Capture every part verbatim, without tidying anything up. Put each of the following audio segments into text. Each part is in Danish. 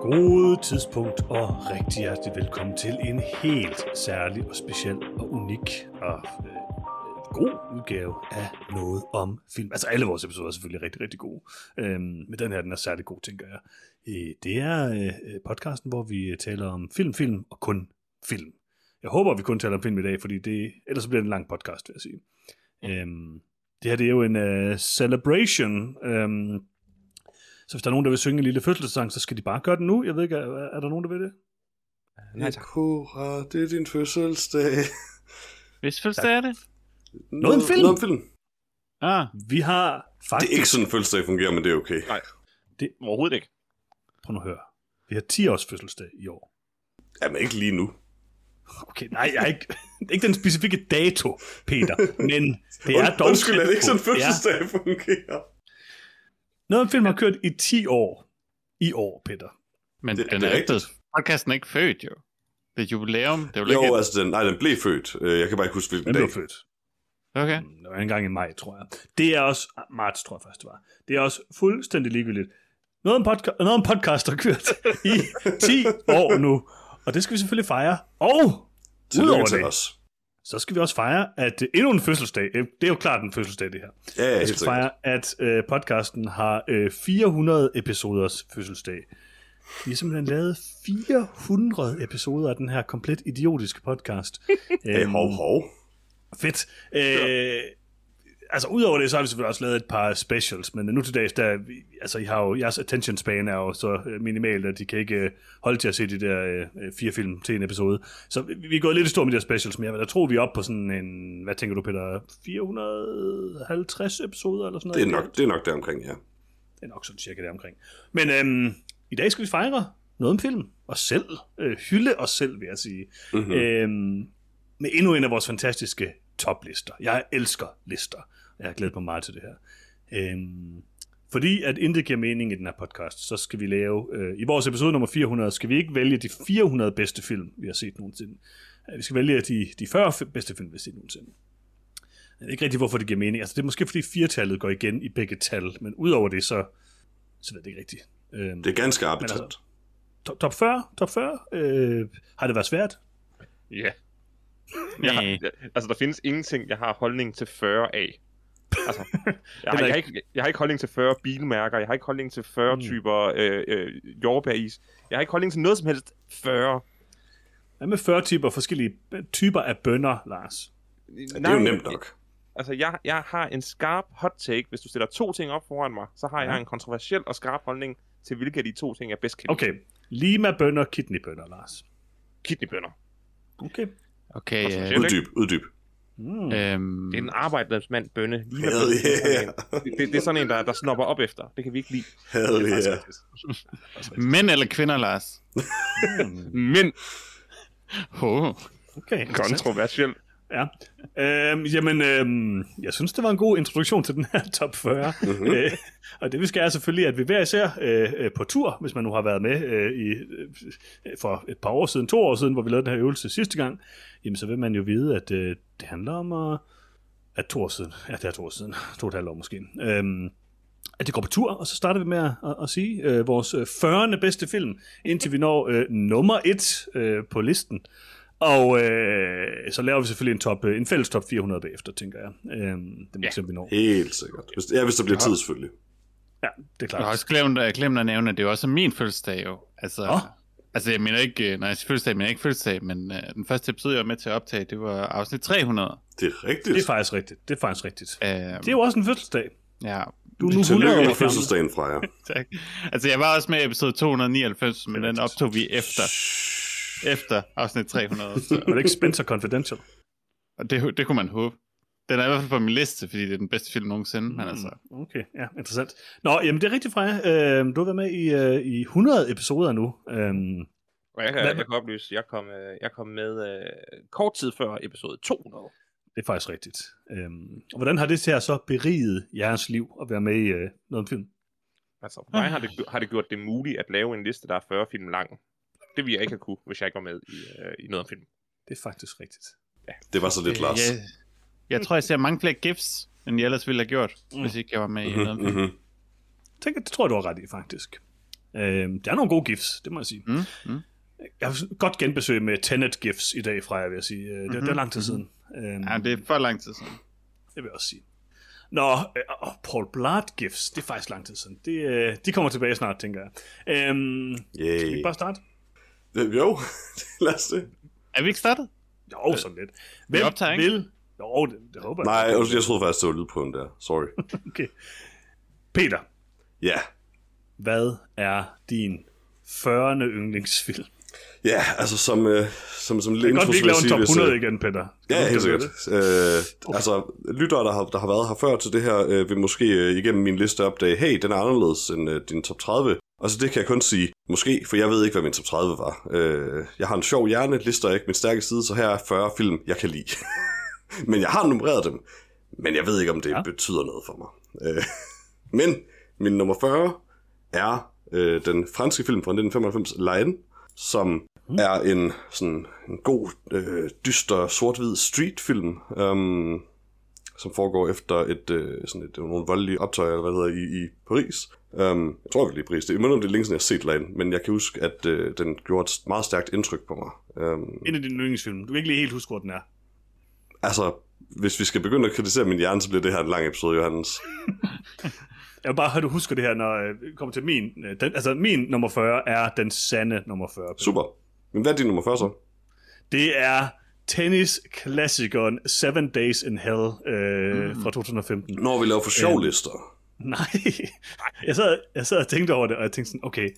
God tidspunkt og rigtig hjertelig velkommen til en helt særlig og speciel og unik og øh, god udgave af noget om film. Altså alle vores episoder er selvfølgelig rigtig, rigtig gode. Øhm, men den her, den er særlig god, tænker jeg. Øh, det er øh, podcasten, hvor vi taler om film, film og kun film. Jeg håber, vi kun taler om film i dag, fordi det, ellers bliver det en lang podcast, vil jeg sige. Øhm, det her, det er jo en uh, celebration. Øhm, så hvis der er nogen, der vil synge en lille fødselsdagssang, så skal de bare gøre det nu. Jeg ved ikke, er, er der nogen, der vil det? Nej, tak. Hurra, det er din fødselsdag. Hvis fødselsdag er det? Noget om film. Noget om film. Ah. Vi har faktisk... Det er ikke sådan, en fødselsdag fungerer, men det er okay. Nej, det overhovedet ikke. Prøv nu at høre. Vi har ti års fødselsdag i år. Jamen ikke lige nu. Okay, nej, jeg er ikke, ikke den specifikke dato, Peter, men det er dog... Undskyld, er det ikke sådan, en fødselsdag ja. fungerer? Noget om film har kørt i ti år. I år, Peter. Men det, den det er, er ikke podcasten er ikke født, jo. Det er jubilæum. Det er jo, jo ikke altså, den, nej, den blev født. Jeg kan bare ikke huske, hvilken den dag. Den blev født. Okay. Det var en gang i maj, tror jeg. Det er også... Marts, tror jeg først, det var. Det er også fuldstændig ligegyldigt. Noget om, podca- noget om podcast har kørt i ti år nu. Og det skal vi selvfølgelig fejre. Og udover det, os. så skal vi også fejre, at endnu en fødselsdag, det er jo klart en fødselsdag, det her. Ja, ja, vi skal fejre, at øh, podcasten har øh, fire hundrede episoders fødselsdag. Vi har simpelthen lavet fire hundrede episoder af den her komplet idiotiske podcast. Hey, hov, hov. Fedt. Øh, altså, udover det, så har vi selvfølgelig også lavet et par specials, men nu til dags, der, altså, I har jo, jeres attention span er jo så minimalt, at de kan ikke holde til at se de der øh, fire film til en episode. Så vi, vi er gået lidt i stå med de der specials, men jeg tror, vi er oppe på sådan en, hvad tænker du, Peter, fire hundrede og halvtreds episoder eller sådan noget? Det er nok, det er nok deromkring, ja. Det er nok sådan cirka deromkring. Men øhm, i dag skal vi fejre noget om film, os selv, øh, hylde os selv, vil jeg sige. Mm-hmm. Øhm, med endnu en af vores fantastiske toplister. Jeg elsker lister. Jeg har glædet mig meget til det her. Øhm, fordi at intet giver mening i den her podcast, så skal vi lave, øh, i vores episode nummer fire hundrede, skal vi ikke vælge de fire hundrede bedste film, vi har set nogensinde. Vi skal vælge de, de fyrre bedste film, vi har set nogensinde. Jeg ved ikke rigtig, hvorfor det giver mening. Altså, det er måske, fordi firetallet går igen i begge tal, men udover det, så, så ved det ikke rigtigt. Øhm, det er ganske arbitrært. Altså, top, top fyrre? Top fyrre? Øh, har det været svært? Ja. Jeg har, jeg, altså, der findes ingenting, jeg har holdning til fyrre af. Altså, jeg, har, jeg, har ikke, jeg har ikke holdning til fyrre bilmærker, jeg har ikke holdning til fyrre mm. typer øh, øh, jordbæris. Jeg har ikke holdning til noget som helst fyrre. Hvad med fyrre typer, forskellige typer af bønner, Lars? Ja, det er jo nemt nok. Altså, jeg, jeg har en skarp hot take. Hvis du stiller to ting op foran mig, så har jeg ja. en kontroversiel og skarp holdning til, hvilke af de to ting, jeg bedst kan lide. Okay, lima-bønner, kidneybønner, Lars. Kidneybønner. Okay. Okay, uh, uddyb, uddyb. Mm. Øhm... Det er en arbejdsmand bønne. Hell yeah. det, det, det er sådan en, der, der snopper op efter. Det kan vi ikke lide. Hell yeah. Mænd eller kvinder, Lars? Mænd. Oh. Okay. Kontroversielt. Ja. Øhm, jamen, øhm, jeg synes, det var en god introduktion til den her top fyrre. Mm-hmm. Øh, og det vi skal er selvfølgelig, at vi hver især øh, på tur, hvis man nu har været med øh, i, øh, for et par år siden, to år siden, hvor vi lavede den her øvelse sidste gang, jamen så vil man jo vide, at øh, det handler om at, at to år siden, ja det er to år siden, to og et halvt år måske, øhm, at det går på tur, og så starter vi med at, at, at sige øh, vores fyrre bedste film, indtil vi når øh, nummer et øh, på listen. Og øh, så laver vi selvfølgelig en, top, en fælles top fire hundrede bagefter, tænker jeg. Øh, det må ja, vi nå. Helt sikkert. Hvis, ja, hvis der bliver tid, selvfølgelig. Ja, det er klart. Jeg har også glemt, glemt at nævne, at det er også min fødselsdag jo. Altså, oh. altså jeg mener ikke, når jeg siger fødselsdag, mener jeg ikke fødselsdag, men uh, den første episode, jeg var med til at optage, det var afsnit tre hundrede. Det er rigtigt. Det er faktisk rigtigt. Det er faktisk rigtigt. Um, det er jo også en fødselsdag. Ja. Du er nu hundrede år fødselsdagen fra jer. Tak. Altså jeg var også med i episode to hundrede nioghalvfems, men den optog vi efter. Efter afsnit tre hundrede. Så. Var det ikke Spencer Confidential? Og det, det kunne man håbe. Den er i hvert fald på min liste, fordi det er den bedste film nogensinde. Mm, men altså. Okay, ja, interessant. Nå, jamen det er rigtigt, Freja. Øh, du har været med i, øh, i hundrede episoder nu. Øhm, og jeg kan, jeg kan oplyse, jeg kom, jeg kom med øh, kort tid før episode to hundrede. Det er faktisk rigtigt. Øhm, og hvordan har det til at så beriget jeres liv at være med i øh, noget om film? Altså, for mig har det, har det gjort det muligt at lave en liste, der er fyrre film lang. Det ville jeg ikke have kunne, hvis jeg ikke var med i, øh, i noget om film. Det er faktisk rigtigt. Ja. Det var så lidt, Lars. Jeg, jeg tror, jeg ser mange flere gifs, end jeg ellers ville have gjort, mm. hvis ikke jeg var med mm-hmm, i noget om film. Mm-hmm. Tænk, det tror jeg, du har ret i, faktisk. Øh, der er nogle gode gifs, det må jeg sige. Mm, mm. Jeg har godt genbesøg med Tenet gifs i dag fra jer, vil jeg sige. Det, mm-hmm. det er lang tid siden. Mm-hmm. Ja, det er for lang tid siden. Det vil jeg også sige. Nå, øh, Paul Blart gifs, det er faktisk lang tid siden. Det, øh, de kommer tilbage snart, tænker jeg. Øhm, skal vi ikke bare starte? Øh, jo, lad os det. Er vi ikke startet? Jo, sådan lidt. Hvem optager, ikke? vil... Jo, det, det håber Nej, jeg. jeg, jeg troede faktisk, det var lydprøven der. Sorry. Okay. Peter, Ja. hvad er din fyrrende yndlingsfilm? Ja, altså som, øh, som, som Det er godt, vi ikke laver en top hvis, hundrede øh, igen, Peter. Ja, helt sikkert. Øh, altså, lyttere, der har, der har været her før til det her, øh, vil måske øh, igennem min liste opdage, hey, den er anderledes end øh, din top tredive. Og så det kan jeg kun sige, måske, for jeg ved ikke, hvad min top tredive var. Øh, jeg har en sjov hjerne, lister er ikke min stærke side, så her er fyrre film, jeg kan lide. Men jeg har nummereret dem, men jeg ved ikke, om det ja. betyder noget for mig. Øh, men min nummer fyrre er øh, den franske film fra nitten femoghalvfems, Lion, som mm. er en sådan en god, øh, dyster, sort-hvid streetfilm, um, som foregår efter et, øh, sådan et, nogle voldelige optøjer, eller hvad det hedder, i, i Paris. Um, jeg tror vel i Paris. Det er imellem det længe siden, jeg har set Lion, men jeg kan huske, at øh, den gjorde et meget stærkt indtryk på mig. Um, En af dine yndlingsfilm. Du kan ikke lige helt huske, hvor den er. altså, hvis vi skal begynde at kritisere min hjerne, så bliver det her en lang episode, Johannes. Jeg vil bare høre, du husker det her, når vi kommer til min... Den, altså, min nummer fyrre er den sande nummer fyrre. Peter. Super. Men hvad er din nummer fyrre så? Det er tennisklassikeren Seven Days in Hell øh, mm. fra to tusind og femten. Når vi laver for sjov lister. Nej, jeg sad, jeg sad og tænkte over det, og jeg tænkte sådan, okay,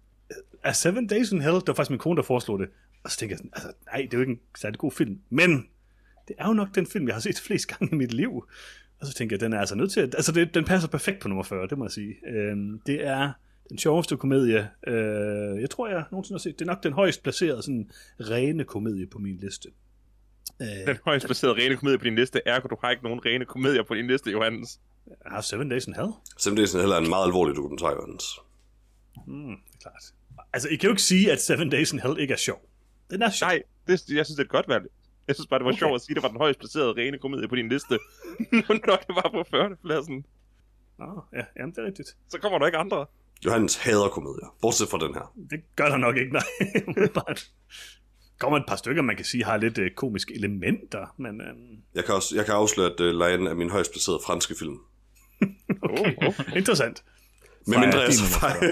er Seven Days in Hell, det var faktisk min kone, der foreslog det, og så tænkte jeg sådan, altså nej, det er jo ikke en særlig god film, men det er jo nok den film, jeg har set flest gange i mit liv, og så tænkte jeg, den er altså nødt til at, altså det, den passer perfekt på nummer fyrre, det må jeg sige. Øhm, det er den sjoveste komedie, øh, jeg tror, jeg nogensinde har set, det er nok den højst placerede, sådan rene komedie på min liste. Den højst placerede rene komedie på din liste, ergo du har ikke nogen rene komedier på din liste, Johannes. Jeg har Seven Days in Hell. Seven Days in Hell er en meget alvorlig dokumentar, Johannes. Mm, det er klart. Altså, I kan jo ikke sige, at Seven Days in Hell ikke er sjov. Den er sjov. Nej, det, jeg synes, det er et godt valg. Jeg synes bare, det var okay. sjovt at sige, at det var den højst placerede rene komedie på din liste. Når det var på fyrre pladsen. Nå, ja, jamen, det er rigtigt. Så kommer der ikke andre. Johannes hader komedier, bortset fra den her. Det gør der nok ikke, nej. Bare kommer et par stykker, man kan sige, har lidt øh, komiske elementer, men... Øhm... Jeg kan også jeg kan afsløre, at uh, Lion er min højst placerede franske film. Okay, oh, oh. Interessant. Med mindre jeg så fejl.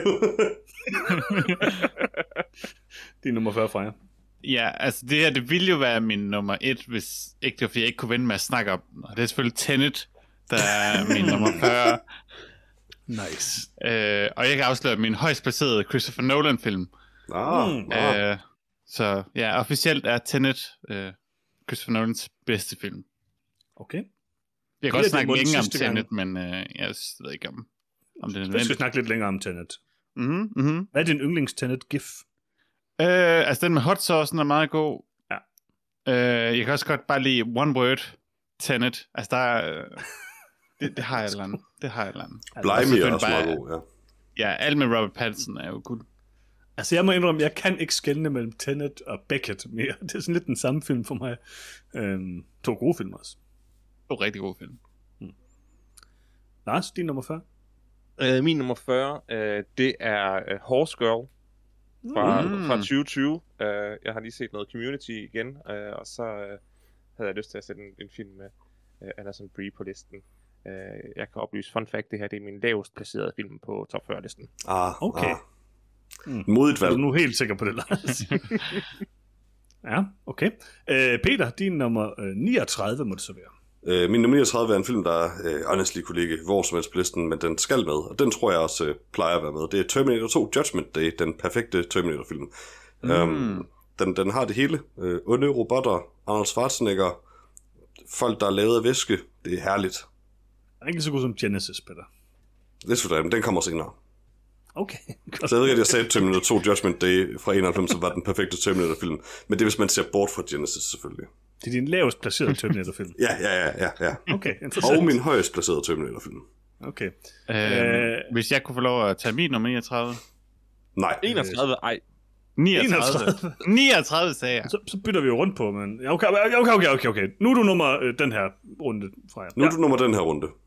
Din nummer fyrre, Freja. Ja, altså det her, det ville jo være min nummer et, hvis ikke det var, fordi jeg ikke kunne vente med at snakke om den. Og det er selvfølgelig Tenet, der er min nummer fyrre. Nice. Øh, og jeg kan afsløre min højst placerede Christopher Nolan-film. Ah, mm. øh, så ja, officielt er Tenet øh, Christopher Nolans bedste film. Okay. Jeg kan godt snakke længe om Tenet, men øh, jeg ved ikke om, om det er nødvendigt. Vi skal snakke lidt længere om Tenet. Mm-hmm, mm-hmm. Hvad er din yndlings-Tenet-gif? Øh, altså den med hot saucen er meget god. Ja. Øh, jeg kan også godt bare lide One Word Tenet. Altså der er... Øh, det, det har jeg et eller andet. Det har jeg et eller andet. Blimey er også meget god, ja. Ja, alt med Robert Pattinson er jo guld. Altså jeg må indrømme, jeg kan ikke skelne mellem Tenet og Beckett mere. Det er sådan lidt den samme film for mig. Øhm, to gode film også. To rigtig gode film. Hmm. Lars, din nummer fyrre? Uh, min nummer fyrre, uh, det er uh, Horse Girl fra, mm. fra tyve tyve. Uh, jeg har lige set noget Community igen, uh, og så uh, havde jeg lyst til at sætte en, en film med uh, Alison Brie på listen. Uh, jeg kan oplyse, fun fact, det her det er min lavest placerede film på top fyrre-listen. Ah, okay. Ah. Mm. Modigt valg. Er du nu helt sikker på det, Lars? Ja, okay. Uh, Peter, din nummer uh, niogtredive må det så være. Uh, min nummer niogtredive er en film, der uh, honestly kunne ligge hvor som helst på listen, men den skal med, og den tror jeg også uh, plejer at være med. Det er Terminator to Judgment Day, den perfekte Terminator-film. Mm. Um, den, den har det hele. Uh, onde robotter, Arnold Schwarzenegger, folk, der er lavet af væske. Det er herligt. Den er ikke så god som Genesis, Peter. Det er sådan, men den kommer senere. Okay. Så jeg ved ikke, at jeg sagde Terminator to Judgment Day fra enoghalvfems, som var den perfekte Terminator-film. Men det er, hvis man ser bort fra Genesis, selvfølgelig. Det er din lavest placerede Terminator-film? ja, ja, ja, ja, ja. Okay, interessant. Og min højest placerede Terminator-film. Okay. Øh, øh, hvis jeg kunne få lov at tage min nummer niogtredive? Nej. enogtredive, ej. niogtredive. niogtredive sagde jeg. Så, så bytter vi jo rundt på, men... Okay, okay, okay, okay, okay. Nu er du nummer øh, den her runde fra jer. Nu er ja. du nummer den her runde.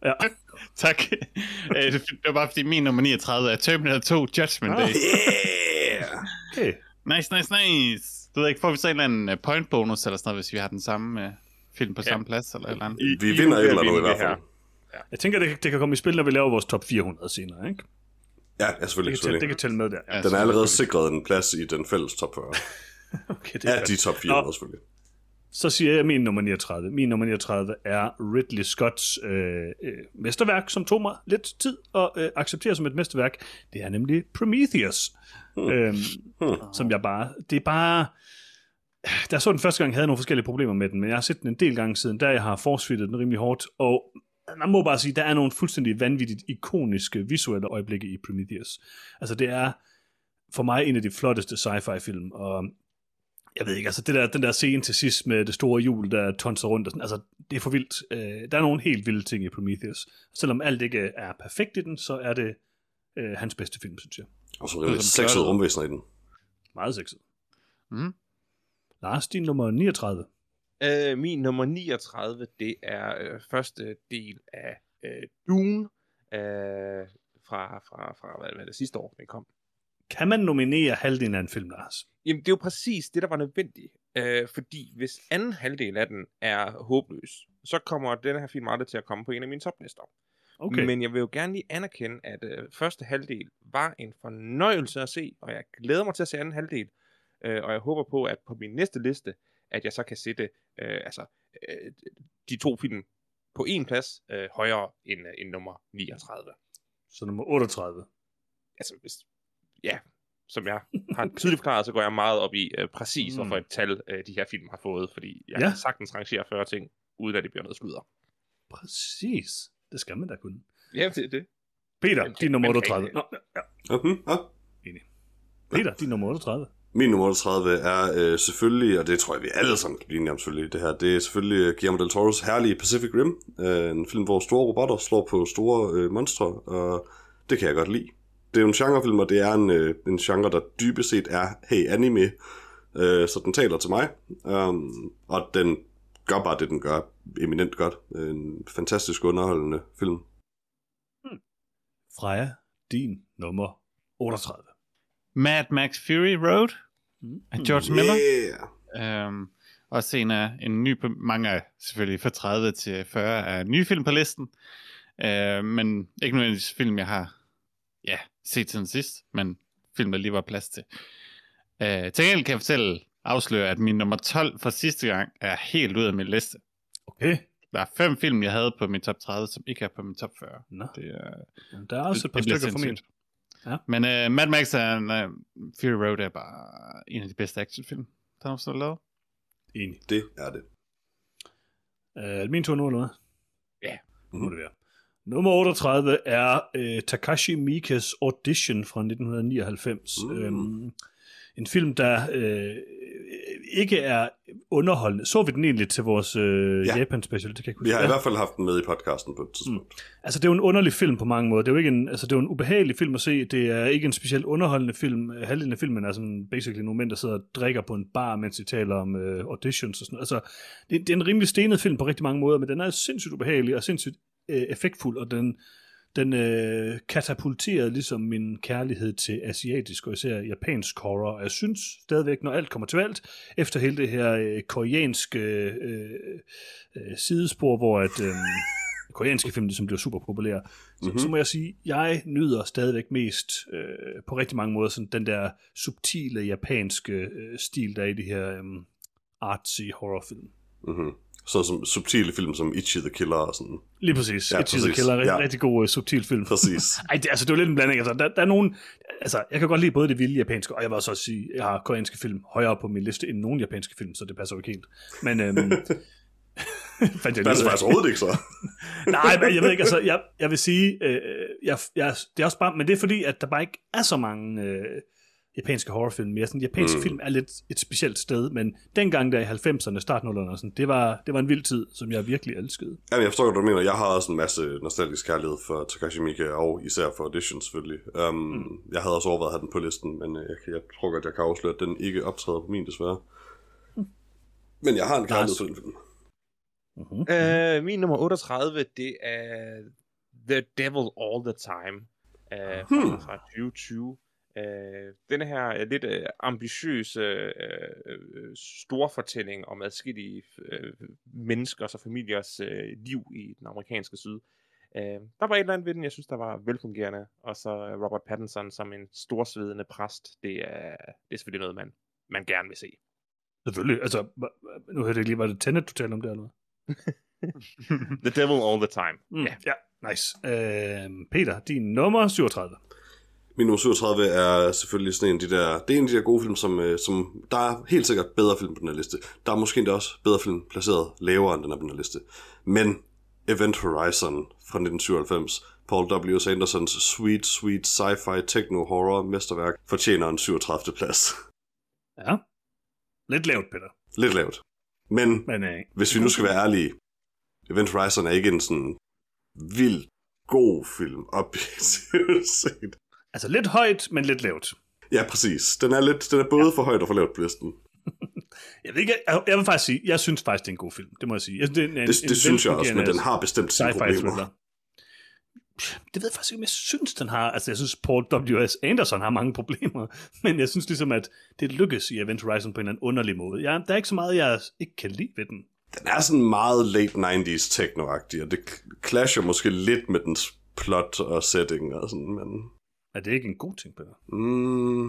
Ja. Tak. Det var bare fordi min nummer niogtredive er Terminator to Judgment Day. Yeah! Okay. Nice, nice, nice. Du ved ikke, får vi så en eller anden point bonus eller sådan noget, hvis vi har den samme uh, film på ja. samme plads eller eller andet? I, vi vinder et eller andet i hvert fald. Ja. Jeg tænker, det, det kan komme i spil, når vi laver vores top fire hundrede senere, ikke? Ja, ja selvfølgelig. Det kan, tælle, det kan tælle med der. Ja, den er allerede sikret en plads i den fælles top fyrre. Okay, det er ja, de top fire hundrede selvfølgelig. Så siger jeg min nummer niogtredive. Min nummer niogtredive er Ridley Scotts øh, øh, mesterværk, som tog mig lidt tid at øh, acceptere som et mesterværk. Det er nemlig Prometheus. Hmm. Øhm, hmm. Som jeg bare... Det er bare... Da jeg så den første gang, havde jeg nogle forskellige problemer med den, men jeg har set den en del gange siden, der jeg har force-fittet den rimelig hårdt, og man må bare sige, der er nogle fuldstændig vanvittigt ikoniske visuelle øjeblikke i Prometheus. Altså det er for mig en af de flotteste sci-fi film, og jeg ved ikke, altså det der, den der scene til sidst med det store hjul, der tonser rundt, og sådan, altså det er for vildt. Øh, der er nogle helt vilde ting i Prometheus. Selvom alt ikke er perfekt i den, så er det øh, hans bedste film, synes jeg. Og så er det sexede rumvæsener i den. Meget sexet. Mm. Lars, din nummer niogtredive. Øh, min nummer niogtredive, det er øh, første del af øh, Dune øh, fra, fra, fra hvad, hvad det sidste år, den kom. Kan man nominere halvdelen af en film, Lars? Jamen, det er jo præcis det, der var nødvendigt. Øh, fordi hvis anden halvdel af den er håbløs, så kommer den her film aldrig til at komme på en af mine toplister. Okay. Men jeg vil jo gerne lige anerkende, at øh, første halvdel var en fornøjelse at se, og jeg glæder mig til at se anden halvdel. Øh, og jeg håber på, at på min næste liste, at jeg så kan sætte øh, altså, øh, de to film på en plads øh, højere end, øh, end nummer niogtredive. Så nummer otteogtredive? Altså, hvis, ja, som jeg har tydeligt forklaret, så går jeg meget op i øh, præcis, mm. hvorfor et tal øh, de her film har fået, fordi jeg ja. kan sagtens rangere fyrre ting, uden at det bliver noget sludder. Præcis. Det skal man da kunne. Ja, det er det. Peter, din nummer otteogtredive. Nå, ja. Okay, ja. Enig. Peter, din nummer otteogtredive. Min nummer otteogtredive er øh, selvfølgelig, og det tror jeg vi alle sammen kan blive enige om selvfølgelig, det her, det er selvfølgelig Guillermo del Toros herlige Pacific Rim, øh, en film, hvor store robotter slår på store øh, monstre, og det kan jeg godt lide. Det er jo en genrefilm, og det er en, øh, en genre, der dybest set er, hey, anime, øh, så den taler til mig, um, og den gør bare det, den gør eminent godt. En fantastisk underholdende film. Hmm. Freja, din nummer otteogtredive. Mad Max Fury Road af George Miller. Yeah. Um, også en af en ny, mange af selvfølgelig fra tredive til fyrre er nye film på listen. Uh, men ikke nødvendigvis film, jeg har ja, set siden sidst, men film, der lige var plads til. Uh, til gengæld kan jeg fortælle, afsløre, at min nummer tolv fra sidste gang er helt ud af min liste. Okay. Der er fem film, jeg havde på min top tredive, som ikke er på min top fyrre. Nå. Det er, der er også et par stykker for min. Ja. Men uh, Mad Max er en, uh, Fury Road er bare en af de bedste actionfilm, der har så lavet. Enig. Det er det. Uh, min tur nu, eller hvad? Ja. Nu må det være. Nummer otteogtredive er uh, Takashi Miikes Audition fra nitten nioghalvfems. Mm. Um, en film, der uh, ikke er underholdende. Så vi den egentlig til vores uh, ja. Japan special? Det kan jeg vi har i hvert fald haft den med i podcasten på et tidspunkt. Mm. Altså, det er jo en underlig film på mange måder. Det er jo ikke en, altså, det er jo en ubehagelig film at se. Det er ikke en specielt underholdende film. Halvdelen af filmen er sådan basically nogle mænd, der sidder og drikker på en bar, mens de taler om uh, auditions og sådan noget. Altså, det, det er en rimelig stenet film på rigtig mange måder, men den er sindssygt ubehagelig og sindssygt uh, effektfuld, og den Den øh, katapulterede ligesom min kærlighed til asiatisk og især japansk horror. Og jeg synes stadigvæk, når alt kommer til alt, efter hele det her øh, koreanske øh, øh, sidespor, hvor at, øh, koreanske film ligesom bliver super populære, mm-hmm. så, så må jeg sige, jeg nyder stadigvæk mest øh, på rigtig mange måder sådan den der subtile japanske øh, stil, der er i de her øh, artsy horrorfilm. Mhm. Sådan som subtile film som Ichi the Killer og sådan. Lige præcis. Ja, Ichi the Killer er en ja. rigtig god uh, subtil film. Præcis. Ej, det, altså, det er jo lidt en blanding. Altså, der, der er nogen, altså, jeg kan godt lide både det vilde japanske, og jeg vil også sige, jeg har koreanske film højere på min liste end nogen japanske film, så det passer jo ikke helt. Men øhm, fandt jeg det passer faktisk overhovedet ikke så. Nej, men jeg ved ikke, altså, jeg, jeg vil sige, øh, jeg, jeg, det er også bare, men det er fordi, at der bare ikke er så mange øh, japanske horrorfilm mere. Sådan, japanske mm. film er lidt et specielt sted, men dengang der i halvfemserne, startnullerne og sådan, det var, det var en vild tid, som jeg virkelig elskede. Jamen, jeg forstår, hvad du mener. Jeg har også en masse nostalgisk kærlighed for Takashi Miike, og især for Audition selvfølgelig. Um, mm. Jeg havde også overvejet at have den på listen, men jeg, jeg tror godt, jeg kan afsløre, at den ikke optræder på min, desværre. Mm. Men jeg har en kærlighed for den film. Uh-huh. Øh, min nummer otteogtredive, det er The Devil All the Time øh, hmm. fra tyve tyve. Øh, denne her lidt øh, ambitiøse øh, storfortælling om adskillige øh, menneskers og familiers øh, liv i den amerikanske syd. Øh, der var et eller andet ved den, jeg synes, der var velfungerende. Og så Robert Pattinson som en storsvedende præst. Det er, det er selvfølgelig noget, man, man gerne vil se. Selvfølgelig. Altså, nu hørte jeg lige, var det Tenet, du talte om det, eller hvad? The Devil All the Time. Mm, ja. ja, nice. Øh, Peter, din nummer syvogtredive. Min nummer syvogtredive er selvfølgelig sådan en af de der, det er en af de der gode film, som, som der er helt sikkert bedre film på den her liste. Der er måske endda også bedre film placeret lavere end den er på den her liste. Men Event Horizon fra nitten syvoghalvfems, Paul W S. Andersons sweet, sweet sci-fi techno-horror mesterværk, fortjener en syvogtredivte plads. Ja. Lidt lavt, Peter. Lidt lavt. Men, Men øh, hvis vi nu skal være ærlige, Event Horizon er ikke en sådan vild god film, objektivt set. Altså lidt højt, men lidt lavt. Ja, præcis. Den er, lidt, den er både ja. for højt og for lavt på listen. jeg, ved ikke, jeg, jeg vil faktisk sige, jeg synes faktisk, det er en god film. Det må jeg sige. Jeg, det, en, det, det en synes jeg også, men den har bestemt sine problemer. Thriller. Det ved jeg faktisk ikke, om jeg synes, den har... Altså, jeg synes, Paul W S. Anderson har mange problemer, men jeg synes ligesom, at det lykkes i Event Horizon på en eller anden underlig måde. Ja, der er ikke så meget, jeg ikke kan lide ved den. Den er sådan meget late nineties techno-agtig, og det clasher måske lidt med dens plot og setting og sådan, men... Er det ikke en god ting, Peter? Mm,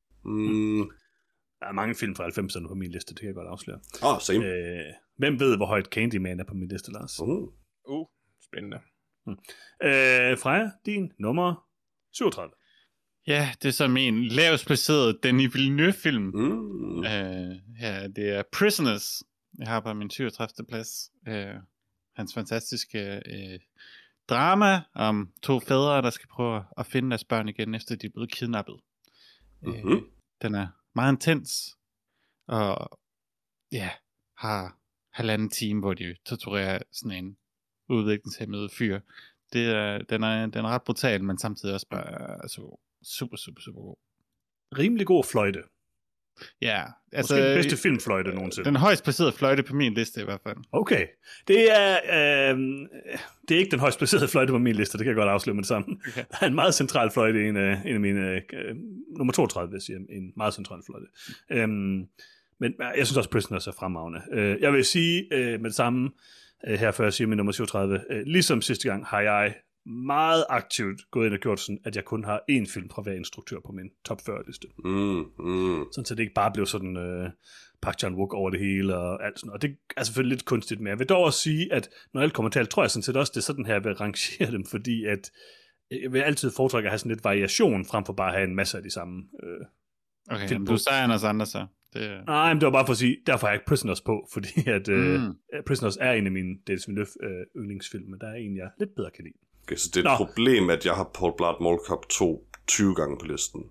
mm. Der er mange film fra halvfemserne på min liste, det kan jeg godt afsløre. Åh, oh, same. Øh, hvem ved, hvor højt Candyman er på min liste, Lars? Uh, uh spændende. Hmm. Øh, Freja, din nummer syvogtredive. Ja, det er som en lavest placeret Denis Villeneuve-film. Mm. Øh, ja, det er Prisoners. Jeg har på min syvogtredivte plads. Øh, hans fantastiske... Øh, drama om to fædre, der skal prøve at finde deres børn igen, efter de er blevet kidnappet. Mm-hmm. Øh, den er meget intens, og ja, har halvanden time, hvor de torturerer sådan en udviklingshæmmet fyr. Det er, den, er, den er ret brutal, men samtidig også bare altså, super, super, super god. Rimelig god fløjte. Ja, altså... Måske den bedste filmfløjte nogensinde. Den højst placerede fløjte på min liste i hvert fald. Okay. Det er, øh, det er ikke den højst placerede fløjte på min liste, det kan jeg godt afsløre med det samme. Okay. Der er en meget central fløjte, en af, en af mine... Øh, nummer toogtredive, vil jeg sige. En meget central fløjte. Øhm, men jeg synes også, Prisoners er fremragende. Øh, jeg vil sige øh, med det samme, øh, her før jeg siger min nummer syvogtredive, øh, ligesom sidste gang har jeg meget aktivt gået ind og gjort sådan, at jeg kun har én film fra hver instruktør på min top fyrre liste. Mm, mm. Sådan så det ikke bare blev sådan øh, Park Chan-wook over det hele og alt sådan. Og det er selvfølgelig lidt kunstigt, men jeg vil dog også sige, at når alt kommer til alt, tror jeg sådan set også, det er sådan her, jeg vil rangere dem, fordi at jeg vil altid foretrække at have sådan lidt variation, frem for bare at have en masse af de samme øh, okay, film på. Du sagde Anders andre så. Det... Nej, men det var bare for at sige, derfor har jeg ikke Prisoners på, fordi at øh, mm. Prisoners er en af mine Denis Villeneuve øh, yndlingsfilm, men der er en, jeg lidt bedre kan lide. Okay, så det er et Nå. problem, at jeg har Paul Blart Mall Cop to tyve gange på listen.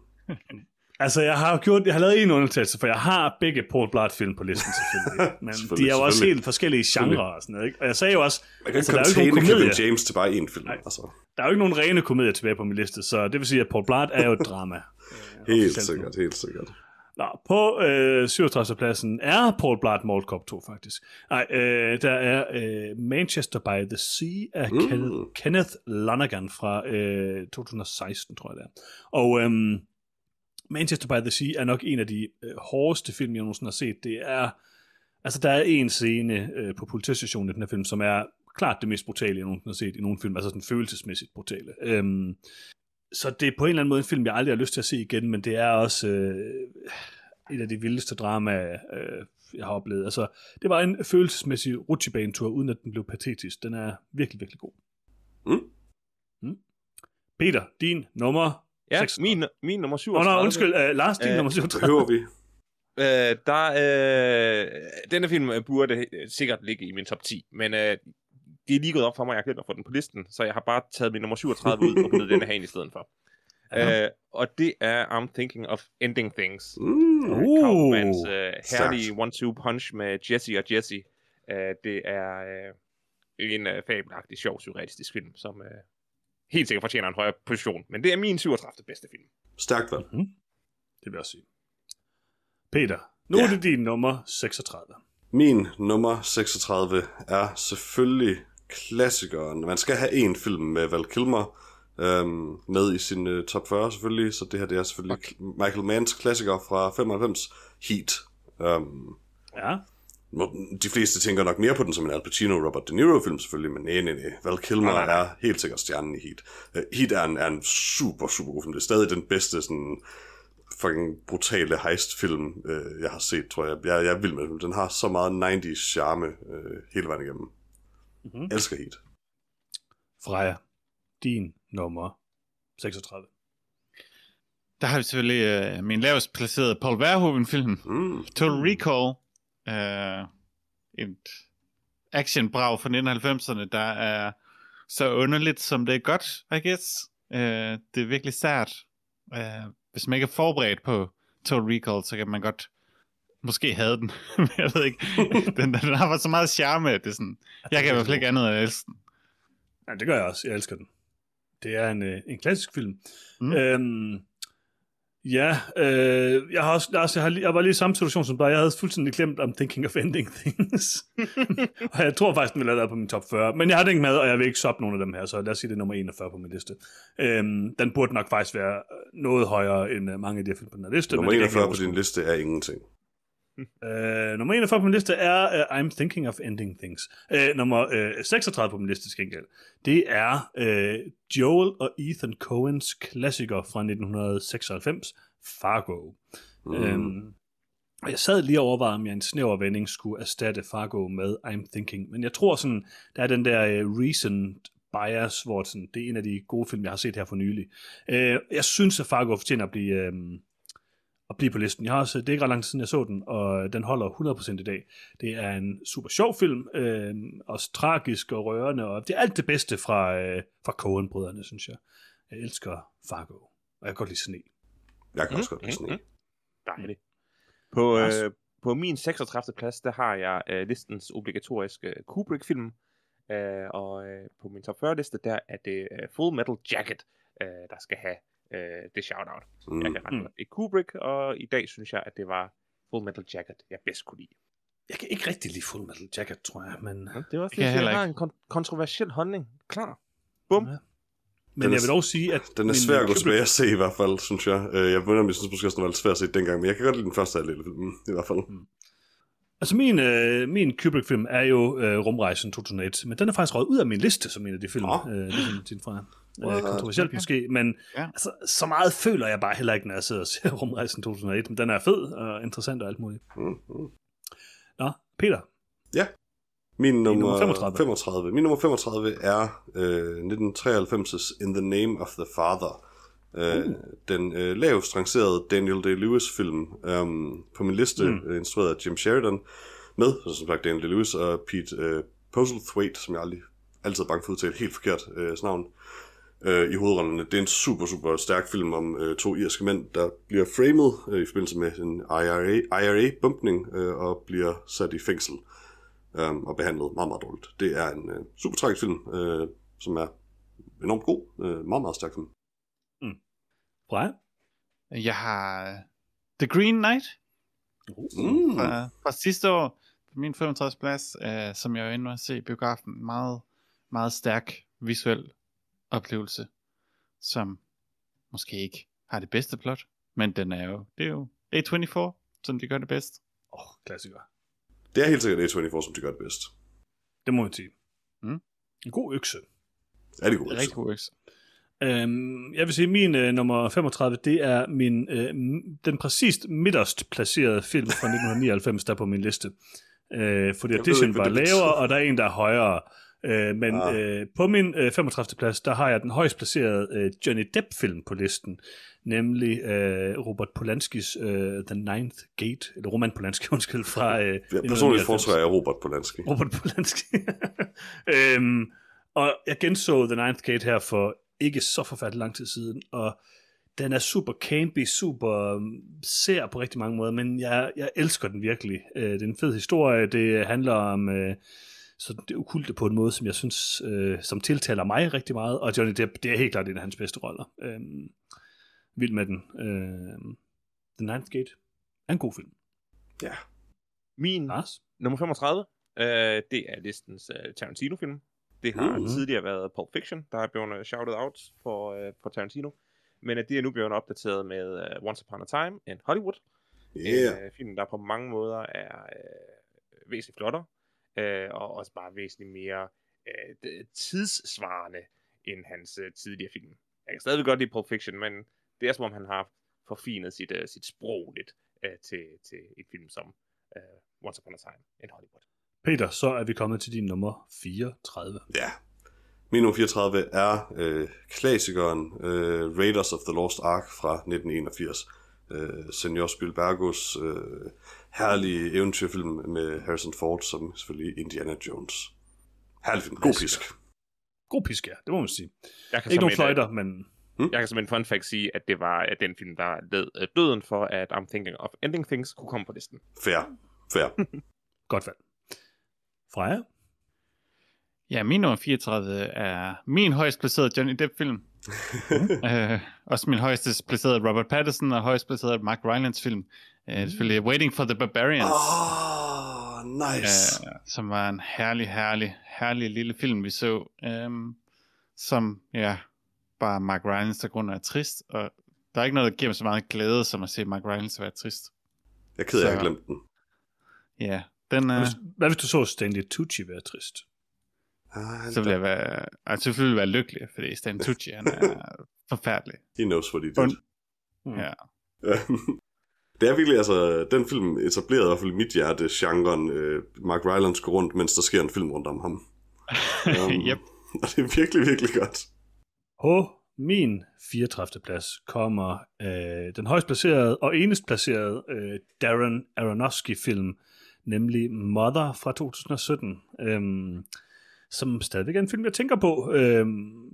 Altså, jeg har gjort, jeg har lavet en undtagelse, for jeg har begge Paul Blart film på listen, selvfølgelig. Men selvfølgelig, de er jo også helt forskellige genrer og sådan noget, ikke? Og jeg sagde jo også... Man kan altså, ikke altså, containe Kevin James til bare én film. Altså. Der er jo ikke nogen rene komedier tilbage på min liste, så det vil sige, at Paul Blart er jo et drama. Helt sikkert, helt sikkert. Nå, på øh, syvogtredivte pladsen er Paul Blart Mall Cop to, faktisk. Nej, øh, der er øh, Manchester by the Sea af mm. Kenneth, Kenneth Lonergan fra øh, to tusind og seksten, tror jeg det er. Og øh, Manchester by the Sea er nok en af de øh, hårdeste film, jeg nogensinde har set. Det er, altså der er en scene øh, på politistationen i den her film, som er klart det mest brutale, jeg nogensinde har set i nogle film, altså sådan følelsesmæssigt brutale. Øh, Så det er på en eller anden måde en film, jeg aldrig har lyst til at se igen, men det er også øh, et af de vildeste dramaer, øh, jeg har oplevet. Altså, det var en følelsesmæssig rutsjebanetur, uden at den blev patetisk. Den er virkelig, virkelig god. Mm. Mm. Peter, din nummer ja, seksogtredive. min, min nummer syvogtredive. Åh, oh, no, undskyld, uh, Lars, din uh, nummer syvogtredive. Hører vi? Uh, der, uh, denne film burde sikkert ligge i min top ti, men... Uh, det er lige gået op for mig, jeg har glemt at få den på listen, så jeg har bare taget min nummer syvogtredive ud og puttet denne her ind i stedet for. Uh, og det er I'm Thinking of Ending Things. Mm. Uh, Kaufmans uh, herlige one-two punch med Jesse og Jesse. Uh, det er uh, en uh, fabelagtig, sjov, surrealistisk film, som uh, helt sikkert fortjener en højere position. Men det er min syvogtredivte bedste film. Stærkt vel? Mm-hmm. Det vil jeg sige. Peter, nu ja. er det din nummer seksogtredive. Min nummer seksogtredive er selvfølgelig klassikeren. Man skal have en film med Val Kilmer øhm, med i sin uh, top fyrre selvfølgelig, så det her det er selvfølgelig okay. Michael Manns klassiker fra femoghalvfems, Heat. Um, ja. De fleste tænker nok mere på den som en Al Pacino, Robert De Niro film selvfølgelig, men nej, nej, nej. Val Kilmer ja, er helt sikkert stjernen i Heat. Uh, Heat er en, er en super, super god film. Det er stadig den bedste sådan fucking brutale heist-film, uh, jeg har set, tror jeg. Jeg, jeg er vild med den. Den har så meget nioghalvfems charme uh, hele vejen igennem. Mm-hmm. Elsker Heat. Freja, din nummer seksogtredive. Der har vi selvfølgelig øh, min lavest placerede Paul Verhoeven-film, mm. Total Recall. Øh, et actionbrag fra nitten halvfemserne, der er så underligt, som det er godt, I guess. Øh, det er virkelig sært. Øh, hvis man ikke er forberedt på Total Recall, så kan man godt måske have den. Jeg ved ikke. Den, den har så meget charme, at det er sådan... Jeg kan i hvert fald ikke andet end at elske den. Ja, det gør jeg også. Jeg elsker den. Det er en, en klassisk film. Mm. Øhm, ja, øh, jeg har også, altså, jeg, har, jeg var lige i samme situation som dig. Jeg havde fuldstændig glemt om Thinking of Ending Things. Og jeg tror faktisk, den ville have været på min top fyrre. Men jeg har den ikke med, og jeg vil ikke soppe nogen af dem her, så lad os sige, det er nummer enogfyrre på min liste. Øhm, den burde nok faktisk være noget højere end mange af de her film på den her liste. Nummer enogfyrre på din liste er ingenting. Uh, nummer enogfyrre på min liste er uh, I'm Thinking of Ending Things. Uh, nummer uh, seksogtredive på min liste, til gengæld, det er uh, Joel og Ethan Coens klassiker fra nitten seksoghalvfems, Fargo. Mm. Um, og jeg sad lige og overvejede, om jeg en snæver vending skulle erstatte Fargo med I'm Thinking, men jeg tror sådan, der er den der uh, recent bias, hvor sådan, det er en af de gode film, jeg har set her for nylig. Uh, jeg synes, at Fargo fortjener at blive... Um, at blive på listen. Jeg har også, det er ikke ret lang tid siden, jeg så den, og den holder hundrede procent i dag. Det er en super sjov film, øh, også tragisk og rørende, og det er alt det bedste fra, øh, fra Coen-brødrene, synes jeg. Jeg elsker Fargo, og jeg kan godt lide sne. Jeg kan også mm, godt lide sne. Mm, dejligt. På, øh, på min seksogtredivte plads, der har jeg øh, listens obligatoriske Kubrick-film, øh, og øh, på min top fyrre liste, der er det øh, Full Metal Jacket, øh, der skal have Uh, det shout-out. Mm. Jeg kan rette mig i Kubrick, og i dag synes jeg, at det var Full Metal Jacket, jeg bedst kunne lide. Jeg kan ikke rigtig lide Full Metal Jacket, tror jeg, men... Ja, det var også det, jeg, jeg har en kon- kontroversiel holdning. Klar. Bum. Ja. Men den jeg vil dog sige, at... Den er svær at gå tilbage at se i hvert fald, synes jeg. Jeg ved, om jeg synes måske også, den var lidt svær at se dengang, men jeg kan godt lide den første halvdel af filmen, i hvert fald. Mm. Altså min, øh, min Kubrick-film er jo øh, Rumrejsen to tusind og et, men den er faktisk røget ud af min liste som en af de film, oh. øh, ligesom din fra. Øh, kontroversielt måske, men ja. altså, så meget føler jeg bare heller ikke, når jeg sidder og ser Rumrejsen to tusind og et, men den er fed og interessant og alt muligt. Mm-hmm. Nå, Peter. Ja, min nummer, nummer femogtredive. femogtredive. Min nummer femogtredive er øh, nitten treoghalvfems' In the Name of the Father. Øh, uh. Den øh, lavest rangerede Daniel Day-Lewis film øh, på min liste, mm. øh, instrueret af Jim Sheridan, med, som sagt, Daniel Day-Lewis og Pete øh, Postlethwaite, som jeg aldrig altid er bange for at udtale helt forkert øh, navn, øh, i hovedrollerne. Det er en super, super stærk film om øh, to irske mænd, der bliver framed øh, i forbindelse med en I R A-bumpning øh, og bliver sat i fængsel øh, og behandlet meget, meget dårligt. Det er en øh, super tragisk film, øh, som er enormt god. Øh, meget, meget stærk film. Mm. Freja? Jeg har The Green Knight mm. fra, fra sidste år på min femogtredive plads, øh, som jeg var inde og se i biografen. Meget, meget stærk visuel oplevelse, som måske ikke har det bedste plot, men den er jo, det er jo A toogtyve, som de gør det bedst. Åh, oh, klassiker. Det er helt sikkert A toogtyve, som de gør det bedst. Det må jeg sige. Mm. En god økse. Er det god økse? Rigtig god økse. Øhm, jeg vil sige, min øh, nummer femogtredive, det er min, øh, den præcist midterst placerede film fra nitten nioghalvfems, der på min liste. Øh, fordi Audition var lavere, og der er en, der er højere. Øh, men ah. øh, på min øh, femogtredivte plads, der har jeg den højst placerede øh, Johnny Depp-film på listen, nemlig øh, Robert Polanskis øh, The Ninth Gate, eller Roman Polanski, undskyld, fra... Øh, ja, personligt foretræder jeg Robert Polanski. Robert Polanski. øhm, og jeg genså The Ninth Gate her for ikke så forfærdelig lang tid siden, og den er super campy, super um, sær på rigtig mange måder, men jeg, jeg elsker den virkelig. Uh, det er en fed historie, det handler om uh, så det okulte på en måde, som jeg synes, uh, som tiltaler mig rigtig meget, og Johnny Depp, det er helt klart en af hans bedste roller. Uh, vild med den. Uh, The Ninth Gate er en god film. Ja. Min Lars? Nummer femogtredive, øh, det er listens uh, Tarantino-film. Det har Mhm. tidligere været Pulp Fiction, der er blevet uh, shouted out for, uh, for Tarantino. Men uh, det er nu blevet opdateret med uh, Once Upon a Time in Hollywood. Yeah. En uh, film, der på mange måder er uh, væsentligt flottere, uh, og også bare væsentligt mere uh, tidssvarende end hans uh, tidligere film. Jeg kan stadig godt lide Pulp Fiction, men det er som om han har forfinet sit, uh, sit sprog lidt uh, til, til et film som uh, Once Upon a Time in Hollywood. Peter, så er vi kommet til din nummer fireogtredive. Ja. Min nummer fireogtredive er øh, klassikeren øh, Raiders of the Lost Ark fra nitten enogfirs. Øh, Senor Spielbergos øh, herlige eventyrfilm med Harrison Ford som selvfølgelig Indiana Jones. Herlig film. God pisk. God pisk, ja. Det må man sige. Jeg kan Ikke nogen som en, øh, fløjter, men... Jeg kan som en fun fact sige, at det var at den film, der led øh, døden for, at I'm Thinking of Ending Things kunne komme på listen. Fair. Fair. Godt valg. Freja? Ja, min nummer fireogtredive er min højst placerede Johnny Depp-film. uh, også min højst placerede Robert Pattinson og højst placerede Mark Rylance film. Uh, det er selvfølgelig Waiting for the Barbarians. Oh, nice. Uh, som var en herlig, herlig, herlig lille film, vi så. Um, som, ja, bare Mark Rylance, der grund er trist. Og der er ikke noget, der giver mig så meget glæde, som at se Mark Rylance være trist. Jeg er ked af, at jeg Så- har glemt den. Ja, den er... Hvis, hvad hvis du så Stanley Tucci være trist? Ah, han Så vil jeg være, altså selvfølgelig være lykkelig, fordi Stan Tucci, han er forfærdelig. He knows what he did. Und- Mm. Ja. Det er virkelig, altså, den film etablerede i hvert fald i mit hjerte genren, øh, Mark Rylance går rundt, mens der sker en film rundt om ham. Um, Yep. Og det er virkelig, virkelig godt. På min fireogtredivte plads kommer øh, den højst placerede og enest placerede øh, Darren Aronofsky-film, nemlig Mother fra to tusind og sytten, øhm, som stadigvæk er en film, jeg tænker på. Øhm,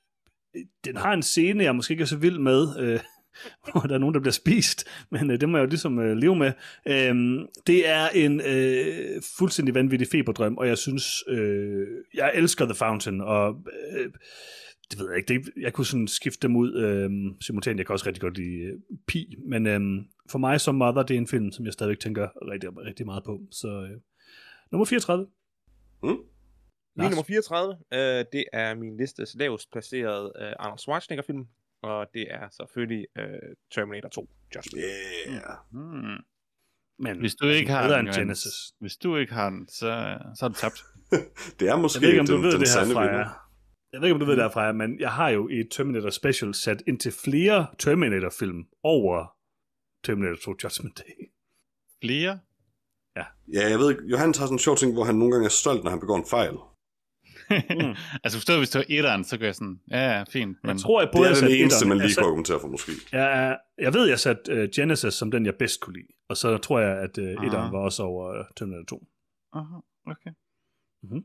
den har en scene, jeg måske ikke er så vild med, øh, hvor der er nogen, der bliver spist, men øh, det må jeg jo ligesom øh, leve med. Øhm, det er en øh, fuldstændig vanvittig feberdrøm, og jeg synes, øh, jeg elsker The Fountain, og øh, det ved jeg ikke, det, jeg kunne sådan skifte dem ud øh, simultant. Jeg kan også rigtig godt lide øh, Pi, men øh, for mig som Mother, det er en film, som jeg stadigvæk tænker rigtig, rigtig meget på. Så øh, nummer fireogtredive. Mm? Lars? Min nummer fireogtredive, øh, det er min listes lavest placerede øh, Arnold Schwarzenegger-film, og det er selvfølgelig øh, Terminator to, Judgment. Yeah. Hmm. Men Hvis du ikke har bedre den, end Jørgens, Genesis. hvis du ikke har den, så, så er du tabt. Det er måske Jeg ved ikke, om du den, ved den det her, sande Freja. vinder. Jeg ved ikke, om du ved det her, Freja, men jeg har jo i Terminator Special sat indtil flere Terminator-film over Terminator to Judgment Day. Flere? Ja, jeg ved ikke, Johannes har sådan en sjov ting, hvor han nogle gange er stolt, når han begår en fejl. Mm. altså forstået, hvis det var etteren, så gør jeg sådan, ja, ja, fint. Men Jeg tror, jeg Det både er har den sat eneste, etteren- man lige jeg, kan sat- argumentere for, måske. jeg, jeg ved, jeg satte uh, Genesis som den, jeg bedst kunne lide. Og så tror jeg, at uh, Aha. etteren var også over uh, Terminator to. Aha, okay. Mm-hmm.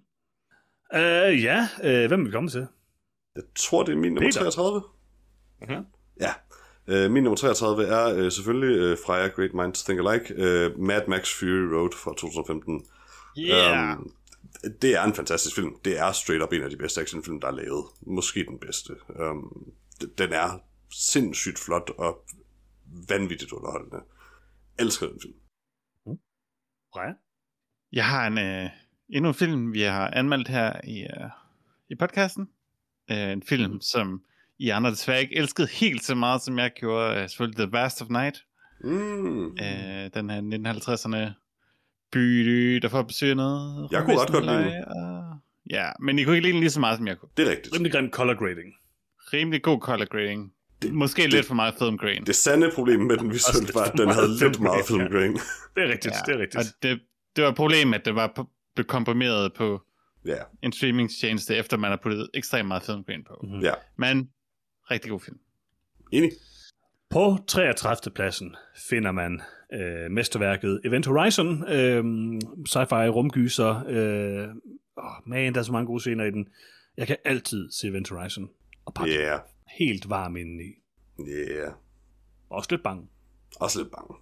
Uh, ja, uh, hvem er vi kommet til? Jeg tror, det er min nummer Peter. treogtredive. Mhm. Ja. Uh, min nummer treogtredive er uh, selvfølgelig uh, Freja Great Minds Think Alike, uh, Mad Max Fury Road fra to tusind og femten. Yeah! Um, det er en fantastisk film. Det er straight up en af de bedste actionfilm, der er lavet. Måske den bedste. Um, d- den er sindssygt flot og vanvittigt underholdende. Elsker den film. Freja? Jeg har en, øh, endnu en film, vi har anmeldt her i, øh, i podcasten. Øh, en film, som I andre desværre ikke elskede helt så meget, som jeg gjorde. Øh, selvfølgelig The Vast of Night. Mm. Øh, den her nitten halvtredserne by, der får besøg af noget. Jeg kunne ret godt lide den. rumvæsenleje, og- Ja, men I kunne ikke lide den lige så meget, som jeg kunne. Det er rigtigt. Rimelig grim color grading. Rimelig god color grading. Det- Måske det- lidt for meget film grain. Det sande problem med den visuelt lidt var, for at den meget havde lidt film meget grain, film grain. Det er rigtigt, det er Og rigtigt. det, det var et problem, at det var på, blev komprimeret på Ja, en streamingtjeneste, efter man har puttet ekstremt meget film grain på. Mhm. ja. Men rigtig god film. Enig. På treogtredivte pladsen finder man øh, mesterværket Event Horizon, øh, sci-fi rumgyser. Øh, oh, man, der er så mange gode scener i den. Jeg kan altid se Event Horizon. Og bare Ja, yeah. helt varm indeni. Ja. Yeah. Også lidt bange. Også lidt bange.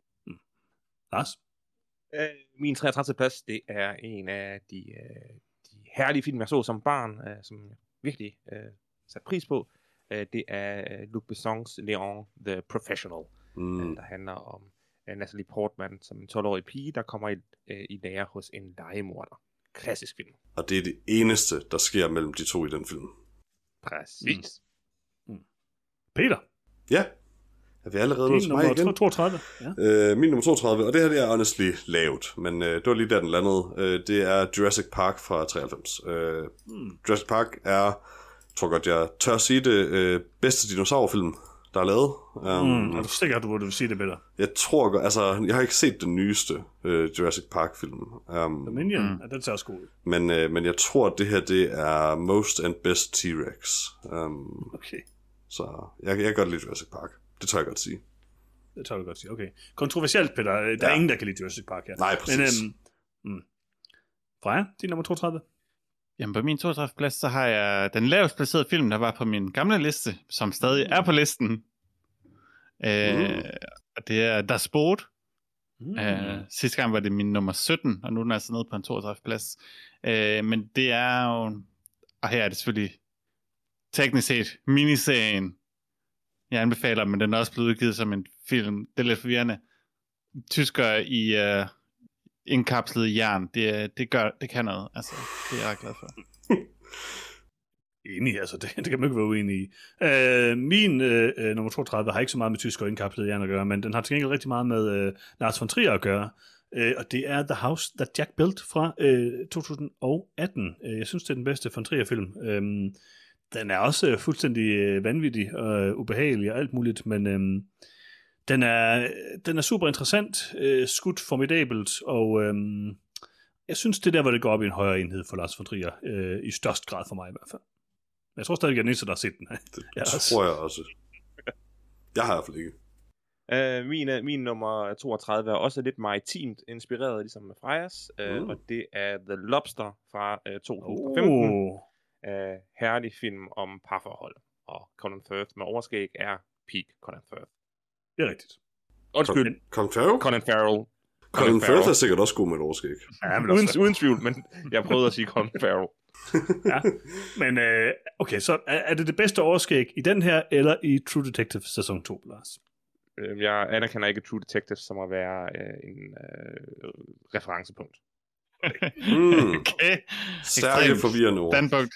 Lars? Øh, min treogtredivte plads, det er en af de, øh, de herlige film, jeg så som barn, øh, som jeg virkelig øh, satte pris på. Øh, det er øh, Luc Besson's Leon the Professional, Mm. øh, der handler om uh, Natalie Portman som en tolv-årig pige, der kommer i, uh, i lære hos en legemorder. Klassisk film. Og det er det eneste, der sker mellem de to i den film. Præcis. Mm. Mm. Peter? Ja, er vi allerede nået til mig igen? toogtredive. Ja. Øh, min nummer toogtredive, og det her det er honestly lavt, men øh, det var lige der den landede. Øh, det er Jurassic Park fra treoghalvfems. Øh, mm. Jurassic Park er, jeg tror godt jeg tør sige det, øh, bedste dinosaurfilm, der er lavet. Um, mm, er du sikker, du vil sige det bedre? Jeg tror godt, altså, jeg har ikke set den nyeste øh, Jurassic Park-film. Um, Dominion, mm. er den så også god? Men, øh, men jeg tror, at det her, det er most and best T-Rex. Um, okay. Så jeg, jeg kan godt lide Jurassic Park. Det tør jeg godt sige. Det tør jeg godt sige, okay. Kontroversielt, Peter. Der ja. er ingen, der kan lide Jurassic Park her. Nej, præcis. Men, øhm, mm. Freja, din nummer toogtredive? Jamen, på min toogtredive plads, så har jeg den lavest placerede film, der var på min gamle liste, som stadig er på listen. Mm. Øh, og det er Das Boot. Mm. Øh, sidste gang var det min nummer sytten, og nu er den altså nede på en toogtredive plads. Øh, men det er jo, og her er det selvfølgelig teknisk set miniserien, jeg anbefaler, men den er også blevet udgivet som en film. Det er lidt forvirrende. Tyskere i uh, indkapslet jern, det, det, gør, det kan noget. Altså, det er jeg ret glad for. Enig, altså. Det, det kan man ikke være uenig i. Uh, min uh, nummer toogtredive har ikke så meget med tyskere og indkapslet jern at gøre, men den har til gengæld rigtig meget med uh, Lars von Trier at gøre. Uh, og det er The House That Jack Built fra uh, to tusind og atten. Uh, jeg synes, det er den bedste von Trier-film. Uh, Den er også øh, fuldstændig øh, vanvittig og øh, ubehagelig og alt muligt, men øh, den, er, den er super interessant, øh, skudt formidabelt, og øh, jeg synes, det er der, hvor det går op i en højere enhed for Lars von Trier, øh, i størst grad for mig i hvert fald. Jeg tror stadig, at jeg er den eneste, der har set den. Det jeg tror jeg også. Jeg har i hvert fald ikke. Uh, min, min nummer toogtredive er også lidt maritimt inspireret, ligesom med Frejas, uh, mm. og det er The Lobster fra uh, to tusind og femten. Oh. Uh, herlig film om parforhold, og Colin Firth med overskæg er peak Colin Firth. Det er rigtigt. Undskyld. Colin Farrell? Colin Farrell. Colin Firth er sikkert også god med et overskæg. Ja, men uden, uden tvivl, men jeg prøvede at sige Colin Farrell. Ja, men uh, okay, så er, er det det bedste overskæg i den her, eller i True Detective sæson to, Lars? Uh, jeg anerkender ikke True Detective som at være uh, en uh, referencepunkt. Mm. Okay. Stærkt forvirrende ord. Standpunkt.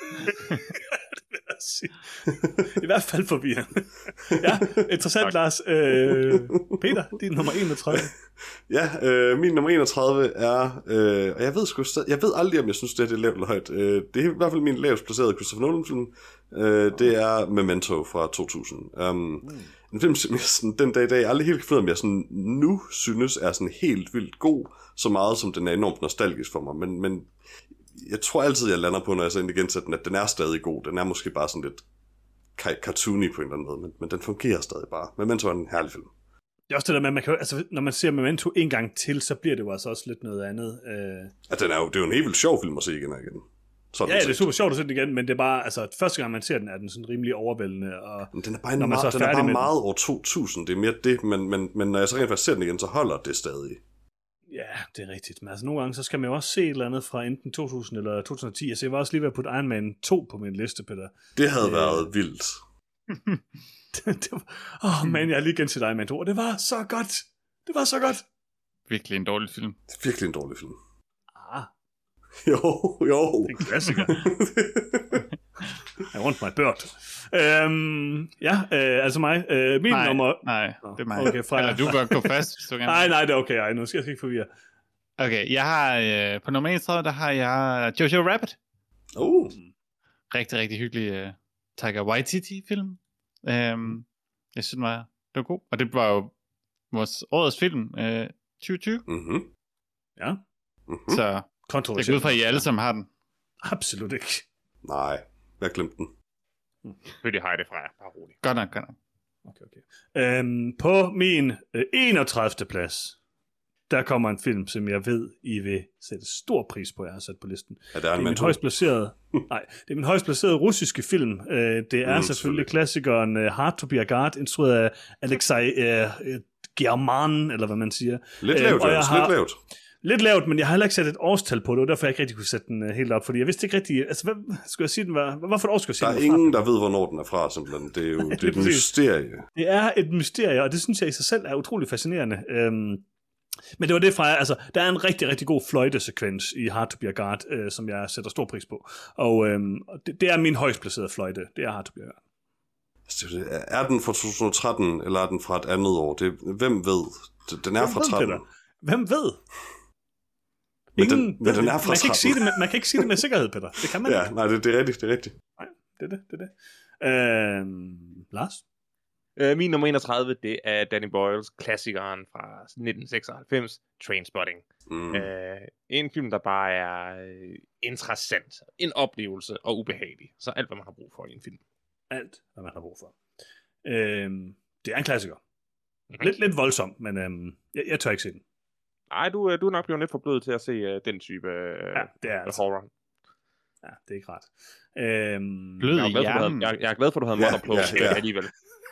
I hvert fald forvirrende. Ja, interessant, tak. Lars. Øh, Peter, din nummer enogtredive. Ja, øh, min nummer enogtredive er, øh, og jeg ved sgu stadig, jeg ved aldrig, om jeg synes, det er det lavt eller højt. Øh, det er i hvert fald min lavest placerede Christopher Nolan-film. Øh, det er Memento fra to tusind. Um, mm. En film, som jeg sådan, den dag i dag aldrig helt kan finde, om jeg sådan, nu synes er sådan helt vildt god, så meget som den er enormt nostalgisk for mig. Men, men jeg tror altid, jeg lander på, når jeg så igen til den, at den er stadig god. Den er måske bare sådan lidt cartoony på en eller anden måde, men, men den fungerer stadig bare. Memento er en herlig film. Det er også det der med, at man kan, altså, når man ser Memento en gang til, så bliver det jo altså også lidt noget andet. Øh... Ja, den er jo, det er jo en helt vildt sjov film at se igen og igen. Sådan ja, ja, det er super sjovt at se den igen, men det er bare, altså, første gang man ser den, er den sådan rimelig overvældende. Og men den er bare, en meget, den er bare meget over to tusind, det er mere det, men, men, men når jeg så rent faktisk ser den igen, så holder det stadig. Ja, det er rigtigt. Men altså nogle gange, så skal man jo også se et eller andet fra enten to tusind eller to tusind og ti. Altså jeg var også lige ved at putte Iron Man to på min liste, Peter. Det havde øh... været vildt. det var... Åh, oh, man, jeg har lige genset Iron Man to, og det var så godt. Det var så godt. Virkelig en dårlig film. Det er virkelig en dårlig film. Ah. Jo, jo. Det er en klassiker. I want my bird. Øhm, ja, øh, altså mig. Øh, min nej, nummer... Nej, det er mig. Okay, fra... Eller du kan godt gå først, hvis du gerne. Nej, nej, det er okay. Ej, nu skal jeg ikke forvirre. Okay, jeg har... Øh, på nummer enogtredive, der har jeg Jojo Rabbit. Oh. Rigtig, rigtig hyggelig uh, Taika Waititi-film. Um, jeg synes, den var, det var god. Og det var jo vores årets film, uh, tyve tyve. Mhm. Ja. Mm-hmm. Så jeg går ud fra, at I alle sammen har den. Absolut ikke. Nej, jeg glemte den. Vil det have det fra jer? Bare roligt. Godt nok, godt nok. Okay, okay. Øhm, på min øh, enogtredivte plads, der kommer en film, som jeg ved, I vil sætte stor pris på, jeg har sat på listen. Ja, det er, det er min højst placerede, nej, det er min højst placerede russiske film. Øh, det er mm, selvfølgelig klassikeren uh, Hard to be a God, instrueret af Alexei uh, German, eller hvad man siger. Lidt lavt, øh, Jens, har... lidt lavt. lidt lavt, men jeg har heller ikke sat et årstal på det, og derfor jeg ikke rigtig kunne sætte den uh, helt op, fordi jeg vidste ikke rigtig, altså hvad skulle jeg sige den var, hvorfor et år skulle jeg sige der er den var ingen, der ved, hvornår den er fra, simpelthen. Det er jo det er et mysterie. Det er et mysterie, og det synes jeg i sig selv er utrolig fascinerende. Øhm, men det var det fra, altså, der er en rigtig, rigtig god fløjtesekvens i Hard to Be a Guard, øh, som jeg sætter stor pris på, og øhm, det, det er min højst placerede fløjte, det er Hard to Be a Guard. Er den fra to tusind og tretten, eller er den fra et andet år? Det, hvem ved? Den er hvem fra tretten. Hvem ved? Men Ingen, den, men den er fra man, kan ikke sige det med, man kan ikke sige det med sikkerhed, Peter. Det kan man ja, ikke. Nej, det, det er rigtigt, det er rigtigt. Nej, det er det, det er det. Øhm, Lars? Uh, min nummer enogtredive, det er Danny Boyles klassikeren fra nitten seksoghalvfems, Trainspotting. Mm. Uh, en film, der bare er uh, interessant, en oplevelse og ubehagelig. Så alt, hvad man har brug for i en film. Alt, hvad man har brug for. Øhm, det er en klassiker. Mm-hmm. Lidt, lidt voldsom, men øhm, jeg, jeg tør ikke se den. Nej, du, du er nok blevet lidt for blød til at se uh, den type uh, ja, det er altså. horror. Ja, det er ikke ret. Øhm, Blød jeg, er i glad, hjernen. havde, jeg, jeg er glad for, at du havde Ja, Mother på ja, ja. alligevel.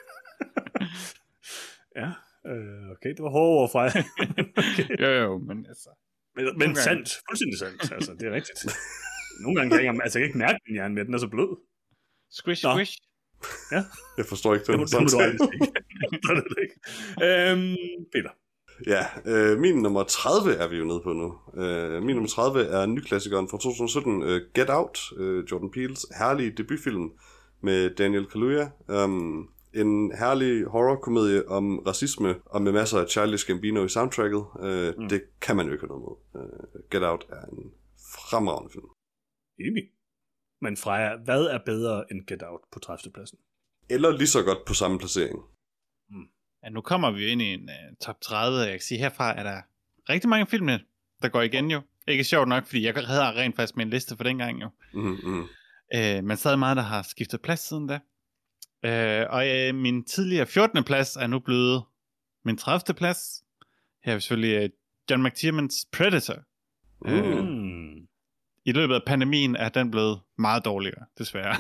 ja, øh, okay, det var hårde ord fra jer. Okay. Jo, jo, men altså... Men, men sandt, fuldstændig sandt, altså, det er rigtigt. Nogle gange kan jeg ikke, altså, jeg kan ikke mærke den hjerne mere, den er så blød. Squish, Nå. squish. Ja. Jeg forstår ikke Det må, den det må du samtale. aldrig sige. Så er det det ikke. Øhm, Peter. Ja, øh, min nummer tredive er vi jo nede på nu. Øh, min nummer tredive er nyklassikeren fra to tusind og sytten, øh, Get Out, øh, Jordan Peeles herlige debutfilm med Daniel Kaluuya. Um, en herlig horrorkomedie om racisme, og med masser af Childish Gambino i soundtracket. Øh, mm. Det kan man jo ikke have noget mod. Øh, Get Out er en fremragende film. Enig. Men Freja, hvad er bedre end Get Out på tredivte pladsen? Eller lige så godt på samme placering. Ja, nu kommer vi jo ind i en uh, top tredive. Jeg kan sige, herfra er der rigtig mange film, der går igen jo. Ikke sjovt nok, fordi jeg havde rent faktisk med en liste for dengang jo. Mm-hmm. Uh, men stadig meget, der har skiftet plads siden da. Uh, og uh, min tidligere fjortende plads er nu blevet min tredivte plads. Her er vi selvfølgelig uh, John McTiernans Predator. Mm. Uh, I løbet af pandemien er den blevet meget dårligere, desværre.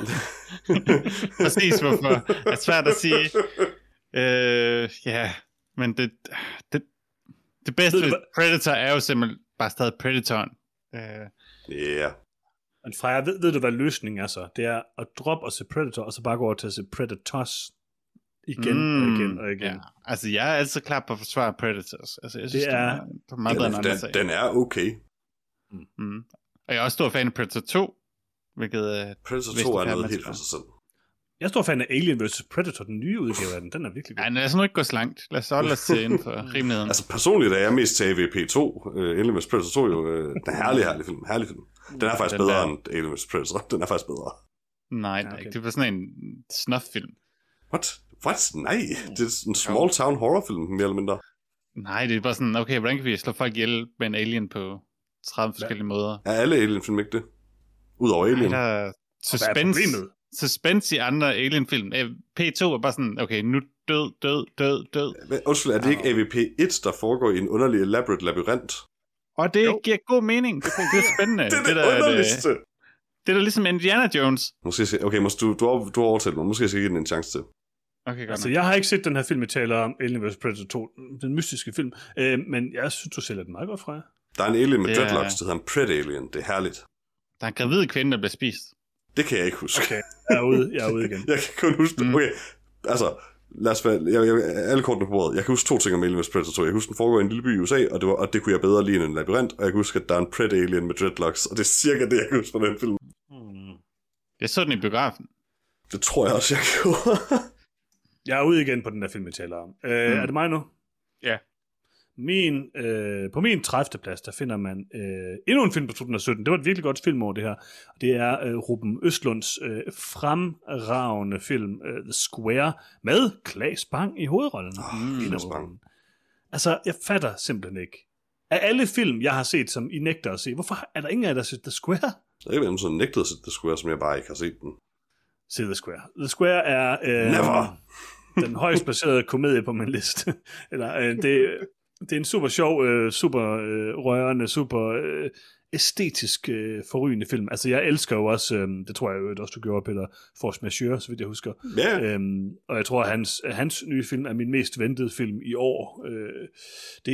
Præcis hvorfor. Det er svært at sige. Øh, ja, men det, det, det bedste ved Predator er jo simpelthen bare stadig Predatoren. Ja. Uh... Yeah. Men Freja, ved, ved du, hvad løsningen er så? Det er at droppe og se Predator, og så bare gå over til at se Predators igen mm, og igen og igen. Ja. Altså, jeg er altid klar på at forsvare Predators. Altså, jeg synes, det er, den er meget den, den, den, den er okay. Mm. Mm. Og jeg er også stor fan af Predator to, hvilket... Predator to er noget helt for sig selv. Jeg er stor fan af Alien versus. Predator, den nye udgave af den. Den er virkelig god. Ja, lad os nu ikke gå så langt. Lad os holde os til inden for rimeligheden. Altså personligt er jeg mest til A V P to. Uh, Alien versus. Predator to jo. Uh, den herlige, herlige film. Herlig film. Den er faktisk den bedre der... end Alien versus. Predator. Den er faktisk bedre. Nej, det er ikke. Det var sådan en snuff-film. What? What? Nej. Det er en small town horrorfilm, mere eller mindre. Nej, det er bare sådan, okay, hvordan kan vi slå folk ihjel med en alien på tredive forskellige måder? Er alle Alien-film ikke det? Udover Alien. Nej, der er suspense, suspense i andre Alien-film. P to er bare sådan, okay, nu død, død, død, død. Men, undskyld, er det ikke A V P et, der foregår i en underlig elaborate labyrint? Og det jo. giver god mening. Det er spændende. det er det, det der, underligste. Det, det er da ligesom Indiana Jones. Måske skal, okay, måske, du, du, har, du har overtalt mig. Måske skal jeg give den en chance til. Okay, godt. Altså, jeg har ikke set den her film, vi taler om, Alien versus. Predator to, den mystiske film, øh, men jeg synes, du sælger den meget godt fra. Der er en alien med dreadlocks, der hedder en Pred-alien. Det er herligt. Der er en gravid kvinde, der bliver spist. Det kan jeg ikke huske. Okay, jeg er ude, jeg er ude igen. Jeg kan kun huske det. Okay, altså, lad os være, jeg, jeg, alle kortene på bordet. Jeg kan huske to ting om Alien versus. Predator to. Jeg kan huske, den foregår i en lille by i U S A, og det, var, og det kunne jeg bedre lide end en labyrint, og jeg kan huske, at der er en Pred-alien med dreadlocks, og det er cirka det, jeg kan huske fra den film. Hmm. Jeg så den i biografen. Det tror jeg også, jeg gjorde. Jeg er ude igen på den der film, vi taler om. Øh, mm. Er det mig nu? Ja. Min, øh, på min tredivte plads, der finder man øh, endnu en film på to tusind og sytten. Det var et virkelig godt filmår, det her. Det er øh, Ruben Østlunds øh, fremragende film, øh, The Square, med Claes Bang i hovedrollen. Oh, Claes Bang. Altså, jeg fatter simpelthen ikke. Af alle film, jeg har set, som I nægter at se, hvorfor er der ingen af jer, der har set The Square? Der er ikke nogen, som nægter at se The Square, som jeg bare ikke har set den. Se The Square. The Square er øh, Never. den højst placerede komedie på min liste. Eller, øh, det, det er en super sjov, øh, super øh, rørende, super øh, æstetisk øh, forrygende film. Altså, jeg elsker jo også, øh, det tror jeg jo også, du gjorde, Peter, Force Majeure, så vidt jeg husker. Yeah. Øhm, og jeg tror, at hans, hans nye film er min mest ventede film i år. Øh, det,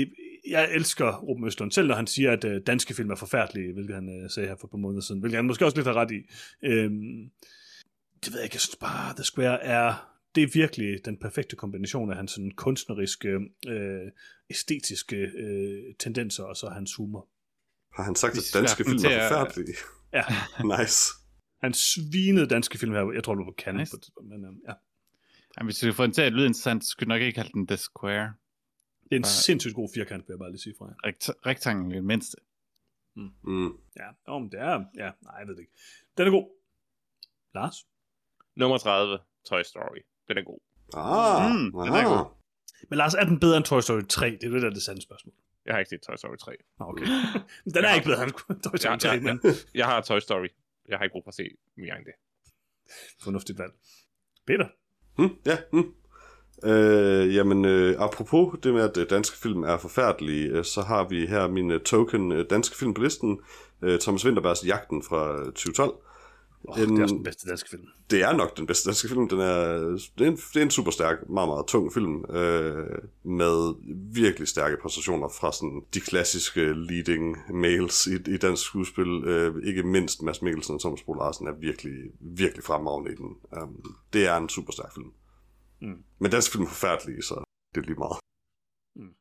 jeg elsker Ruben Østlund, selv når han siger, at øh, danske film er forfærdelige, hvilket han øh, sagde her for et par måneder siden, hvilket han måske også lidt har ret i. Øhm, det ved jeg ikke, jeg synes bare, The Square er, det er virkelig den perfekte kombination af hans sådan kunstneriske, øh, æstetiske øh, tendenser, og så hans humor. Har han sagt, at danske film er forfærdelige? Ja. Nice. Han svinede danske film her, jeg tror, du var Cannes nice. på det, men øh, ja. Jamen, hvis du får den til at lyde interessant, så skulle du nok ikke kalde den The Square. Det er en sindssygt god firkant, vil jeg bare lige sige fra jer. Rekt- rektangel i det mindste. Mm. Mm. Ja, om det er, ja, nej, jeg ved det ikke. Den er god. Lars? Nummer tredive, Toy Story. Den er god. Ah, Mm, den er god. Men Lars, er den bedre end Toy Story tre? Det er det, der er det sande spørgsmål. Jeg har ikke set Toy Story tre. Okay. Den er ikke bedre end Toy Story tre, ja, ja, men... Jeg har Toy Story. Jeg har ikke brug for at se mere end det. Fornuftigt valg. Peter? Hmm, ja, hmm. Øh, jamen, øh, apropos det med, at danske film er forfærdelige, øh, så har vi her min uh, token uh, danske film på listen, uh, Thomas Vinterbergs Jagten fra tyve tolv. Oh, en, det er også den bedste danske film. Det er nok den bedste danske film. Den er, det, er en, det er en super stærk, meget, meget tung film, øh, med virkelig stærke præstationer fra sådan de klassiske leading males i, i dansk skuespil. Øh, ikke mindst Mads Mikkelsen og Thomas Bo Larsen er virkelig, virkelig fremragende i den. Um, det er en super stærk film. Mm. Men dansk film er forfærdelige, så det er lige meget. Mm.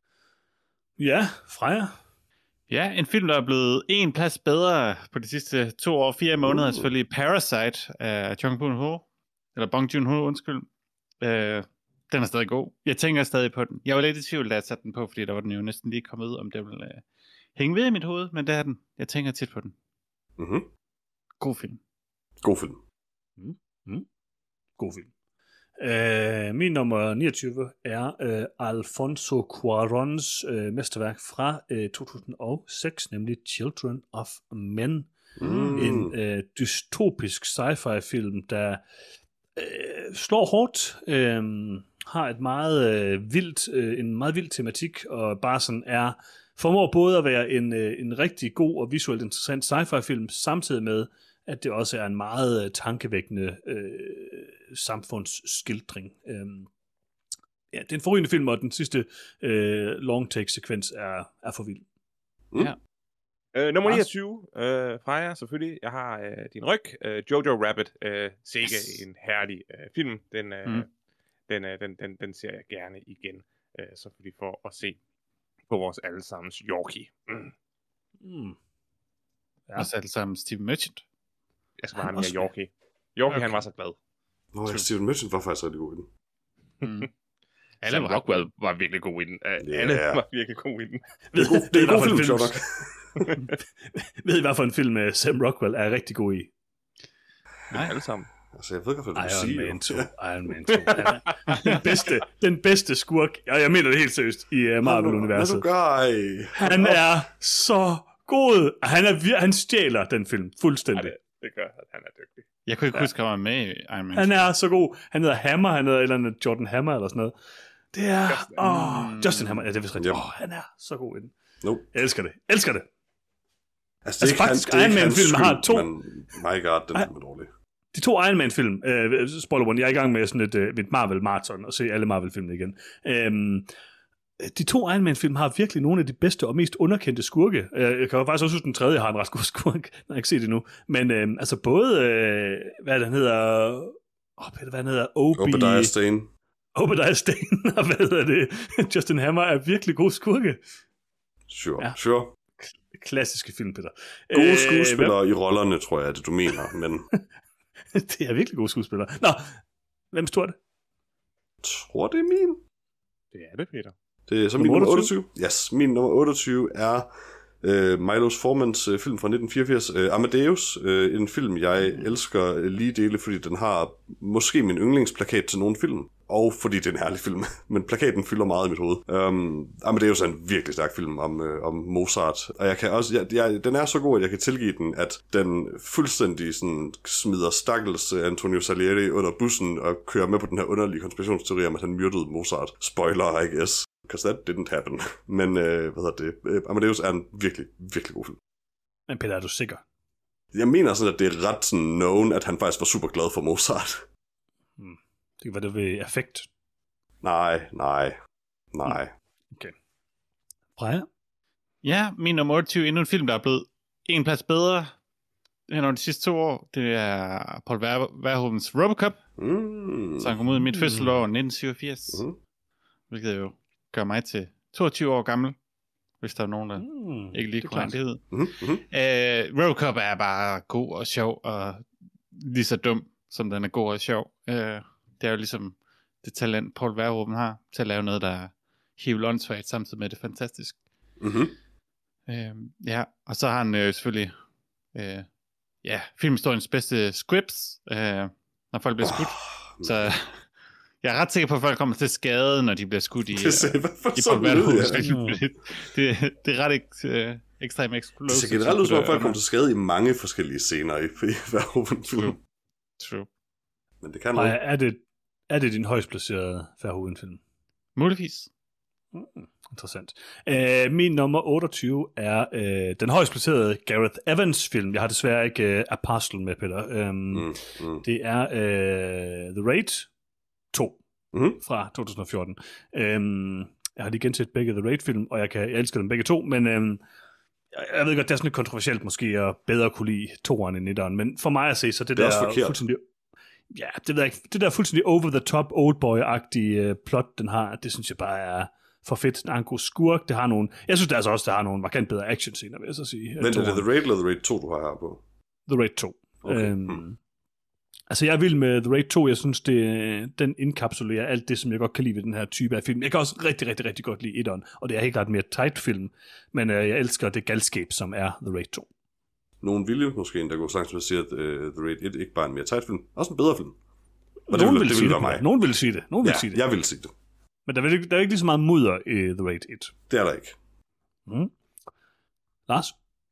Ja, Freja? Ja, en film, der er blevet en plads bedre på de sidste to år, fire måneder, er selvfølgelig Parasite af Jung Joon-ho, eller Bong Joon-ho, undskyld. Øh, den er stadig god. Jeg tænker stadig på den. Jeg var lidt i tvivl, da jeg satte den på, fordi der var den jo næsten lige kommet ud, om det ville uh, hænge ved i mit hoved, men det er den. Jeg tænker tit på den. Mm-hmm. God film. God film. Mm. Mm. God film. Uh, min nummer niogtyve er uh, Alfonso Cuarons uh, mesterværk fra uh, to tusind og seks, nemlig Children of Men. Mm. En uh, dystopisk sci-fi film, der uh, slår hårdt, uh, har et meget uh, vildt, uh, en meget vild tematik, og bare sådan er, formår både at være en, uh, en rigtig god og visuelt interessant sci-fi film, samtidig med at det også er en meget uh, tankevækkende uh, samfundsskildring. Um, ja, det er en forrygende film, og den sidste uh, long take sekvens er, er for vild. Mm. Ja. Uh, nummer niogtyve uh, fra jer, selvfølgelig. Jeg har uh, din ryg. Uh, Jojo Rabbit. Uh, sikke yes. En herlig uh, film. Den, uh, mm. den, uh, den, den, den ser jeg gerne igen. Uh, selvfølgelig for at se på vores allesammens Yorkie. Mm. Mm. Ja. Også allesammen Steve Merchant. Jeg skal bare have mere Yorkie. Yorkie, okay. Han var så glad. Nå, ja, Steven Merchant var faktisk rigtig god i den. Mm. Sam Rockwell var virkelig god i den. Yeah. Alle var virkelig god i den. Det er god, det er god film, sjovt nok. Ved I, hvad for en film Sam Rockwell er rigtig god i? Nej, alle sammen. Altså, jeg ved ikke, hvad du Iron siger. Man to. Iron Man to. den, bedste, den bedste skurk, og jeg mener det helt seriøst, i uh, Marvel-universet. Han er så god. Han, er, han stjæler den film fuldstændig. Ja, det, det gør, at han er dygtig. Jeg kunne ikke ja. huske, at han var med i Iron Man. Han er så god. Han hedder Hammer, han hedder eller andet Jordan Hammer eller sådan noget. Det er... Justin, oh, Justin Hammer, ja, det er vist rigtigt. Åh, oh, han er så god i den. Nope. Jeg elsker det. Jeg elsker det. Altså, det er altså faktisk Iron Man-film har to... Men, my god, den er dårlig. De to Iron Man-film, øh, spoiler one, jeg er i gang med sådan et, øh, et Marvel-marathon og se alle Marvel-filmene igen. Øhm, de to Iron Man-film har virkelig nogle af de bedste og mest underkendte skurke. Jeg kan jo faktisk også huske, den tredje har en ret god skurk. Jeg har ikke set det nu. Men øh, altså både, øh, hvad den hedder... Åh, oh, hvad den hedder? Obi... Obadiah Stane. Obadiah Stane, og hvad hedder det? Justin Hammer er virkelig god skurke. Sure, ja. sure. Klassiske film, Peter. Gode skuespillere øh, i rollerne, tror jeg, er det du mener, men... det er virkelig gode skuespillere. Nå, hvem står det? Jeg tror, det er min. Det er det, Peter. Det er så min nummer otteogtyve. Yes, min nummer otteogtyve er uh, Milos Formans uh, film fra nitten fireogfirs, uh, Amadeus. Uh, en film, jeg elsker uh, lige dele, fordi den har måske min yndlingsplakat til nogle film. Og fordi det er en herlig film. Men plakaten fylder meget i mit hoved. Um, Amadeus er en virkelig stærk film om, uh, om Mozart. Og jeg kan også, jeg, jeg, den er så god, at jeg kan tilgive den, at den fuldstændig sådan, smider stakkels Antonio Salieri under bussen og kører med på den her underlige konspirationsteori om, at han myrdede Mozart. Spoiler, I guess. Because that didn't happen. Men, uh, hvad hedder det? Uh, Amadeus er en virkelig, virkelig god film. Men Peter, er du sikker? Jeg mener sådan, at det er ret sådan known, at han faktisk var super glad for Mozart. Hmm. Det var det ved affekt. Nej, nej, nej. Okay. Freja? Ja, min nummer otteogtyve, endnu en film, der er blevet en plads bedre hen over de sidste to år. Det er Paul Verhoevens Robocop, Mm. som kom ud i mit fødselsår nitten syvogfirs, Mm. hvilket jo gør mig til toogtyve år gammel, hvis der er nogen, der Mm, ikke lige det er kunne regne klart. det ud. Mm. Mm. Øh, Robocop er bare god og sjov, og lige så dum, som den er god og sjov. Øh, det er jo ligesom det talent, Paul Verhoeven har, til at lave noget, der er helt åndssvagt, samtidig med det er fantastisk. Mm. Øh, ja, og så har han øh, selvfølgelig øh, ja, filmhistoriens bedste scripts, øh, når folk bliver skudt. Oh, Så jeg er ret sikker på, at folk kommer til skade, når de bliver skudt i, det ser i hvert fald i sådan Paul ud, Verhoevens ja. film. Det, det er ret ek, øh, ekstremt Det eksplosivt. ser generelt ud, som om folk kommer til skade i mange forskellige scener i, i Verhoeven-film. True. True. Men det kan Freja, noget. er det, er det din højst placerede Verhoeven-film? Muligvis. Mm, interessant. Uh, min nummer otteogtyve er uh, den højst placerede Gareth Evans-film. Jeg har desværre ikke uh, Apostle med, Peter. Um, Mm. Mm. Det er uh, The Raid to Mm. fra to tusind og fjorten. Um, jeg har lige genset begge The Raid-film, og jeg, kan, jeg elsker dem begge to, men um, jeg, jeg ved godt, det er sådan lidt kontroversielt måske, at bedre kunne lide toeren end etteren, men for mig at se, så det, Det er der også forkert. fuldstændig... Ja, det ved jeg ikke. Det der fuldstændig over-the-top oldboy-agtige uh, plot, den har, det synes jeg bare er for fedt. Der er en god skurk, det har nogle... Jeg synes det altså også, der har nogle markant bedre action-scener, vil jeg så sige. Men er det Toeren. The Raid eller The Raid to, du har her på? The Raid to. Okay. Øhm, Hmm. Altså, jeg er vild med The Raid to. Jeg synes, det, den indkapsulerer alt det, som jeg godt kan lide ved den her type af film. Jeg kan også rigtig, rigtig, rigtig godt lide etteren, og det er helt klart en mere tight film, men øh, jeg elsker det galskab, som er The Raid to. Nogen ville jo måske endda gå så langt til at sige, at uh, The Raid et ikke bare er en mere tight film, også en bedre film. Og det Nogen ville, vil det sige ville det, være mig. Nogen vil sige det. Nogen vil Ja, sige det. jeg vil sige det. Men der er, ikke, der er ikke lige så meget mudder i The Raid et. Det er der ikke. Mm. Lars?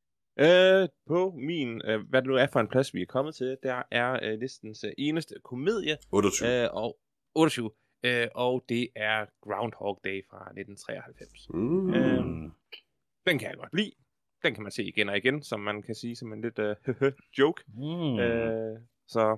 Øh, på min, øh, hvad det nu er for en plads, vi er kommet til, der er øh, listens øh, eneste komedie, otteogtyve. øh, og otteogtyve, øh, og det er Groundhog Day fra nitten treoghalvfems. Mm. Øh, Den kan jeg godt lide. Den kan man se igen og igen, som man kan sige som en lidt øh, joke. Mm. Øh, så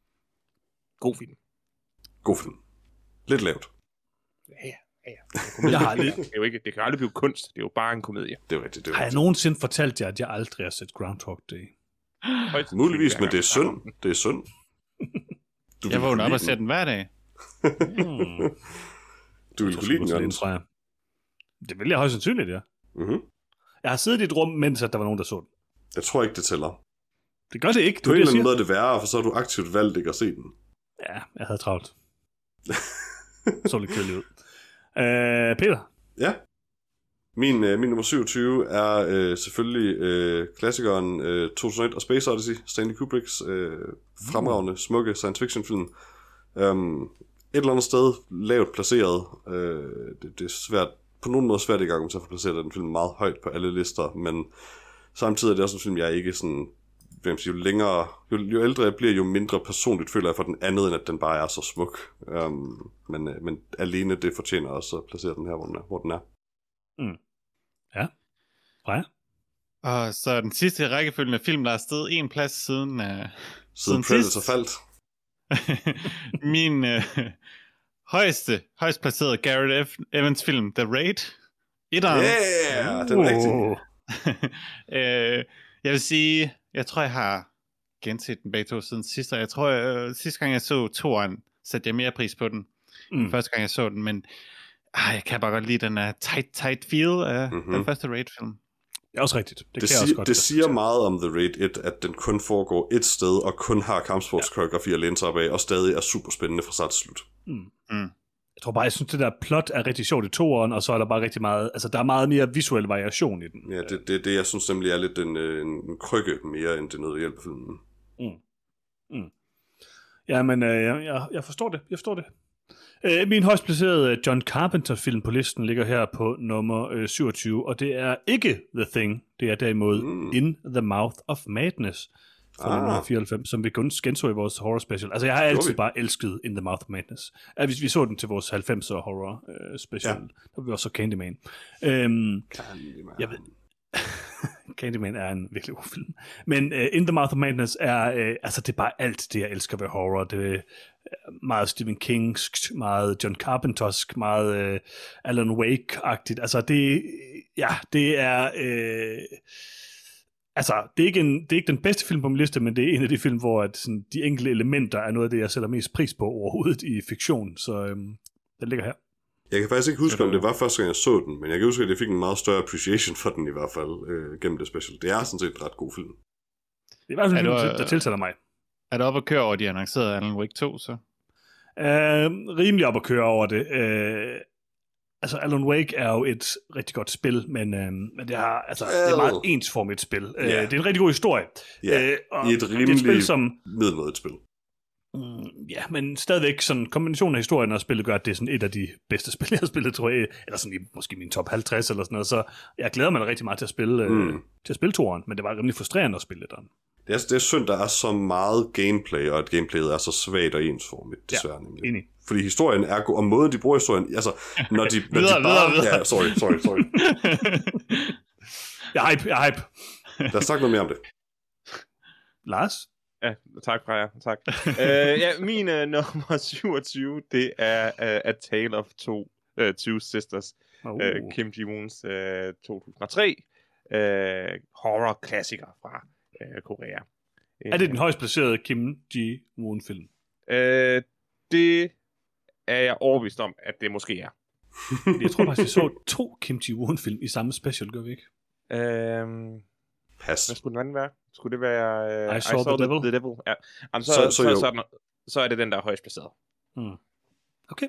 god film. God film. Lidt lavt. Ja, ja, ja. ja. Jeg har lidt- Det, er jo ikke, det kan aldrig blive kunst, det er jo bare en komedie. Det er rigtigt. Det er Har jeg rigtigt. nogensinde fortalt jer, at jeg aldrig har set Groundhog Day? Højst Muligvis, sandsynligt, men det er hver gang. synd. Det er synd. Du Jeg ville vågner op kunne og lide ser den hver dag. Mm. Du ville kunne lide den, Jørgens. tror jeg. Det vil jeg højst sandsynligt, ja. Mhm. Jeg har siddet i et rum, mens at der var nogen, der så den. Jeg tror ikke, det tæller. Det gør det ikke. På en Det er eller det, anden jeg måde er det værre, for så har du aktivt valgt ikke at se den. siger. Ja, jeg havde travlt. Så lidt kedeligt ud. Uh, Peter? Ja. Min, øh, min nummer syvogtyve er øh, selvfølgelig øh, klassikeren øh, to tusind og et og Space Odyssey, Stanley Kubricks øh, fremragende, smukke science fiction film. Um, et eller andet sted lavt placeret. Øh, det, det er svært, på nogen måde svært i gang til at få placeret den film meget højt på alle lister, men samtidig er det også en film, jeg ikke sådan, hvem siger, jo længere, jo, jo ældre jeg bliver, jo mindre personligt føler jeg for den andet, end at den bare er så smuk. Um, men, øh, men alene det fortjener også at placere den her, hvor den er. Hvor den er. Mm. Ja. Freja? Og så den sidste rækkefølgende film, der er stedet en plads siden... Uh, Siden Siden Predator sidst. faldt. min uh, højeste, højst placerede Gareth F- Evans film, The Raid. Etteren. Yeah, den er rigtig. øh, jeg vil sige, jeg tror, jeg har genset den begge to siden sidste. Jeg tror, jeg, sidste gang jeg så toeren, satte jeg mere pris på den. Mm. Første gang jeg så den, men ah, jeg kan bare godt lide den uh, tight, tight feel af Mhm. mm-hmm. den første Raid-film. Det er også rigtigt. Det, Det, kan siger, jeg også godt det siger meget om The Raid et, at den kun foregår et sted, og kun har kampsportskoreografi at læne sig op af, og stadig er super spændende fra start til slut. Mm. Mm. Jeg tror bare, jeg synes, det der plot er rigtig sjovt i toeren, og så er der bare rigtig meget, altså der er meget mere visuel variation i den. Ja, det, det, det jeg synes nemlig er lidt en, øh, en krykke mere, end det noget, der hjælper filmen. Mm. Mm. Ja, men øh, jeg, jeg, jeg forstår det, jeg forstår det. Øh, min højst placerede John Carpenter-film på listen ligger her på nummer øh, syvogtyve, og det er ikke The Thing, det er derimod Mm. In the Mouth of Madness fra Ah. nitten fireoghalvfems, som vi kun genså i vores horror special. Altså, jeg har Gjorde altid vi? bare elsket In the Mouth of Madness. Ja, hvis vi så den til vores halvfemser horror øh, special, Ja. ja. der var vi også så Candyman. Øhm, Candyman. Jeg ved- Candyman er en virkelig god film. Men uh, In the Mouth of Madness er, uh, altså det er bare alt det, jeg elsker ved horror. Det er meget Stephen Kingsk, meget John Carpentersk, meget uh, Alan Wake-agtigt. Altså det, ja, det er, uh, altså det er, ikke en, det er ikke den bedste film på min liste, men det er en af de film, hvor at, sådan, de enkelte elementer er noget af det, jeg sætter mest pris på overhovedet i fiktion. Så um, den ligger her. Jeg kan faktisk ikke huske, om det var første gang, jeg så den, men jeg kan huske, at jeg fik en meget større appreciation for den i hvert fald øh, gennem det special. Det er sådan set en ret god film. Det er bare sådan en film, der tiltaler mig. Er du oppe at køre over de annoncerede Alan Wake to, så? Uh, rimelig op at køre over det. Uh, altså, Alan Wake er jo et rigtig godt spil, men, uh, men det, har, altså, det er meget ensformigt spil. Uh, yeah. Det er en rigtig god historie. Ja, uh, i et rimelig spil, som middelmådigt spil. Mm, ja, men stadigvæk sådan kombinationen af historien og spillet gør, at det er sådan et af de bedste spil, jeg har spillet, tror jeg. Eller sådan i måske min top halvtreds eller sådan noget. Så jeg glæder mig rigtig meget til at spille, mm. øh, til at spille toeren, men det var rimelig frustrerende at spille den. Det er, det er synd, der er så meget gameplay, og at gameplayet er så svagt og ensformigt, desværre. Ja, enig. Fordi historien er god, og måden de bruger historien, altså, når de, når videre, de bare... videre, videre. Ja, sorry, sorry, sorry. jeg er hype, jeg er hype. Lad os snakke noget mere om det. Lars? Ja, tak fra jer, tak. uh, ja, min uh, nummer syvogtyve, det er uh, A Tale of Two, uh, Two Sisters. Oh. Uh, Kim Ji-woons uh, to tusind og tre uh, horror-klassiker fra uh, Korea. Er det den højst placerede Kim Ji-woon-film? Uh, det er jeg overbevist om, at det måske er. Jeg tror faktisk, vi så to Kim Ji-woon-film i samme special, gør vi ikke? Uh, Pas. Hvad skulle den anden være? Skulle det være uh, I, I Saw, saw the, the Devil? The devil? Ja. Jamen, så, så, så, så, så, så, så er det den, der er højst placeret. Hmm. Okay.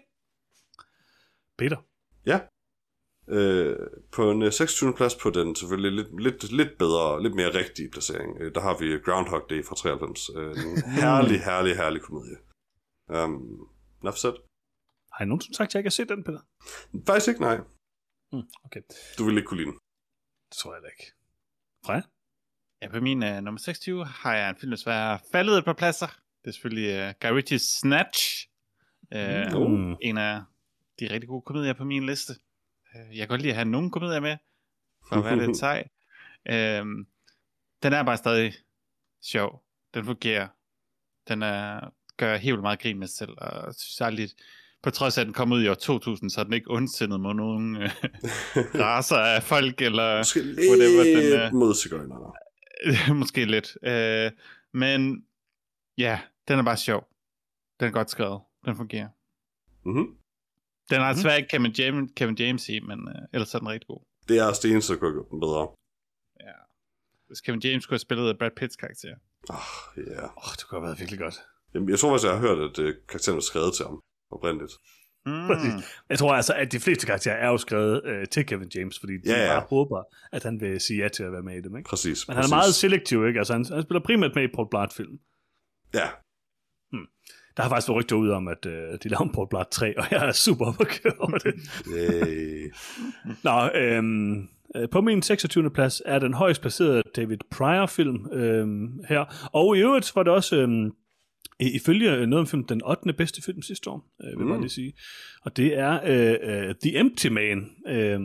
Peter? Ja. Øh, på en seksogtyvende plads på den selvfølgelig lidt, lidt, lidt bedre, lidt mere rigtige placering, øh, der har vi Groundhog Day fra treoghalvfems. Øh, en herlig, herlig, herlig komedie. Um, Enough said. Har jeg nogensinde sagt, at jeg ikke har set den, Peter? Faktisk ikke, nej. Hmm, okay. Du vil ikke kunne lide den. Det tror jeg da ikke. Freja? Ja, på min uh, nummer seksogtyve har jeg en film, der er faldet et par pladser. Det er selvfølgelig uh, Guy Ritchie's Snatch. Uh, mm. En af de rigtig gode komedier på min liste. Uh, jeg kan godt lide at have nogle komedier med, for at være lidt sej. Uh, den er bare stadig sjov. Den fungerer. Den er, gør helt meget grin med sig selv, og synes aldrig, på trods af at den kom ud i år to tusind, så er den ikke ondsindet mod nogen uh, racer af folk, eller måske lidt den, uh, mod cigøjnere. Måske lidt. Øh, men ja, den er bare sjov. Den er godt skrevet. Den fungerer. Mm-hmm. Den har desværre ikke Kevin James, Kevin James i, men øh, ellers er den rigtig god. Det er også det eneste, der kunne have gjort den bedre. Ja. Hvis Kevin James kunne have spillet Brad Pitts karakter. Ah, ja. Yeah. Åh, det kunne have været virkelig godt. Jamen, jeg tror faktisk, jeg har hørt, at uh, karakteren var skrevet til ham oprindeligt. Mm. Jeg tror altså, at de fleste karakterer er jo skrevet øh, til Kevin James, fordi de ja, ja. bare håber, at han vil sige ja til at være med i dem, ikke? Præcis. Men præcis. han er meget selektiv, ikke? Altså, han, han spiller primært med i Paul Blart-film. Ja. Hmm. Der har faktisk været rygter ud om, at øh, de laver en Paul Blart tre, og jeg er super op at køre over det. Yay. Nå, øhm, øh, på min seksogtyvende plads er den højst placerede David Pryor-film øhm, her. Og i øvrigt var det også... Øhm, ifølge noget om film, den ottende bedste film sidste år, øh, vil jeg mm. bare lige sige. Og det er øh, uh, The Empty Man. Øh,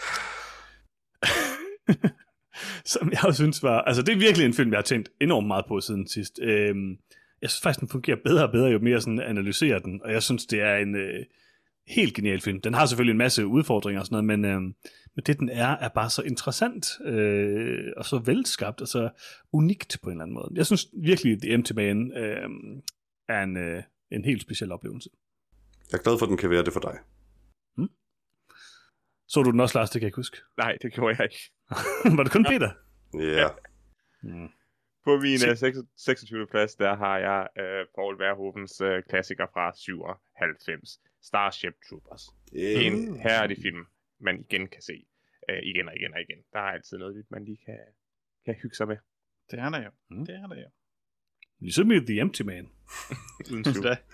som jeg også synes var... Altså, det er virkelig en film, jeg har tænkt enormt meget på siden sidst. Øh, jeg synes faktisk, den fungerer bedre og bedre, jo mere sådan analyserer den. Og jeg synes, det er en øh, helt genial film. Den har selvfølgelig en masse udfordringer og sådan noget, men, øh, men det, den er, er bare så interessant øh, og så velskabt og så unikt på en eller anden måde. Jeg synes virkelig, The Empty Man øh, er en, øh, en helt speciel oplevelse. Jeg er glad for, at den kan være det for dig. Hmm? Så du den også, Lars? Det kan jeg ikke huske. Nej, det gjorde jeg ikke. Var det kun Peter? Ja. Yeah. Hmm. På min uh, seksogtyvende plads, der har jeg uh, Paul Verhoevens uh, klassiker fra syvoghalvfems. Starship Troopers. Yeah. En herlig film, man igen kan se. Uh, igen og igen og igen. Der er altid noget nyt, man lige kan, kan hygge sig med. Det er der jo. Mm. Det er der jo. Ligesom i The Empty Man. Uden tvivl. Ja.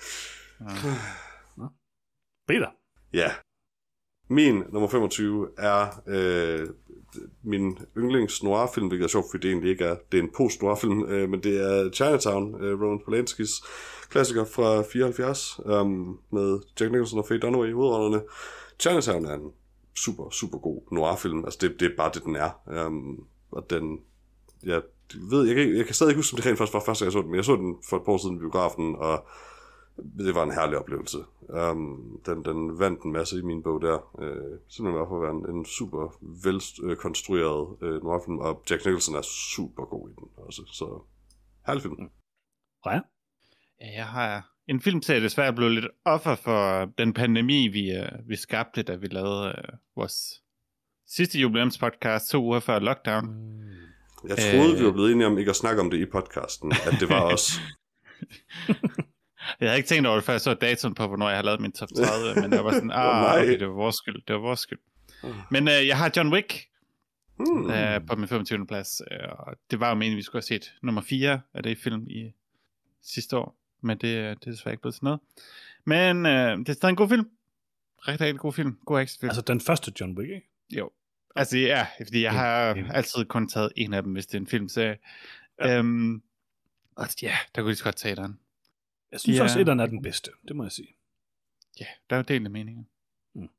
Peter. Ja. Min nummer femogtyve er øh, min yndlings noir-film, hvilket er sjovt, fordi det egentlig ikke er. Det er en post-noir-film, øh, men det er Chinatown, øh, Roman Polanskis klassiker fra fireoghalvfjerds, um, med Jack Nicholson og Faye Dunaway i hovedrollerne. Chinatown er en super, super god noir-film. Altså, det, det er bare det, den er. Um, og den, jeg ved, jeg kan, jeg kan stadig ikke huske, om det rent faktisk var første gang, jeg så den, men jeg så den for et par år siden i biografen, og det var en herlig oplevelse. Um, den, den vandt en masse i min bog der. Uh, simpelthen var for at være en, en super velkonstrueret uh, noirfilm, og Jack Nicholson er super god i den også, så herlig film. Freja? Ja, jeg har en film til, at desværre blev lidt offer for den pandemi, vi, uh, vi skabte, da vi lavede uh, vores sidste jubilæumspodcast to uger før lockdown. Jeg troede, øh... vi var blevet enige om ikke at snakke om det i podcasten, at det var os. Jeg havde ikke tænkt over det, før jeg så datoen på, hvornår jeg havde lavet min top tredive, men jeg var sådan, ah, oh, okay, det var vores skyld, det var vores skyld. Men øh, jeg har John Wick hmm. øh, på min femogtyvende plads, øh, og det var jo meningen, vi skulle have set nummer fire af det film i sidste år, men det, det er desværre ikke blevet til noget. Men øh, det er stadig en god film. Rigtig, rigtig god film. God actionfilm. Altså den første John Wick, ikke? Jo. Altså ja, fordi jeg har ja, ja. altid altid kun taget en af dem, hvis det er en filmserie. Ja. Øhm, og ja, der kunne de godt tage den. Jeg synes ja. også, etteren er den bedste, det må jeg sige. Ja, der er jo delte meninger. Mm.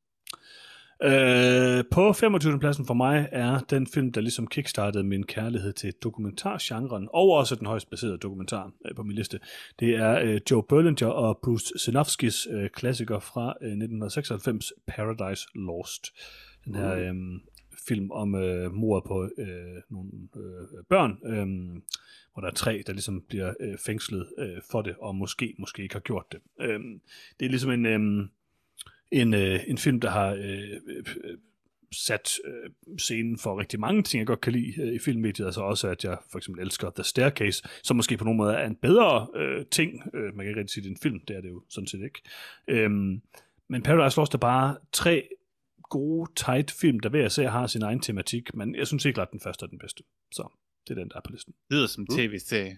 Øh, på femogtyvende pladsen for mig er den film, der ligesom kickstartede min kærlighed til dokumentargenren, og også den højst baserede dokumentar øh, på min liste. Det er øh, Joe Berlinger og Bruce Sinofskis øh, klassiker fra øh, nitten seksoghalvfems, Paradise Lost. Den her øh, film om øh, mordet på øh, nogle øh, børn, øh, hvor der er tre, der ligesom bliver øh, fængslet øh, for det, og måske, måske ikke har gjort det. Øh, det er ligesom en, øh, en, øh, en film, der har øh, øh, sat øh, scenen for rigtig mange ting, jeg godt kan lide øh, i filmmediet, altså også, at jeg for eksempel elsker The Staircase, som måske på nogen måde er en bedre øh, ting. Øh, man kan ikke rigtig sige, det er en film, det er det jo sådan set ikke. Øh, men Paradise Lost er bare tre gode, tight film, der hver især har sin egen tematik, men jeg synes ikke, at den første er den bedste. Så det er den, der er på listen. Det lyder som tv-serie.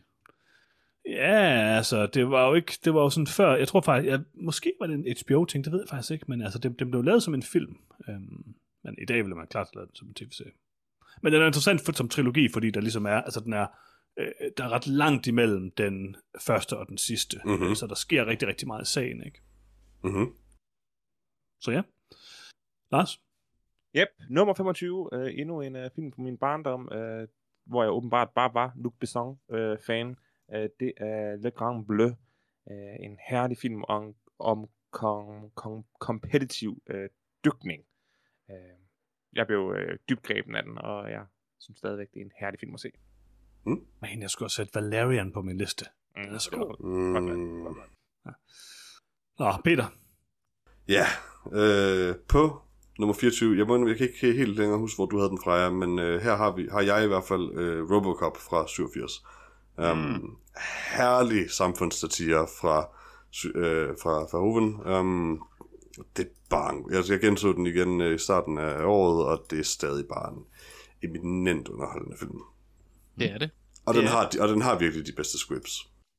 Ja, altså, det var jo ikke, det var jo sådan før, jeg tror faktisk, jeg, måske var det en H B O-ting, det ved jeg faktisk ikke, men altså, det, det blev lavet som en film. Øhm, men i dag ville man klart lave den som en tv-serie. Men den er interessant for, som trilogi, fordi der ligesom er, altså den er, øh, der er ret langt imellem den første og den sidste. Mm-hmm. Så der sker rigtig, rigtig meget i sagen, ikke? Mm-hmm. Så ja. Lars? Yep, nummer femogtyve, uh, endnu en uh, film på min barndom, uh, hvor jeg åbenbart bare var Luc Besson-fan. Uh, uh, det er Le Grand Bleu, uh, en herlig film om, om kom, kom, kompetitiv uh, dykning. Uh, jeg blev uh, dybt grebet af den, og jeg synes stadigvæk, det er en herlig film at se. Mm. Men jeg skulle have sat Valerian på min liste. Mm, det er så godt. Mm. Godt, godt, godt. Ja. Nå, Peter. Ja, øh, på nummer fireogtyve, jeg, må, jeg kan ikke helt længere huske, hvor du havde den fra jer, men øh, her har, vi, har jeg i hvert fald øh, Robocop fra syvogfirs. Um, mm. Herlig samfundssatire fra, øh, fra, fra Hoven. Um, det er bare en, jeg, jeg genså den igen øh, i starten af året, og det er stadig bare en eminent underholdende film. Det er det. Og, det den er. har, og den har virkelig de bedste scripts.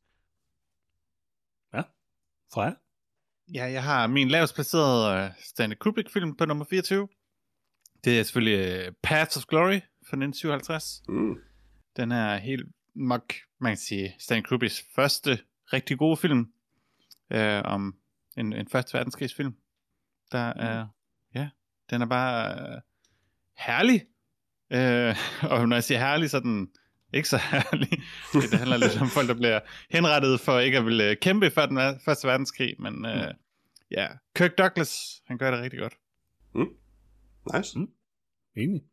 Ja, Freja? Ja, jeg har min lavest placerede uh, Stanley Kubrick-film på nummer fireogtyve. Det er selvfølgelig uh, Paths of Glory fra nitten syvoghalvtreds. Mm. Den er helt nok, man kan sige, Stanley Kubricks første rigtig gode film uh, om en, en første verdenskrigsfilm. Der er, mm. ja, den er bare uh, herlig. Uh, og når jeg siger herlig, så er den ikke så herlig. Det handler lidt om folk, der bliver henrettet for ikke at ville kæmpe for den første verdenskrig. Men mm. uh, ja, Kirk Douglas, han gør det rigtig godt. Mm. Nice. Mm. Enig.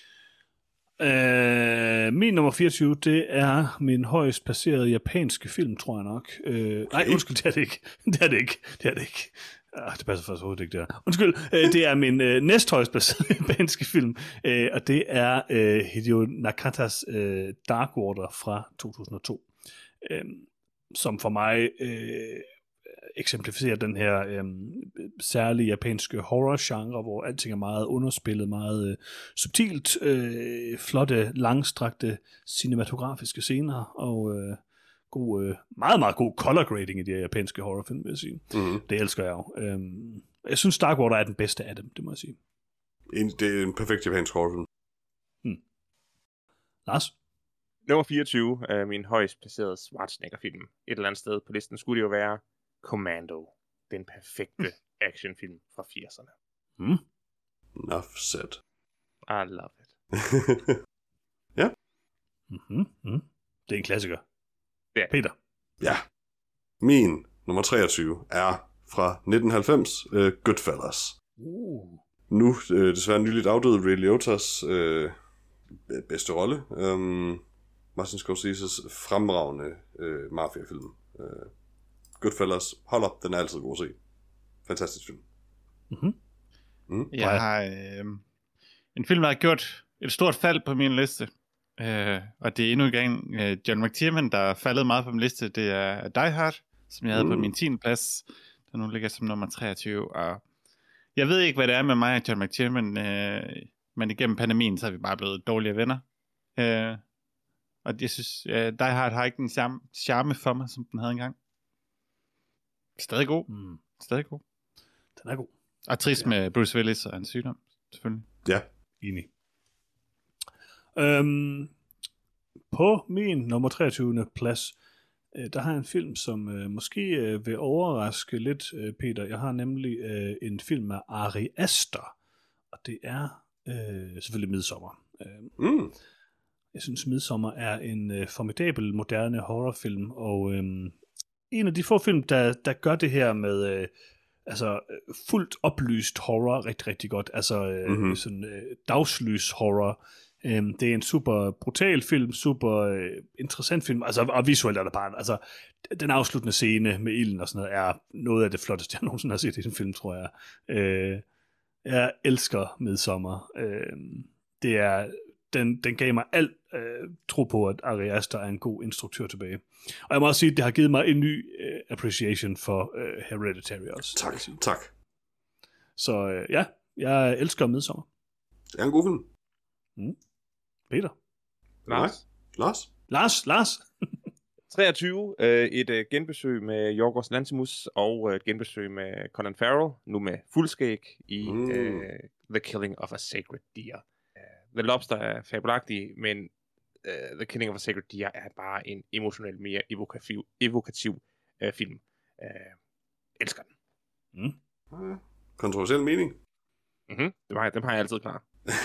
Uh, min nummer fireogtyve, det er min højst placerede japanske film, tror jeg nok. Uh, okay. Nej, undskyld, det er det ikke. Det er det ikke. Det er det ikke. Ah, det passer faktisk overhovedet ikke, det her. Undskyld, øh, det er min øh, næsthøjst placerede japanske film, øh, og det er øh, Hideo Nakatas øh, Dark Water fra to tusind og to, øh, som for mig øh, eksemplificerer den her øh, særlige japanske horror-genre, hvor alting er meget underspillet, meget øh, subtilt, øh, flotte, langstrakte cinematografiske scener, og øh, god, øh, meget, meget god color grading i de her japanske horrorfilm, vil jeg sige. Mm-hmm. Det elsker jeg jo. Øhm, jeg synes, Dark Water er den bedste af dem, det må jeg sige. En, det er en perfekt japansk horrorfilm. Hmm. Lars? Nummer fireogtyve er min højst placerede Schwarzenegger-film. Et eller andet sted på listen skulle det jo være Commando. Den perfekte actionfilm fra firserne. Hmm. Enough said. I love it. Ja. Mm-hmm. Mm. Det er en klassiker. Ja. Peter. Ja. Min nummer treogtyve er fra nitten halvfems, uh, Goodfellas. Uh. Nu øh, desværre nyligt afdøde Ray Liotta's øh, bedste rolle. Um, Martin Scorsese's fremragende øh, mafiafilm. Uh, Goodfellas. Hold op, den er altid god at se. Fantastisk film. Mm-hmm. Mm. Jeg har øh, en film, der har gjort et stort fald på min liste. Øh, og det er endnu en gang øh, John McTiernan, der er faldet meget på min liste. Det er Die Hard, som jeg havde mm. på min tiende plads, der nu ligger som nummer treogtyve. Og jeg ved ikke, hvad det er med mig og John McTiernan, øh, men igennem pandemien, så er vi bare blevet dårlige venner. Øh, og jeg synes, øh, Die Hard har ikke den charme, charme for mig, som den havde engang. Stadig god. Mm. Stadig god. Den er god. Og trist ja. med Bruce Willis og hans sygdom, selvfølgelig. Ja. Enig. Øhm, på min nummer treogtyvende plads, øh, der har jeg en film, som øh, måske øh, vil overraske lidt, øh, Peter. Jeg har nemlig øh, en film af Ari Aster, og det er øh, selvfølgelig Midsommar. Øh, Mm. Jeg synes, Midsommar er en øh, formidabel, moderne horrorfilm, og øh, en af de få film, der, der gør det her med øh, altså fuldt oplyst horror rigtig, rigtig godt. Altså øh, mm-hmm. sådan øh, dagslys horror. Um, det er en super brutal film, super uh, interessant film, altså, og visuelt er der bare, altså, den afsluttende scene med ilden og sådan noget, er noget af det flotteste, jeg nogensinde har set i en film, tror jeg. Uh, jeg elsker Midsommar. Uh, det er, den, den gav mig alt uh, tro på, at Ari Aster er en god instruktør tilbage. Og jeg må også sige, at det har givet mig en ny uh, appreciation for uh, Hereditary også. Tak, tak. Så uh, ja, jeg elsker Midsommar. Det er en god film. Mm. Peter. Lars. Lars? Lars, Lars. treogtyve. Øh, et øh, genbesøg med Yorgos Lanthimos og øh, et genbesøg med Colin Farrell, nu med fuldskæg i mm. øh, The Killing of a Sacred Deer. Uh, The Lobster er fabelagtig, men uh, The Killing of a Sacred Deer er bare en emotionelt mere evokativ, evokativ uh, film. Uh, elsker den. Mm. Ja. Kontroversiel mening. Mm-hmm. Dem, har, dem har jeg altid klar.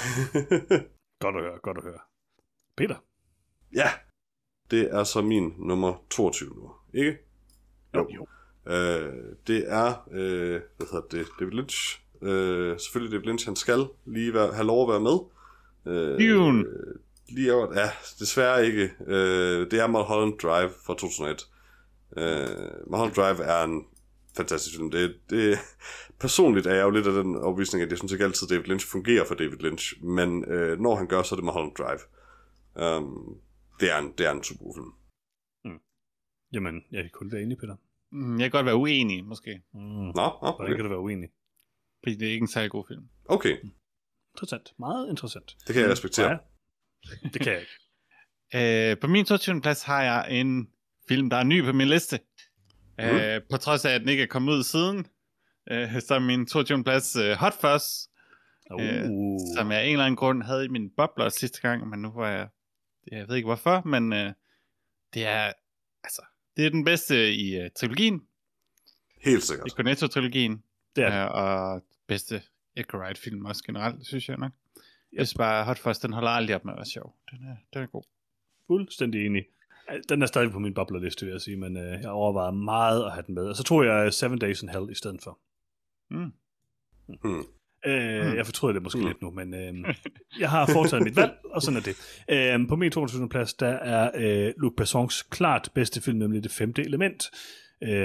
Godt at høre, godt at høre. Peter? Ja, det er så min nummer toogtyve nu, ikke? Jo. jo. Øh, det er, øh, hvad hedder det, David Lynch. Øh, selvfølgelig David Lynch, han skal lige være, have lov at være med. Øh, Dune. Øh, lige over, ja, desværre ikke. Øh, det er Mulholland Drive fra to tusind og et. Øh, Mulholland Drive er en fantastisk film. Det, det, personligt er jeg jo lidt af den overbevisning, at jeg synes ikke altid, David Lynch fungerer for David Lynch, men øh, når han gør, så er det Mulholland Drive. Um, det, er en, det er en super film. Mm. Jamen, jeg kan kun være enig, Peter. Mm, jeg kan godt være uenig, måske. Mm. Nå, nå, Hvordan okay. kan du være uenig? Fordi det er ikke en særlig god film. Okay. Interessant. Meget interessant. Det kan jeg respektere. Ja. Det kan jeg ikke. Øh, på min toogtyvende plads har jeg en film, der er ny på min liste. Mm. Øh, på trods af, at den ikke er kommet ud siden. Øh, så er min toogtyvende plads uh, Hot Fuzz. Uh. Øh, som jeg af en eller anden grund havde i min bobler sidste gang, men nu var jeg, jeg ved ikke hvorfor, men øh, det er altså, det er den bedste i uh, trilogien. Helt sikkert. I Cornetto-trilogien. Det er det. Øh, og bedste Edgar Wright-film også generelt, synes jeg nok. Jeg synes bare, Hot Fuzz, den holder aldrig op med at være sjov. Den er, den er god. Fuldstændig enig. Den er stadig på min boblerliste, vil jeg sige, men øh, jeg overvejede meget at have den med. Og så tror jeg Seven Days in Hell i stedet for. Mm. Hmm. Øh, Mm. Jeg fortryder det måske Mm. lidt nu, men øh, jeg har foretaget mit valg, og sådan er det. Øh, på min toogtyvende plads, der er øh, Luc Bessons klart bedste film, nemlig Det femte element. Øh,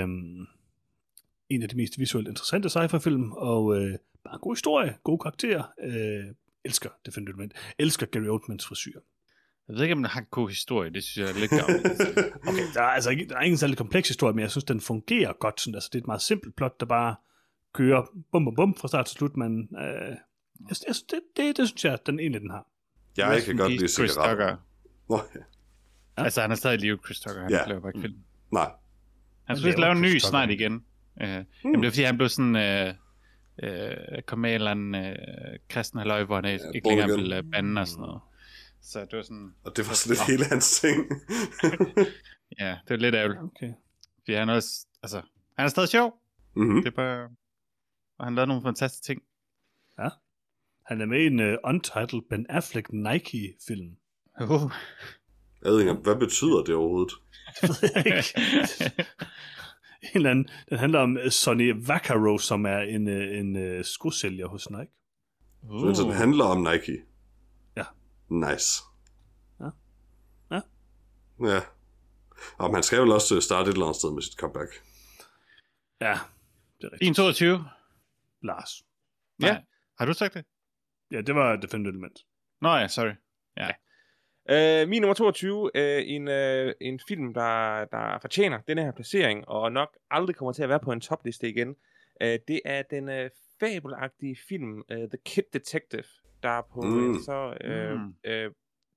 en af de mest visuelt interessante sci-fi-film, og øh, bare en god historie, gode karakterer. Øh, elsker Det femte element. Elsker Gary Oldmans frisyr. Jeg ved ikke, om den har en god historie. Det synes jeg er lidt gavnligt. Okay, der er altså ikke, der er ingen særlig kompleks historie, men jeg synes, den fungerer godt. Sådan, altså, det er et meget simpelt plot, der bare kører bum bum bum fra start til slut, men øh, jeg, jeg, det, det, det synes jeg, den egentlig den har. Jeg kan godt lide Chris cigaretter. Tucker. Nå, ja. Ja. Altså, han er stadig i live, Chris Tucker. Han Ja. ja. laver bare ikke film. Nej. Han skal lave en ny Chris Tucker. snart igen. Uh, mm. Jamen, det er fordi, han blev sådan... Uh, uh, kom med en eller anden uh, kristen halløj, hvor han ja, ikke længere igen. ville uh, bande og sådan noget. Så det var sådan... Og det var sådan lidt hele hans ting. Ja, det var lidt ærgerligt. Okay. Fordi han er også... Altså, han er stadig sjov. mm-hmm. Det er bare... Og han lavede nogle fantastiske ting. Han er med i en uh, untitled Ben Affleck Nike-film. Uh. Adinger, hvad betyder det overhovedet? Det ved jeg ikke. En eller anden, den handler om Sonny Vaccaro, som er en, en, en skosælger hos Nike. Uh. Så den handler om Nike? Ja. Nice. Ja. Ja. Ja. Og man skal vel også starte et eller andet sted med sit comeback. Ja, det er rigtigt. en toogtyve. Lars. Ja. Nej. Har du sagt det? Ja, det var det femte element. Nå ja, sorry. Ja. Uh, min nummer toogtyve, uh, en, uh, en film, der, der fortjener den her placering, og nok aldrig kommer til at være på en topliste igen. Uh, det er den uh, fabelagtige film, uh, The Kid Detective, der på mm. en så uh, mm. uh,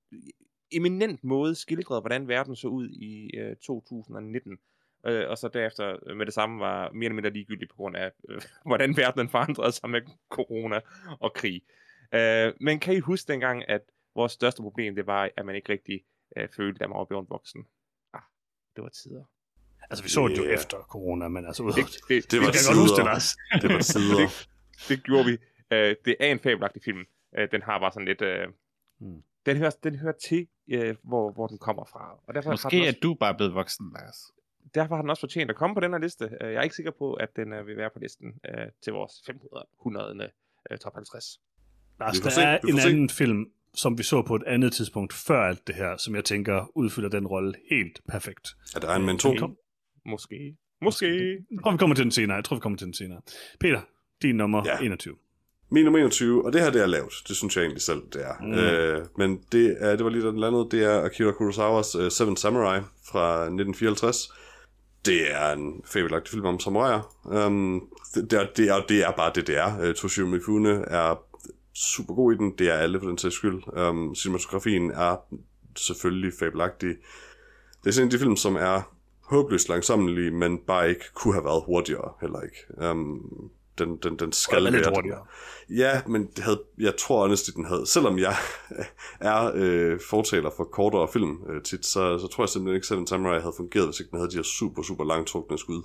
eminent måde skildrede, hvordan verden så ud i uh, to tusind nitten. Uh, og så derefter med det samme var mere eller mindre ligegyldigt på grund af, uh, hvordan verden forandrede sig med corona og krig. Uh, men kan I huske dengang, at vores største problem, det var, at man ikke rigtig uh, følte, at man var blevet voksen? Ah, det var tider. Altså, vi så det jo yeah. efter corona, men altså... Det, det, det, det var tider. Godt huske det, det var tider. det, det gjorde vi. Uh, det er en fabelagtig film. Uh, den har bare sådan lidt... Uh, mm. den, hører, den hører til, uh, hvor, hvor den kommer fra. Og derfor Måske har også, er du bare blevet voksen, Lars. Derfor har den også fortjent at komme på den her liste. Uh, jeg er ikke sikker på, at den uh, vil være på listen uh, til vores fem hundrede uh, top halvtreds. Lars, der er en anden film, som vi så på et andet tidspunkt før alt det her, som jeg tænker udfylder den rolle helt perfekt. Er der en men to? Måske. Måske. Jeg tror, vi kommer til den senere. Jeg tror, vi kommer til den senere. Peter, din nummer ja. enogtyve. Min nummer enogtyve, og det her, det er lavt. Det synes jeg egentlig selv, det er. Mm. Øh, men det, er, det var lige den landet. Det er Akira Kurosawas uh, Seven Samurai fra nitten fireoghalvtreds. Det er en fabelagtig film om samuraier. Um, det, det, er, det, er, det er bare det, det er. Uh, Toshio Mifune er super god i den. Det er alle for den sags skyld. Um, cinematografien er selvfølgelig fabelagtig. Det er sådan en af de film, som er håbløst langsommelig, men bare ikke kunne have været hurtigere, heller ikke. Um, den, den, den skal være lidt hurtigere. Ja, men det havde, jeg tror honestly, den havde, selvom jeg er øh, fortaler for kortere film øh, tit, så, så tror jeg simpelthen ikke, at Seven Samurai havde fungeret, hvis ikke den havde de her super, super langtrukne skud.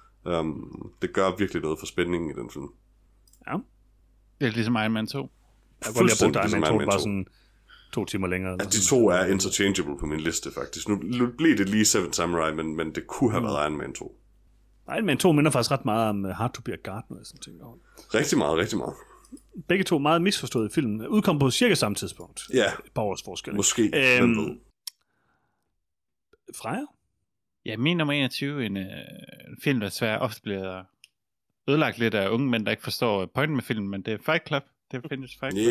Um, det gør virkelig noget for spændingen i den film. Ja. Det er ligesom Iron Man to. Jeg kan godt lide at bruge Iron Man to, bare sådan to timer længere. Ja, de to er interchangeable på min liste, faktisk. Nu, nu blev det lige Seven Samurai, men, men det kunne have mm. været Iron Man to. Iron Man to minder faktisk ret meget om Hard to be a Gardener, sådan ting. Rigtig meget, rigtig meget. Begge to meget misforstået film. Udkom på cirka samme tidspunkt. Ja. Et par års forskel. Måske. Øhm, Freja? Ja, min nummer enogtyve, en, øh, en film, der desværre ofte bliver ødelagt lidt af unge mænd, der ikke forstår pointen med filmen, men det er Fight Club. Det findes Fight Club.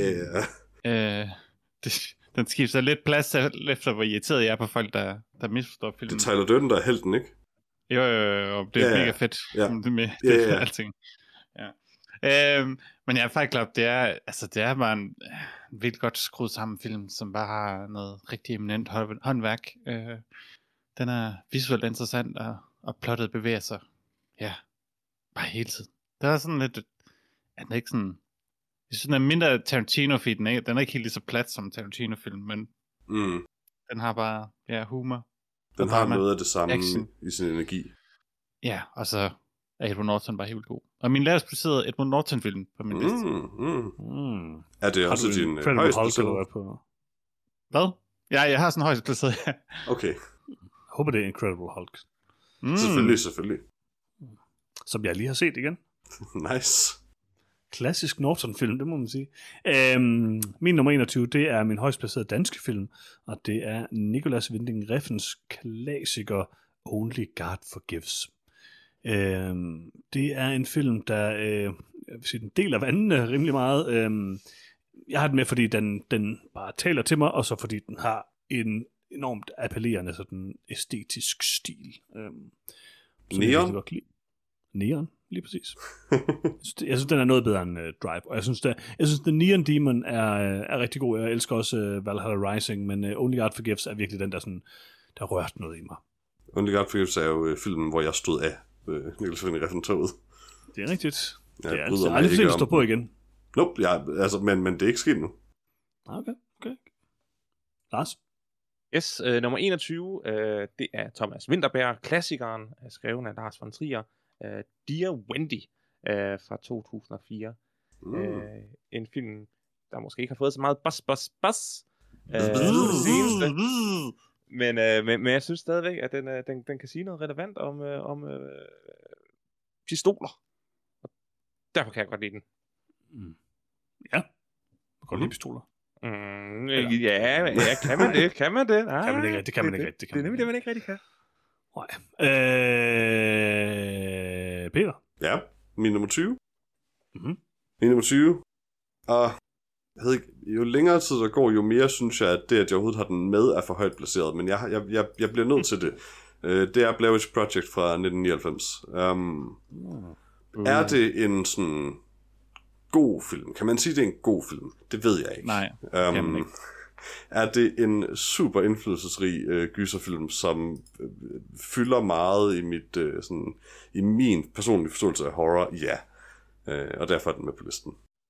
Yeah. Øh, det, den skifter lidt plads efter, hvor irriteret jeg er på folk, der, der misforstår filmen. Det er Tyler Durden, der er helten, ikke? Jo, jo, jo, det er yeah, mega fedt. Yeah. Det med Yeah, det yeah. alting. Ja. Øhm, men ja, Fight Club, det er, altså, det er bare en, en virkelig godt skruet sammen film, som bare har noget rigtig eminent håndværk. Øh, den er visuelt interessant, og, og plottet bevæger sig. Ja, bare hele tiden. Det er sådan lidt, er den ikke sådan, jeg synes, den er mindre Tarantino-film, den er, den er ikke helt lige så plat som Tarantino-film, men mm. den har bare, ja, humor. Den har noget af det samme action i sin energi. Ja, og så er Edward Norton bare helt vildt god. Og min lavest placerede Edward Norton-film på min liste. Mm, mm. Mm. Er det har også din højst placerede? på? Hvad? Ja, jeg har sådan en højst placeret, ja. Okay. Jeg håber, det er Incredible Hulk. Mm. Selvfølgelig, selvfølgelig. Som jeg lige har set igen. Nice. Klassisk Norton-film, det må man sige. Øhm, min nummer enogtyve, det er min højst placerede danske film, og det er Nicolas Winding Refns klassiker Only God Forgives. Øhm, det er en film, der øh, jeg vil sige, den deler vandene rimelig meget. Øhm, jeg har den med, fordi den, den bare taler til mig, og så fordi den har en enormt appellerende sådan æstetisk stil. Øhm, Neon? Neon, lige præcis. Jeg synes, den er noget bedre end uh, Drive, og jeg synes, der, jeg synes, The Neon Demon er, er rigtig god. Jeg elsker også uh, Valhalla Rising, men uh, Only God Forgives er virkelig den, der, sådan, der rørte noget i mig. Only God Forgives er jo uh, filmen, hvor jeg stod af uh, Nicolas Winding Refn-toget. Det er rigtigt. Jeg det er altså aldrig set at stå på igen. Nope, ja, altså, men, men det er ikke sket nu. Okay, okay. Lars? Yes, øh, nummer enogtyve, øh, det er Thomas Vinterberg, klassikeren, skrevet af Lars von Trier. Uh, Dear Wendy uh, fra to tusind og fire. Mm. Uh, en film, der måske ikke har fået så meget buzz, buzz, buzz, Øh, det seneste. Men, øh, men, men jeg synes stadigvæk, at den, øh, den, den kan sige noget relevant om, øh, om øh, pistoler. Og derfor kan jeg godt lide den. Mm. Ja. Jeg kan godt lide pistoler. Mm, øh, ja, ja, kan man det? Kan man det? Ah, kan man ikke, det kan man det, ikke rigtigt. Det, det er nemlig det, man ikke rigtig kan. Nej. Øh, Peter? Ja, min nummer tyve. Mm-hmm. Min nummer tyve. Og jeg ved ikke, jo længere tid der går, jo mere synes jeg, at det, at jeg overhovedet har den med, er for højt placeret. Men jeg, jeg, jeg, jeg bliver nødt til det. Det er Blair Witch Project fra nitten nioghalvfems. Um, mm. Er det en sådan god film? Kan man sige, det er en god film? Det ved jeg ikke. Nej, um, kan man ikke. Er det en super indflydelsesrig øh, gyserfilm, som øh, fylder meget i mit øh, sådan, i min personlige forståelse af horror? Ja. Øh, og derfor er den med på listen.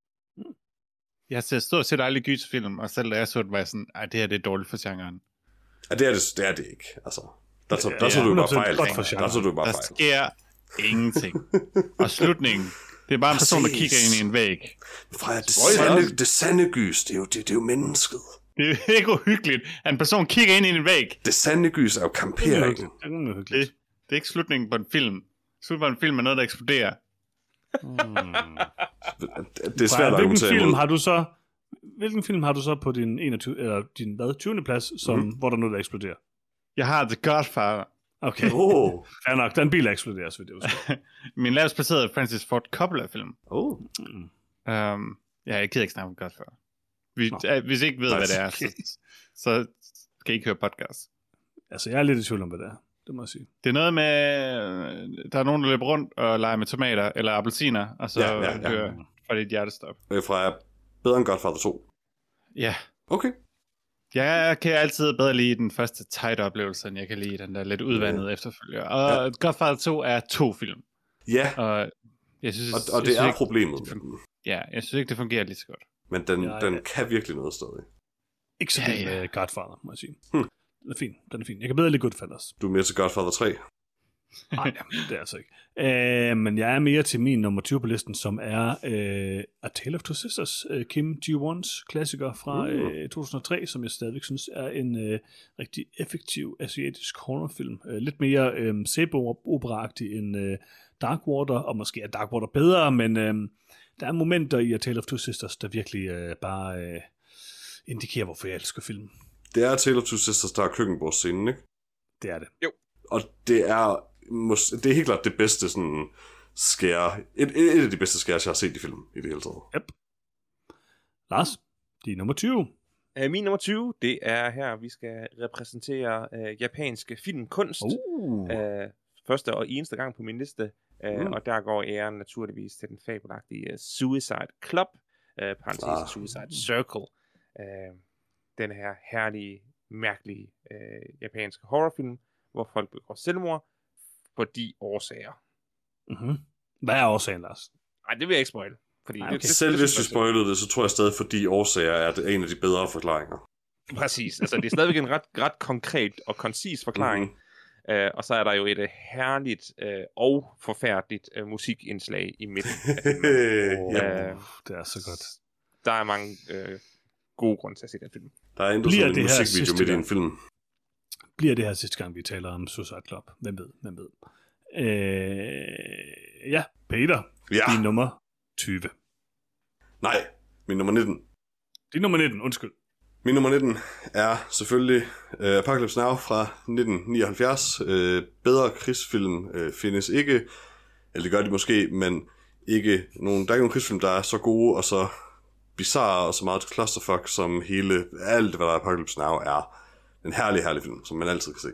Jeg ser stort set aldrig gyserfilm, og selv da jeg så det, var jeg sådan, ej, det her det er dårligt for genren. Ja, det er det, det, er det ikke. Altså, der så, der så du bare fejl. Der så du bare der fejl. sker ingenting. Og slutningen, det er bare en person, der kigger ind i en væg. Freja, det, sande, det sande gys, det er, jo, det, det er jo mennesket. Det er ikke uhyggeligt, at en person kigger ind i en væg. Det sande gys er jo kampering. Det er uhyggeligt. Det, det er ikke slutningen på en film. Slutningen på en film er noget, der eksploderer. Mm. Det er svært at hvilken argumentere film imod. har du så Hvilken film har du så på din enogtyvende eller din hvad, tyvende plads, som, mm. hvor der noget der eksploderer? Jeg har The Godfather. Okay. Oh. Fair nok, der er en bil, der eksploderer, så vidt jeg husker. Min lavest placerede Francis Ford Coppola-film. Oh. Mm. Um, ja, jeg gider ikke snakke om Godfather. Vi, uh, hvis I ikke ved, nice. hvad det er, så, så skal I ikke høre podcast. Altså, jeg er lidt i tvivl om, hvad det er. Det må jeg sige. Det er noget med, der er nogen, der løber rundt og leger med tomater eller appelsiner, og så Ja, ja, ja. dør fra dit hjertestop. Øh, Freja, bedre end Godfather to. Ja. Okay. Jeg kan altid bedre lide den første tight-oplevelse, end jeg kan lide den der lidt udvandede Ja. efterfølger. Og ja. Godfather to er to film. Ja, Og, jeg synes, og, og jeg det synes er ikke, problemet med den. Ja, jeg synes ikke, det fungerer lige så godt. Men den, Ja, den ja. kan virkelig noget stadig. Ikke så Ja, vild ja. med Godfather, må jeg sige. Hmm. Den er fin, den er fin. Jeg kan bedre lide Goodfellas. Du er mere til Godfather tre. Nej, det er altså ikke. Øh, men jeg er mere til min nummer tyve på listen, som er øh, A Tale of Two Sisters, øh, Kim Ji-wons klassiker fra øh, to tusind og tre, som jeg stadigvæk synes er en øh, rigtig effektiv asiatisk horrorfilm. Øh, lidt mere øh, sæbe-opera-agtig end øh, Darkwater, og måske er Darkwater bedre, men øh, der er momenter i A Tale of Two Sisters, der virkelig øh, bare øh, indikerer, hvorfor jeg elsker filmen. Det er Tale of Two Sisters, der er køkkenbordsscenen, ikke? Det er det. Og det er, mås- det er helt klart det bedste sådan skære, et, et af de bedste skære, jeg har set i filmen i det hele taget. Yep. Lars, det er nummer tyve. Uh, min nummer tyve, det er her, vi skal repræsentere uh, japanske filmkunst. Uh. Uh, første og eneste gang på min liste. Uh, Mm. Og der går æren naturligvis til den fabelagtige uh, Suicide Club, uh, parentes Ah. Suicide Circle. Uh, den her herlige, mærkelige uh, japanske horrorfilm, hvor folk begår selvmord for de årsager. Mm-hmm. Hvad er årsagen, Lars? Nej, det vil jeg ikke spoil. Fordi Ej, det, okay. det, Selv det, hvis det, vi det, spoilede det, så tror jeg stadig, fordi årsager er det en af de bedre forklaringer. Præcis. Altså, det er stadigvæk en ret, ret konkret og koncis forklaring. Mm-hmm. Uh, og så er der jo et uh, herligt uh, og forfærdeligt uh, musikindslag i midten af filmen. Ja. Uh, Det er så godt. der er mange uh, gode grunde til at se den film. Der er endda Bliver sådan en det her musikvideo sidste midt i en gang? film. Bliver det her sidste gang, vi taler om Suicide Club? Hvem ved? Hvem ved? Øh, ja, Peter. Ja. Din nummer tyve. Nej, min nummer nitten. Din nummer nitten, undskyld. Min nummer nitten er selvfølgelig uh, Apocalypse Now fra nitten nioghalvfjerds. Uh, bedre krigsfilm uh, findes ikke. Eller det gør de måske, men ikke nogen, der er ikke nogen krigsfilm, der er så gode og så bizarre og så meget clusterfuck, som hele, alt hvad der er Apocalypse Now er. En herlig, herlig film, som man altid kan se.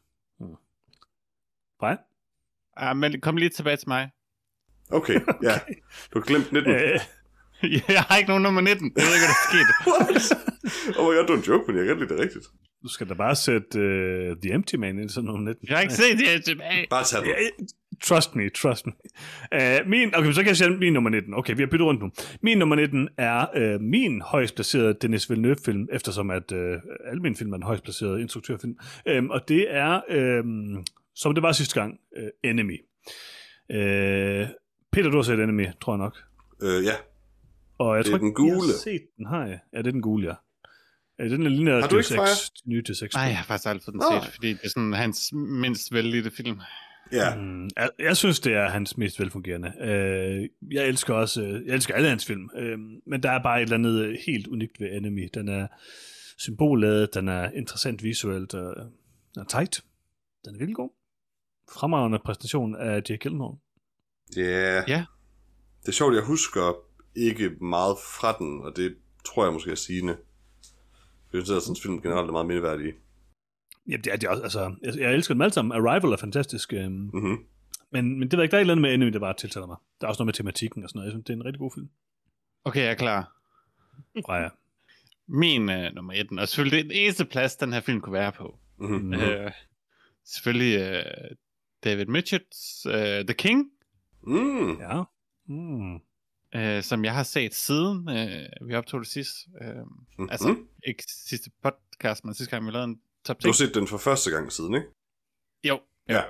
Hvad? Ja, men kom lige tilbage til mig. Okay, okay. Ja. Du har glemt nitten. Øh, Jeg har ikke nogen nummer nitten. Jeg ved ikke, hvad der skete. What? Oh my god, du er en joke, men jeg kan godt lide det rigtigt. du skal da bare sætte uh, The Empty Man ind i sådan nummer nitten. Jeg har ikke set det tilbage. Bare tag den. Ja, trust me, trust me. Uh, min, okay, så kan jeg sige min nummer nitten. Okay, vi har byttet rundt nu. Min nummer nitten er uh, min højst placerede Denis Villeneuve-film, eftersom at uh, alle mine film er den højst placerede instruktørfilm. Um, og det er, um, som det var sidste gang, uh, Enemy. Uh, Peter, du har set Enemy, tror jeg nok. Uh, ja. Og jeg Det tror er den ikke, jeg gule. har set den, har jeg? Ja, det er den gule, ja. Øh, den er ligner Har du ikke, Freja? Nye til seks. Nej, jeg har faktisk aldrig fået den Nå. set, fordi det er sådan hans mindst vældige film. Ja. Mm, jeg, jeg synes, det er hans mest velfungerende. Øh, jeg elsker også, øh, jeg elsker alle hans film, øh, men der er bare et eller andet øh, helt unikt ved Enemy. Den er symbolladet, den er interessant visuelt, og den er tight. Den er virkelig god. Fremragende præstation af Jake Gyllenhaal. Yeah. Ja. Det er sjovt, jeg husker ikke meget fra den, og det tror jeg måske er sigende. Jeg synes, at sådan en film generelt er meget mindeværdig. Jamen, det er det også. Altså, jeg, jeg elsker dem alle sammen. Arrival er fantastisk. Øh, Mm-hmm. men, men det var ikke der er et eller andet med Enemy, der bare tiltaler mig. Der er også noget med tematikken og sådan noget. Jeg synes, det er en rigtig god film. Okay, jeg er klar. Freja. Min uh, nummer et, og selvfølgelig det eneste plads, den her film kunne være på. Mm-hmm. Mm-hmm. Uh, selvfølgelig uh, David Mitchells uh, The King, Mm. Ja. Mm. uh, som jeg har set siden uh, vi optog det sidst. Uh, Mm-hmm. altså, ikke sidste podcast, men sidste gang vi lavede en top Du ti. har set den for første gang siden, ikke? Jo. Ja.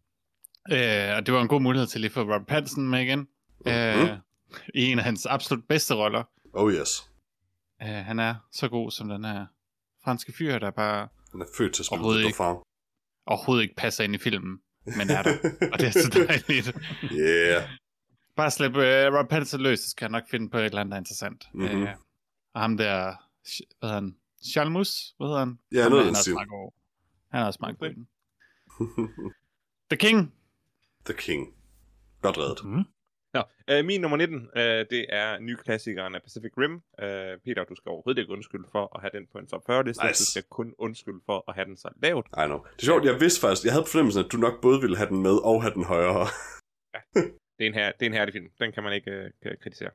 Uh, og det var en god mulighed til lige at få Robert Pattinson med igen. Mm-hmm. Uh, I en af hans absolut bedste roller. Oh yes. Uh, han er så god som den her franske fyr, der bare Han er født til at spille Overhovedet The ikke. Dauphin. overhovedet ikke passer ind i filmen, men er der. Og det er så dejligt. Yeah. Bare slippe uh, Robert Pattinson løs, så skal jeg nok finde på et eller andet, der er interessant. Mhm. Uh, og ham der, hvad hedder han? Charles Mus, hvad hedder han? Ja, Ham, noget han af den er stil. også meget god. Han er også meget god i den. The King. The King. Godt reddet. Mm. Nå, øh, min nummer nitten, øh, det er nyklassikeren af Pacific Rim. Øh, Peter, du skal overhovedet ikke undskylde for at have den på en top fyrre-liste. Nice. Du skal kun undskylde for at have den så lavt. I know. Det er sjovt, jeg vidste faktisk, jeg havde på fornemmelsen, at du nok både ville have den med og have den højere. Det er en, her, det er en herlig film. Den kan man ikke øh, kritisere.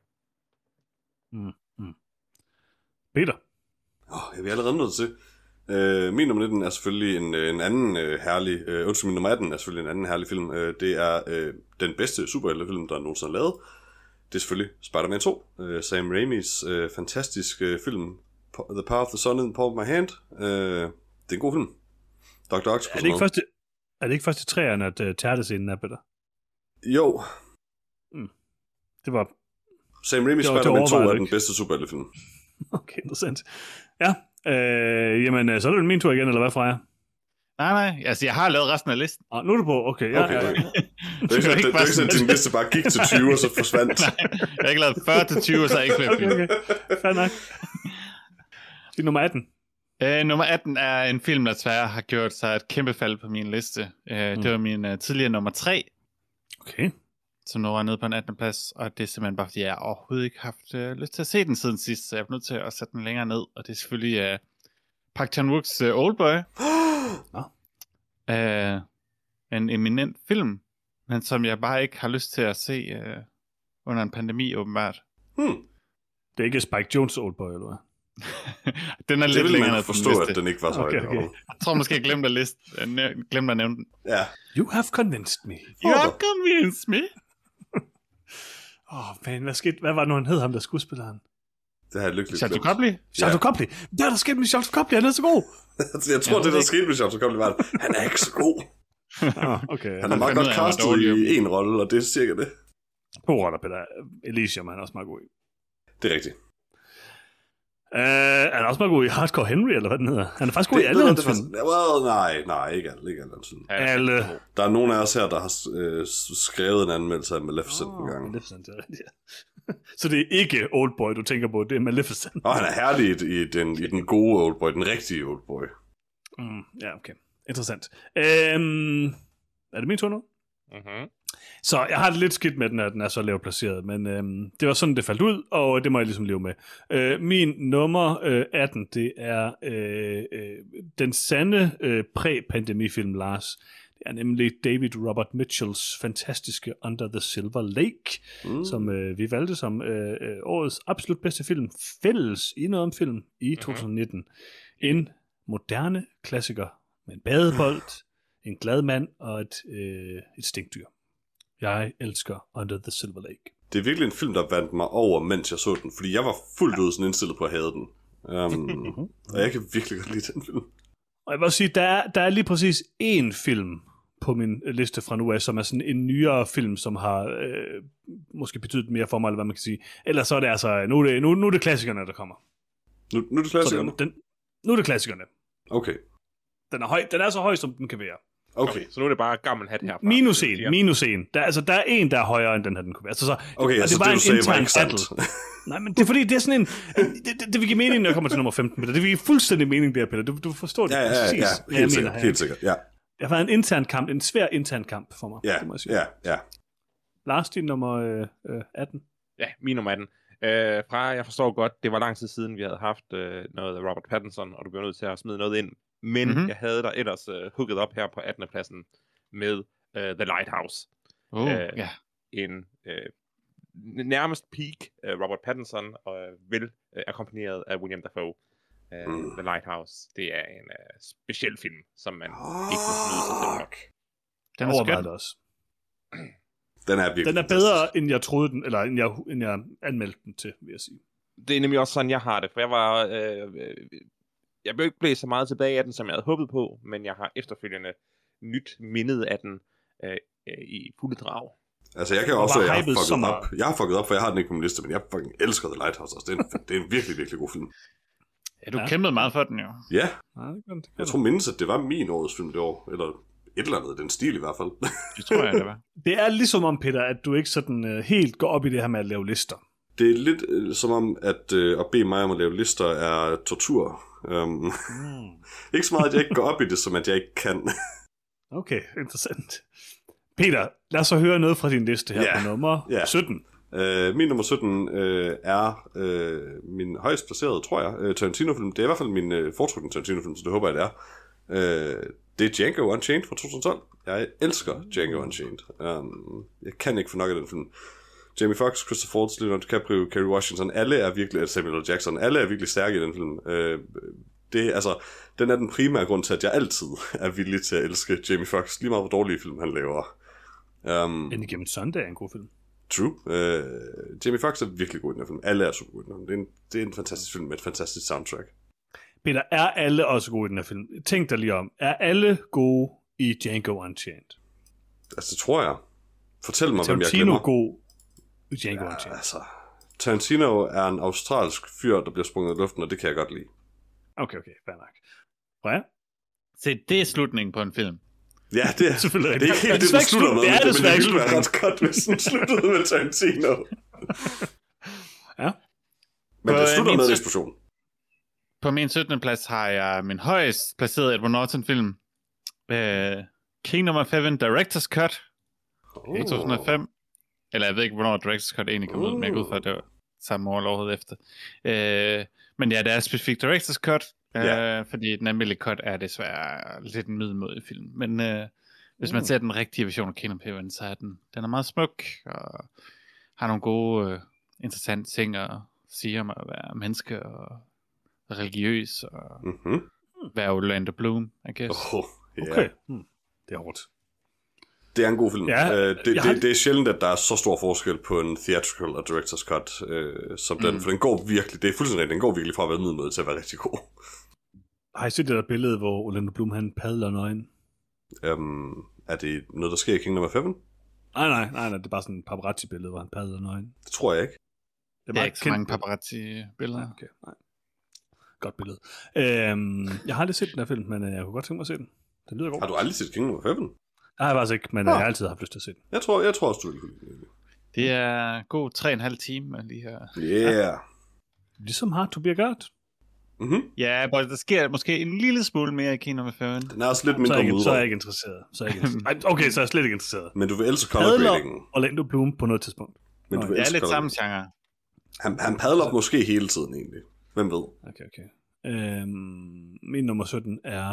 Mm. Mm. Peter. Oh, jeg vil allerede nødt til. Uh, min nummer nitten er selvfølgelig en, en anden uh, herlig, uh, undskyld, min nummer atten er selvfølgelig en anden herlig film. Uh, det er uh, den bedste superheltefilm, der nogensinde er lavet. Det er selvfølgelig Spider-Man to. Uh, Sam Raimis uh, fantastiske film, The Power of the Sun in the Palm of My Hand. Uh, det er en god film. doktor Octopus. Er det ikke først i, er det ikke først i træerne, at uh, tærtescenen er bedre? Jo. Det var... Sam Raimis Det var- det Spider-Man to overvejede er du den ikke. bedste superheltefilm. Okay, interessant. Ja, øh, jamen, så er det min tur igen, eller hvad, Freja? Nej, nej. Altså, jeg har lavet resten af listen. Ah, nu er du på, okay. Ja, Okay, ja, okay. ja. Det er ikke sådan, det, det er ikke sådan, at din liste bare gik til tyve, og så forsvandt. Jeg har ikke lavet fyrre til tyve, og så er ikke flere film. Okay, okay. Fair nok. Det er nummer atten. Uh, nummer atten er en film, der desværre har gjort sig et kæmpe fald på min liste. Uh, mm. Det var min uh, tidligere nummer tre, Okay. som nu er nede på en attende plads, og det er simpelthen bare, fordi jeg overhovedet ikke har haft uh, lyst til at se den siden sidst, så jeg er nødt til at sætte den længere ned, og det er selvfølgelig uh, Park Chan-wooks uh, Oldboy. Nå. Uh, en eminent film, men som jeg bare ikke har lyst til at se uh, under en pandemi, åbenbart. Hmm. Det er ikke Spike Jones Oldboy, eller hvad? Den er Det lidt ville længere jeg ned på forstå, min at liste. den ikke var så højt. Okay, okay. Jeg tror måske, jeg glemte at, liste, jeg glemte at nævne den. Ja. You have convinced me. You have convinced me. Åh, oh, man, hvad skete? Hvad var det nu, han hed ham, der skuespilleren? Det har jeg lykkeligt Charles glemt. Copley? Charles Copley. Det er der sket med Charles Copley, han er så god. Jeg tror, Ja, det der det- skete med Charles Copley var, at han er ikke så god. Ah, okay. Han er Han meget fandt godt ud af, han var castet dårlig. i en rolle, og det er cirka det. God roller, Peter. Elysium, han er også meget god i. Det er rigtigt. Uh, han er også meget god i Hardcore Henry, eller hvad den hedder. Han er faktisk god i Det- alle ved du, hans det er film. faktisk- well, nej, nej, ikke alle, ikke alle. Sådan. Alle. Der er nogen af os her, der har øh, skrevet en anmeldelse af Maleficent en gang. Maleficent, det er rigtigt, ja. Så det er ikke Oldboy, du tænker på, det er Maleficent. Og han er herlig i, i, den, i den gode Oldboy, den rigtige Oldboy. Mm, ja, okay. Interessant. Øhm, er det min tur nu? Mm-hmm. Så jeg har det lidt skidt med den, at den er så lavt placeret, men øhm, det var sådan, det faldt ud, og det må jeg ligesom leve med. Øh, min nummer øh, atten, det er øh, øh, den sande øh, præ-pandemifilm, Lars. Det er nemlig David Robert Mitchells fantastiske Under the Silver Lake, mm. som øh, vi valgte som øh, øh, årets absolut bedste film, fælles i noget om film i to tusind nitten. En moderne klassiker med en badebold, en glad mand og et, øh, et stinkdyr. Jeg elsker Under the Silver Lake. Det er virkelig en film, der vandt mig over, mens jeg så den, fordi jeg var fuldt ud sådan indstillet på at have den. Um, og jeg kan virkelig godt lide den film. Og jeg vil også sige, der er, der er lige præcis én film på min liste fra nu af, som er sådan en nyere film, som har øh, måske betydet mere for mig, eller hvad man kan sige. Ellers så er det altså, nu er det, nu, nu er det klassikerne, der kommer. Nu, nu er det klassikerne. Så den, den, Nu er det klassikerne. Okay. Den er, høj, den er så høj, som den kan være. Okay. Okay, så nu er det bare gammel hat herfra. Minus en, minus en. Der, altså, der er en, der er højere, end den her, den kunne være. Altså, så, Okay, og altså var det, en du sagde, var intern ikke sandt. battle. Nej, men det er fordi, det er sådan en... Det, det, det vil give mening, når jeg kommer til nummer femten, Peter. Det vil give fuldstændig mening, der, Peter. Du, du forstår det Ja, ja, præcis. ja, hvad helt jeg sikkert, mener her. helt sikkert, ja. Det har været en intern kamp, en svær intern kamp for mig. Ja, det må jeg sige. ja, ja. Lars, din nummer øh, atten. Ja, min nummer atten. Øh, fra, jeg forstår godt, det var lang tid siden, vi havde haft øh, noget af Robert Pattinson, og du blev nødt til at smide noget ind. Men Mhm. mm-hmm. jeg havde der ellers øh, hooket op her på attende pladsen med øh, The Lighthouse. Oh, Øh, ja. En øh, nærmest peak øh, Robert Pattinson, og øh, vel øh, akkompagneret af William Dafoe. Øh, Mm. The Lighthouse, det er en øh, speciel film, som man ikke må snyde sig selv nok. Den er Overvejede skøn. det også. Den er virkelig Den er fantastisk. bedre, end jeg troede den, eller end jeg, end jeg anmeldte den til, vil jeg sige. Det er nemlig også sådan, jeg har det, for jeg var... Øh, øh, jeg blev ikke blæst så meget tilbage af den, som jeg havde håbet på, men jeg har efterfølgende nyt mindet af den øh, øh, i fulde drag. Altså, jeg kan jo Og også, var at jeg har hypet så fucket meget. op. Jeg har fucket op, for jeg har den ikke på min liste, men jeg fucking elsker The Lighthouse. Altså, det, er en, det er en virkelig, virkelig god film. Ja, du Ja. kæmpede meget for den jo. Ja, Nej, det kan, det kan jeg tror mindes, at det var min årets film det år. Eller et eller andet, den stil i hvert fald. Det tror jeg, det var. Det er ligesom om, Peter, at du ikke sådan uh, helt går op i det her med at lave lister. Det er lidt øh, som om, at øh, at bede mig om at lave lister er tortur. Um, Mm. ikke så meget, at jeg ikke går op i det, som at jeg ikke kan. Okay, interessant. Peter, lad os så høre noget fra din liste her Ja. på nummer Ja. sytten. Uh, min nummer sytten uh, er uh, min højst placerede, tror jeg, uh, Tarantino-film. Det er i hvert fald min uh, foretrukne Tarantino-film, så det håber jeg, det er. Uh, det er Django Unchained fra to tusind tolv. Jeg elsker Django Unchained. Um, jeg kan ikke få nok af den film. Jamie Foxx, Christopher Waltz, Leonardo DiCaprio, Kerry Washington, alle er virkelig, Samuel L. Jackson, alle er virkelig stærke i den film. Uh, det, altså, den er den primære grund til, at jeg altid er villig til at elske Jamie Foxx, lige meget hvor dårlige film han laver. Um, Ind igennem Sunday er en god film. True. Uh, Jamie Foxx er virkelig god i den her film. Alle er super gode i den her film. Det er, en, det er en fantastisk film med et fantastisk soundtrack. Peter, er alle også gode i den her film? Tænk dig lige om. Er alle gode i Django Unchained? Altså, det tror jeg. Fortæl mig, hvem jeg Tarantino glemmer. god i Django Ja, Unchained? altså, Tarantino er en australsk fyr, der bliver sprunget i luften, og det kan jeg godt lide. Okay, okay, fair nok. Freja? Se, det er slutningen på en film. Ja, det er, Selvfølgelig det er ikke helt det, desværre den slutter med, slut- det er men desværre det ikke ville være slutningen. ret godt, hvis den sluttede med Tarantino. Ja. Men På, det øh, slutter min med en syt- eksplosion. På min syttende plads har jeg min højst placerede Edward Norton-film. Uh, Kingdom of Heaven Director's Cut. I to tusind og fem. Eller jeg ved ikke, hvornår Director's Cut egentlig kom ud, men jeg går ud fra, at det var samme år eller året efter. Uh, men ja, det er specifikt Director's Cut, uh, Ja. fordi den almindelige cut er desværre lidt en middelmådig film. Men uh, hvis man Mm. ser den rigtige version af Kingdom of Heaven, så er den, den er meget smuk, og har nogle gode, uh, interessante ting at sige om at være menneske, og religiøs, og Mm-hmm. være Orlando Bloom, I guess. Oh, yeah. Okay. Hmm. Det er hårdt. Det er en god film. Ja, øh, det, jeg har- det, det er sjældent, at der er så stor forskel på en theatrical og director's cut øh, som den, Mm. for den går virkelig, det er fuldstændig rigtigt, den går virkelig fra at være middelmåde til at være rigtig god. Har I set det der billede, hvor Orlando Bloom han padler nøgen? Um, er det noget, der sker i Kingdom of Heaven? Nej, nej, nej, nej, det er bare sådan en paparazzi-billede, hvor han padler nøgen. Det tror jeg ikke. Det er bare ikke så kendt mange billede. paparazzi-billeder. Ja, okay, nej. Godt billede. Øhm, jeg har aldrig set den her film, men øh, jeg kunne godt tænke mig at se den. Den lyder god. Har du aldrig set Kingdom of Heaven? Det har jeg faktisk ikke, men øh, jeg har altid haft lyst til at se den. Jeg tror, jeg tror også, du vil kunne lide Det er god tre og en halv time med lige her. det. Yeah. Ligesom Hard to Be a God. Mm-hmm. Ja, but der sker måske en lille smule mere i Kingdom of Heaven. Den er også lidt Så er, mindre jeg ikke, så er jeg mudret. ikke interesseret. Så er jeg ikke interesseret. Ej, okay, så er jeg slet ikke interesseret. Men du vil elske color Padler gradingen. Orlando Bloom på noget tidspunkt. Men du vil Det er elske lidt color samme gradingen. genre. Han, han padler måske hele tiden egentlig. Hvem ved? Okay, okay. Øhm, min nummer sytten er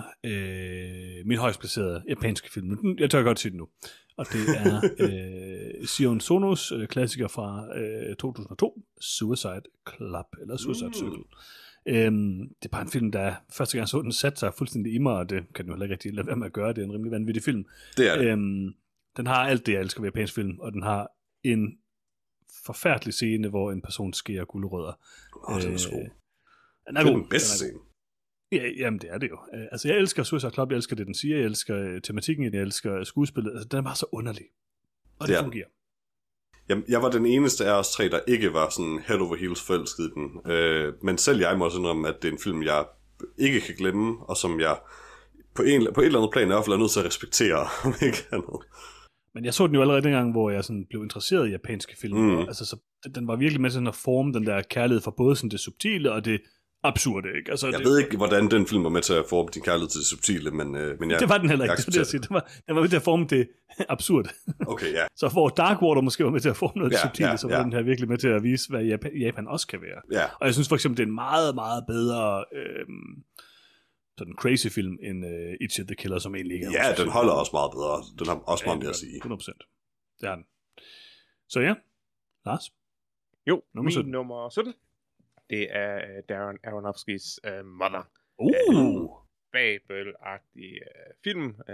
øh, min højst placerede japanske film. Den- Jeg tør godt sige det nu. Og det er øh, Sion Sonos øh, klassiker fra øh, to tusind og to, Suicide Club, eller Suicide Mm. Circle. Øhm, det er bare en film, der første gang jeg så den, satte sig fuldstændig i mig, og det kan den jo heller ikke rigtig lade være med at gøre. Det er en rimelig vanvittig film. Det er det. Øhm, den har alt det, jeg elsker ved japansk film, og den har en forfærdelig scene, hvor en person skærer gulerødder. Åh, den er så god. Den Det er er god. den bedste Den er god. scene. Ja, jamen det er det jo. Øh, altså jeg elsker Suicide Club, jeg elsker det, den siger, jeg elsker øh, tematikken, i den, jeg elsker skuespillet. Altså den er bare så underlig. Og det, Det er det den. fungerer. Jeg, jeg var den eneste af os tre, der ikke var sådan head over heels forelsket i den. Øh, men selv jeg må også indrømme, at det er en film, jeg ikke kan glemme, og som jeg på, en, på et eller andet plan i hvert fald er nødt til at respektere, om ikke andet. Men jeg så den jo allerede dengang, hvor jeg sådan blev interesseret i japanske film. Mm. Altså, så den var virkelig med sådan at forme den der kærlighed for både sådan det subtile og det absurde, ikke? Altså, jeg det, ved ikke, hvordan den film var med til at forme din kærlighed til det subtile, men, øh, men jeg, det var den heller ikke, det, det, det, det var, den var med til at forme det absurde. Okay, ja. Så hvor Dark Water måske var med til at forme noget ja, subtile, ja, så var ja. den her virkelig med til at vise, hvad Japan, Japan også kan være. Ja. Og jeg synes for eksempel, det er en meget, meget bedre øh, sådan crazy film end øh, Ichi the Killer, som egentlig ikke er. Ja, den holder også meget bedre. Den har også ja, meget mere at sige. hundrede procent. Det er den. Så ja, Lars? Jo, nummer min nummer sytten. Det er Darren Aronofskys uh, Mother. Uh. Uh, Babel-agtig uh, film. Uh,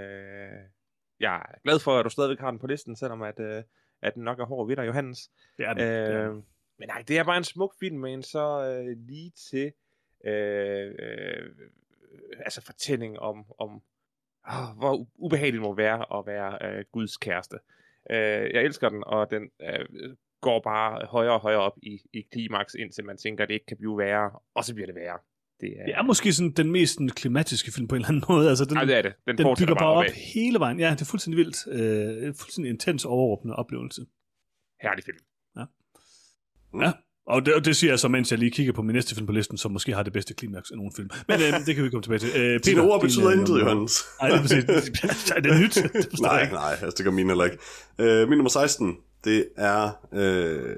jeg er glad for, at du stadigvæk har den på listen, selvom at, uh, at den nok er hård ved dig, Johannes. Det er den. Uh, det er den. Men nej, det er bare en smuk film med en så uh, lige til uh, uh, altså fortælling om, om uh, hvor ubehageligt det må være at være uh, Guds kæreste. Uh, jeg elsker den, og den uh, går bare højere og højere op i, i klimaks, indtil man tænker, at det ikke kan blive værre, og så bliver det værre. Det er, det er måske sådan den mest sådan, klimatiske film på en eller anden måde. Altså, den, nej, det er det. Den, den bygger bare op af. hele vejen. Ja, det er fuldstændig vildt. Øh, fuldstændig intens overordnet oplevelse. Herlig film. Ja. Ja. Og det, og det siger jeg så, mens jeg lige kigger på min næste film på listen, som måske har det bedste klimaks af nogen film. Men øh, det kan vi komme tilbage til. Øh, Peter, Dine ord betyder din, intet, Johannes. Nej, det er præcis. Er det nyt? Det nej, nej, altså, det gør mine heller ikke. Øh, min nummer seksten, det er øh,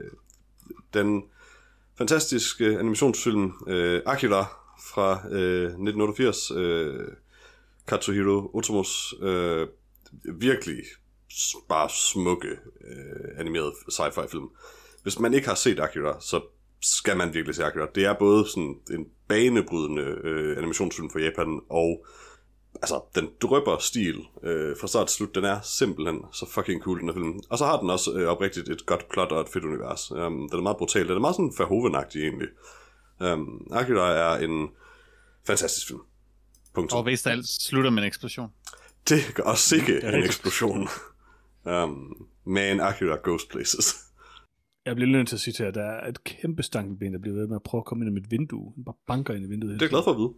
den fantastiske animationsfilm øh, Akira fra øh, nitten otteogfirs. Øh, Katsuhiro Otomos øh, virkelig bare smukke øh, animeret sci-fi film. Hvis man ikke har set Akira, så skal man virkelig se Akira. Det er både sådan en banebrydende øh, animationsfilm for Japan, og altså, den drøber stil øh, fra start til slut. Den er simpelthen så fucking cool, den her film. Og så har den også øh, oprigtigt et godt plot og et fedt univers. Um, den er meget brutal. Den er meget sådan Verhoeven-agtig egentlig. Um, Akira er en fantastisk film. Punktum. Og hvis alt slutter med en eksplosion. Det gør også ikke en eksplosion. um, man, Akira goes places. Jeg bliver nødt til at sige til, at der er et kæmpe stankelben, der bliver ved med at prøve at komme ind i mit vindue. Den bare banker ind i vinduet. Det er jeg glad for at vide.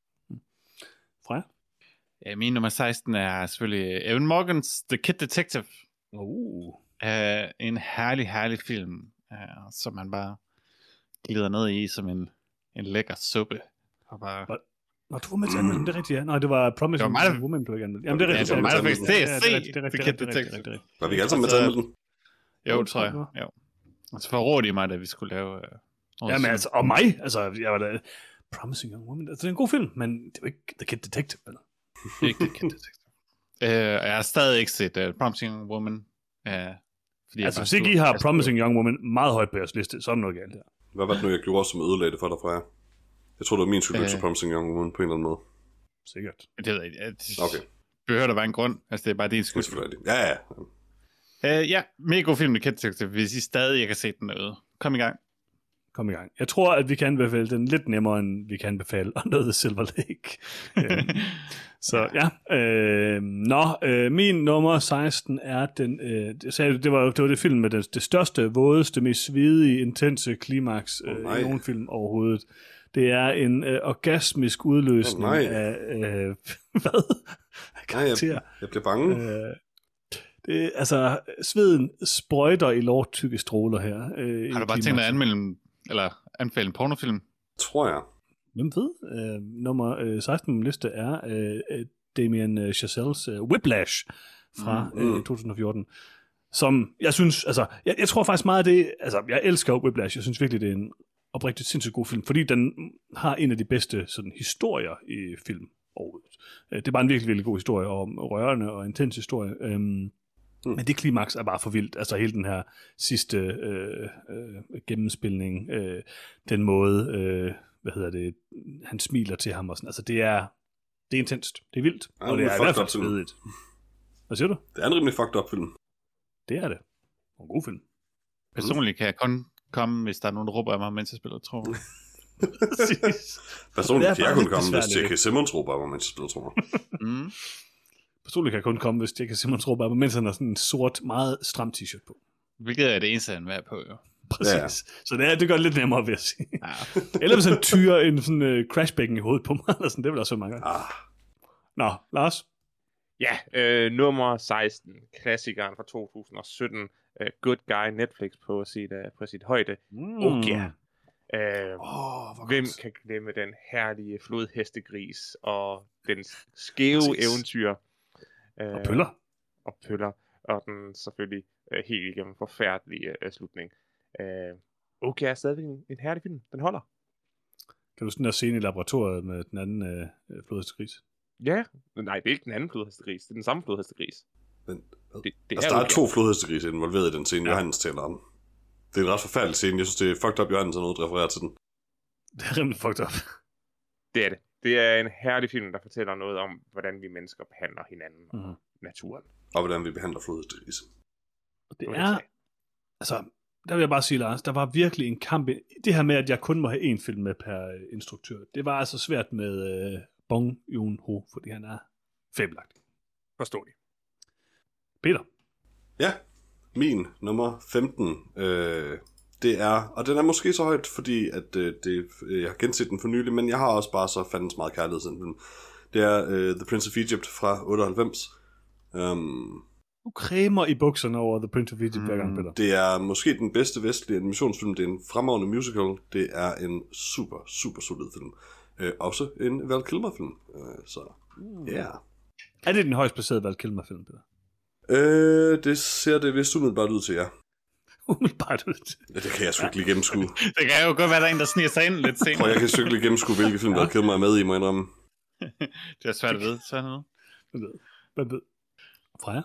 Freja? Ja, min nummer seksten er selvfølgelig Evan Morgans The Kid Detective. Uh. Uh, en herlig, herlig film, uh, som man bare glider ned i som en, en lækker suppe. Og bare... Nå, du var med til at anmelde den, det er rigtigt, ja. Nej, det var Promising mig, Woman, du ikke anmeldte. Jamen, det er rigtigt. Ja, det var mig, der fik det. Ja, det er rigtigt, det er rigtigt, det er rigtigt. Var vi ikke alle sammen med til at anmelde den? Jo, tror jeg. Jo. Og så forrådte de mig, da vi skulle lave... Uh, Jamen altså, og mig, altså, jeg var da... Promising Young Woman, altså, det er en god film, men det var ikke The Kid Detective, eller? Det er ikke The Kid Detective. uh, jeg har stadig ikke set uh, Promising Young Woman. Uh, fordi altså, hvis ikke I har Promising Young Woman meget højt på jeres liste, så er det noget galt her. Hvad var det nu, jeg gjorde, som ødelagde det for dig, Freja? Jeg tror, det var min skyld, at uh, Promising Young Woman på en eller anden måde. Sikkert. Det ved jeg ikke. Okay. Behøver der være en grund? Altså, det er bare din skyld. Ja, ja. Uh, ja, mega god film, The Kid Detective, hvis I stadig ikke har set den derude. Kom i gang. Kom i gang. Jeg tror, at vi kan anbefale den lidt nemmere, end vi kan anbefale Under the Silver Lake. øhm, så ja. Øh, nå, øh, min nummer seksten er den... Øh, jeg sagde, det, var, det var det film med det, det største, vådeste, mest svedige, intense klimaks øh, oh, i nogen film overhovedet. Det er en øh, orgasmisk udløsning oh, af... Øh, hvad? Nej, jeg, jeg bliver bange. Øh, det, altså, sveden sprøjter i lorttykke stråler her. Øh, Har du bare tænkt dig at anmelde eller anbefale en pornofilm? Tror jeg. Hvem ved? Øh, nummer øh, seksten på min liste er øh, Damien Chazelles øh, Whiplash fra mm, mm. Øh, to tusind og fjorten. Som jeg synes, altså, jeg, jeg tror faktisk meget af det, altså, jeg elsker Whiplash. Jeg synes virkelig, det er en oprigtigt sindssygt god film, fordi den har en af de bedste sådan, historier i film overhovedet. Det er bare en virkelig, virkelig god historie, og rørende og intens historie. Øhm, Mm. Men det klimaks er bare for vildt. Altså hele den her sidste øh, øh, gennemspilning, øh, den måde, øh, hvad hedder det, han smiler til ham og sådan. Altså det er, det er intenst. Det er vildt. Ja, og det er i hvert fald svedigt. Hvad siger du? Det er en rimelig fucked up film. Det er det. En god film. Personligt kan jeg kun komme, hvis der er nogen, der råber af mig, mens jeg spiller trommer. Personligt kan jeg kun komme, hvis J K. Simmons råber af mig, mens jeg spiller trommer. Mm. Personligt kan jeg kun komme, hvis J K. Simmons råber af mig, mens han har sådan en sort, meget stram t-shirt på. Hvilket er det eneste, han er på, jo. Præcis. Ja, ja. Så det, er, det gør det lidt nemmere, vil jeg sige. Ja. Eller hvis han tyrer en sådan uh, crashbækken i hovedet på mig, eller sådan, det vil også være mange gange. Ah. Nå, Lars? Ja, øh, nummer seksten, klassikeren fra to tusind og sytten, uh, Good Guy, Netflix på sit, uh, på sit højde. Mm. Oh yeah. Uh, oh, hvem kan glemme den herlige flodhestegris og den skæve Præcis. eventyr? Uh, Og pøller. Og pøller. Og den selvfølgelig uh, helt igennem forfærdelige uh, slutning. Uh, okay, er stadigvæk en, en herlig film. Den holder. Kan du sådan der scene i laboratoriet med den anden øh, flodhestegris? Ja, nej, det er ikke den anden flodhestegris. Det er den samme flodhestegris. Men, Det, det altså, der er okay. to flodhestegrise involveret i den scene, Ja. ja. Johannes taler om. Det er en ret forfærdelig scene. Jeg synes, det er fucked up, Johannes har noget at referere til den. Det er rimelig fucked up. Det er det. Det er en herlig film, der fortæller noget om, hvordan vi mennesker behandler hinanden og Mhm. naturen. Og hvordan vi behandler flodhestegrise. Det Det var er, det. altså, der vil jeg bare sige, Lars, der var virkelig en kamp. i- Det her med, at jeg kun må have én film med per øh, instruktør, det var altså svært med øh, Bong Joon-ho, fordi han er fabelagtig. Forståeligt. Peter? Ja, min nummer femten, øh, det er, og den er måske så højt, fordi at, øh, det, øh, jeg har genset den for nylig, men jeg har også bare så fandens meget kærlighed til den film. Det er øh, The Prince of Egypt fra otteoghalvfems. Um, Du cremer i bukserne over The Prince of Egypt hver gang, Peter. det er måske den bedste vestlige animationsfilm. Det er en fremragende musical. Det er en super, super solid film. Øh, også en Val Kilmer-film. Øh, så, ja. Yeah. Er det den højst placerede Val Kilmer-film, Peter? Øh, det ser det vist umiddelbart ud til, ja. Umiddelbart ud. Ja, det kan jeg sgu ikke lige gennemskue. Det kan jo godt være, der er en, der sniger sig ind lidt Prøv, senere. jeg kan sgu ikke lige gennemskue, hvilke film, der Kilmer er med i, må jeg indrømme. Det er svært at vide. Sådan noget. Hvad ved? Hvad ved? Freja?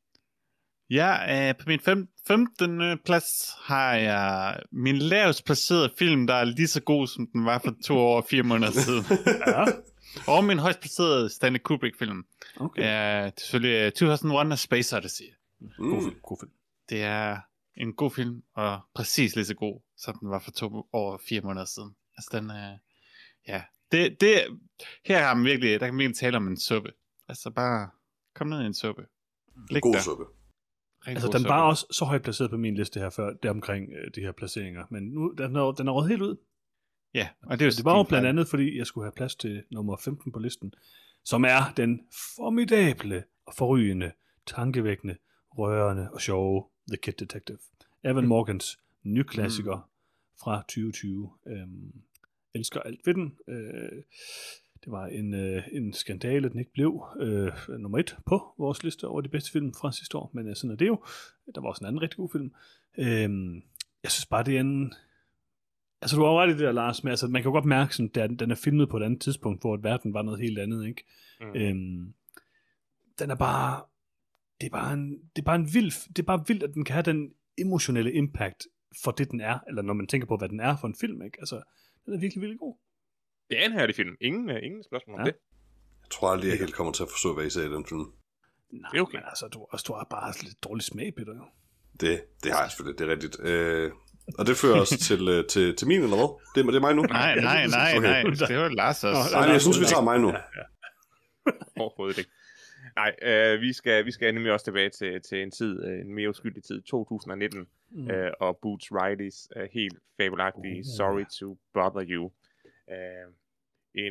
Ja, øh, på min fem, femtende plads har jeg min lavest placerede film, der er lige så god, som den var for to år og fire måneder siden. Ja. Og min højst placerede Stanley Kubrick-film. Okay. Ja, det er selvfølgelig to tusind og et A Space Odyssey. God Mm. film, god film. Det er en god film, og præcis lige så god, som den var for to år og fire måneder siden. Altså den er, ja, det, det, her har man virkelig, der kan man virkelig tale om en suppe. Altså bare, kom ned i en suppe. Lig God der. suppe. Rigtig Altså, god den suppe. var også så højt placeret på min liste her før, der omkring øh, de her placeringer. Men nu, den er, den er røget helt ud. Ja, og det er jo Det var jo din blandt fejl. andet, fordi jeg skulle have plads til nummer femten på listen, som er den formidable og forrygende, tankevækkende, rørende og sjove The Kid Detective. Evan Morgans nye klassiker mm. fra tyve tyve. Øhm, elsker alt ved den. Øh, det var en, øh, en skandale, den ikke blev øh, nummer et på vores liste over de bedste film fra sidste år, men øh, sådan er det jo. Der var også en anden rigtig god film. Øh, jeg synes bare, det er en... Altså, du har jo ret i det der, Lars, men altså, man kan jo godt mærke, at den, den er filmet på et andet tidspunkt, hvor verden var noget helt andet, ikke? Mm. Øhm, den er bare... Det er bare, en, det er bare en vild... Det er bare vildt, at den kan have den emotionelle impact for det, den er, eller når man tænker på, hvad den er for en film, ikke? Altså, den er virkelig, virkelig god. Det er en herlig film. Ingen, uh, ingen spørgsmål om Ja. det. Jeg tror aldrig, jeg helt kommer til at forstå, hvad I sagde i den film. Nej, Det er okay. men altså, du, altså, du har bare lidt dårlig smag, Peter, jo. Det, det har jeg selvfølgelig, det er rigtigt. Øh, og det fører os til, øh, til, til min, eller hvad? Det, er- det er mig nu? Nej, nej, nej, Okay. nej. Det var Lars også. Nå, Nej, jeg synes, vi tager mig nu. Overhovedet ikke. Nej, øh, vi, skal, vi skal nemlig også tilbage til, til en tid, øh, en mere uskyldig tid, to tusind nitten, mm. øh, og Boots Riley's øh, helt fabelagtige Uh. Sorry to Bother You. Øh, en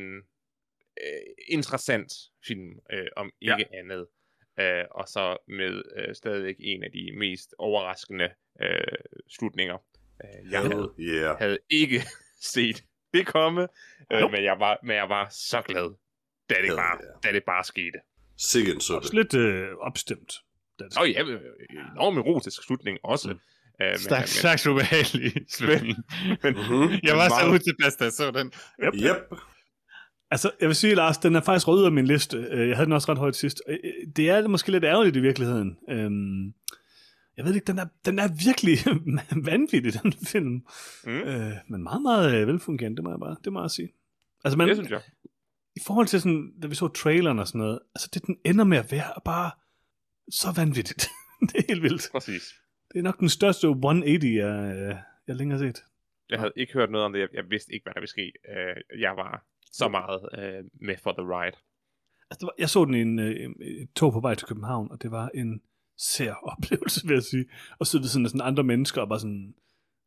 øh, interessant film, øh, om ikke ja. andet. Øh, og så med øh, stadigvæk en af de mest overraskende øh, slutninger. Øh, jeg havde, Yeah. havde ikke set det komme, øh, men, jeg var, men jeg var så glad, da det, Hell bare, yeah. da det bare skete. Sikke en suppe. Også lidt øh, opstemt. da det Åh oh, ja, enormt erotisk slutning også. Mm. Uh, men, Stærkt, stærkt ubehagelig slutning. men, Mhm. Jeg var så meget- utilpas, da jeg så den. Yep. Altså, jeg vil sige, Lars, den er faktisk rød af min liste. Øh, Jeg havde den også ret højt sidst. Øh, Det er måske lidt ærgerligt i virkeligheden. Øhm, Jeg ved ikke, den er, den er virkelig vanvittig, den film. Mm. Øh, men meget, meget øh, velfungerende, det må jeg bare, det må jeg sige. Altså, man, Det synes jeg. i forhold til sådan, da vi så traileren og sådan noget, altså det, den ender med at være bare så vanvittigt. Det er helt vildt. Præcis. Det er nok den største et hundrede otte, jeg, øh, jeg længere har set. Jeg havde ikke hørt noget om det. Jeg, jeg vidste ikke, hvad der ville ske. Uh, jeg var så meget uh, med for the ride. Altså, det var, jeg så den i en, øh, et tog på vej til København, og det var en sær oplevelse, vil jeg sige. Og så ved sådan, sådan andre mennesker, og bare sådan,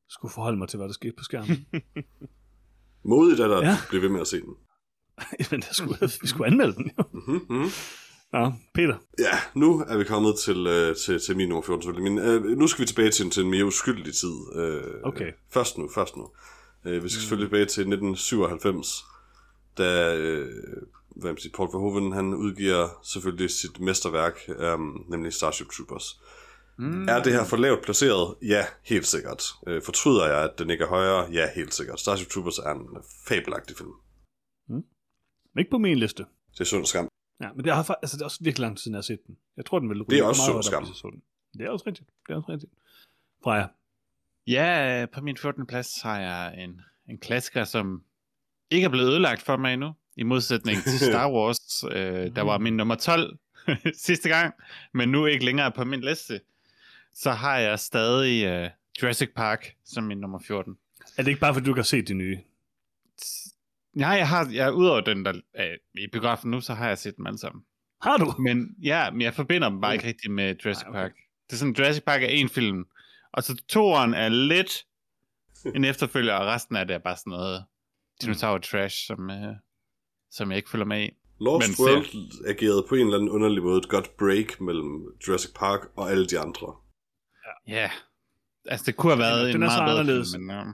skulle forholde mig til, hvad der skete på skærmen. Modigt er der, Ja. at blive ved med at se den. Men der skulle, vi skulle anmelde den jo. Mm-hmm. Nå, Peter. Ja, nu er vi kommet til, øh, til, til min nummer fjorten selvfølgelig. Men, øh, nu skal vi tilbage til, til en mere uskyldig tid. Øh, Okay. Først nu, først nu. Øh, vi skal mm. selvfølgelig tilbage til nitten syvoghalvfems, da øh, hvad man siger, Paul Verhoeven han udgiver selvfølgelig sit mesterværk, øh, nemlig Starship Troopers. Mm. Er det her for lavt placeret? Ja, helt sikkert. Øh, fortryder jeg, at den ikke er højere? Ja, helt sikkert. Starship Troopers er en fabelagtig film. Mm. Ikke på min liste. Det er synd og skam. Ja, men det, har, altså, det er også virkelig lang tid siden, jeg har set den. Jeg tror, den vil Det er også synd og skam. Det er også rigtigt. Det er også rigtigt. Freja. Ja, på min fjortende plads har jeg en, en klassiker, som ikke er blevet ødelagt for mig endnu. I modsætning til Star Wars, øh, der var min nummer tolv sidste gang, men nu ikke længere på min liste. Så har jeg stadig øh, Jurassic Park som min nummer fjorten. Er det ikke bare, fordi du ikke har set de nye? Nej, jeg har, jeg, udover den, der er i biografen nu, så har jeg set dem alle sammen. Har du? Men ja, men jeg forbinder dem bare ikke rigtig med Jurassic Nej, okay. Park. Det er sådan, Jurassic Park er en film, og så toeren er lidt en efterfølger, og resten af det er bare sådan noget dinosaur-trash, som, øh, som jeg ikke følger med i. Lost Men World agerede på en eller anden underlig måde et godt break mellem Jurassic Park og alle de andre. Ja, yeah. Altså det kunne have været Den- en den er så meget bedre anderledes. film, men øh,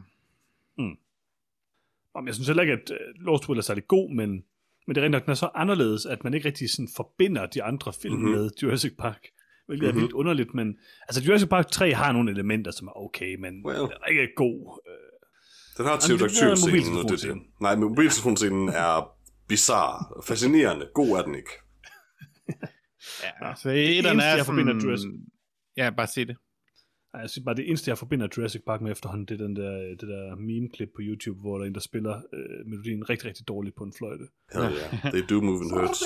Jamen, jeg synes heller ikke, at uh, Lost World er særlig god, men, men det er rent nok, den er så anderledes, at man ikke rigtig sådan forbinder de andre film Mhm. mm-hmm. med Jurassic Park. Hvilket Mhm. er vildt underligt, men altså Jurassic Park tre har nogle elementer, som er okay, men Well. den er ikke god. Øh, Den har Jamen, det er pterodaktylscenen, og det er mobiltelefonscenen. det. Nej, men mobiltelefonscenen er bizarre, fascinerende. God er den ikke. ja, altså det etteren eneste, er jeg forbinder sådan... Jurassic- Ja, bare sig det. Ej, jeg synes bare, det eneste, jeg forbinder Jurassic Park med efterhånden, det er den der, det der meme-klip på YouTube, hvor der er en, der spiller øh, melodien rigtig, rigtig dårligt på en fløjte. Hell yeah. They do move and hurts.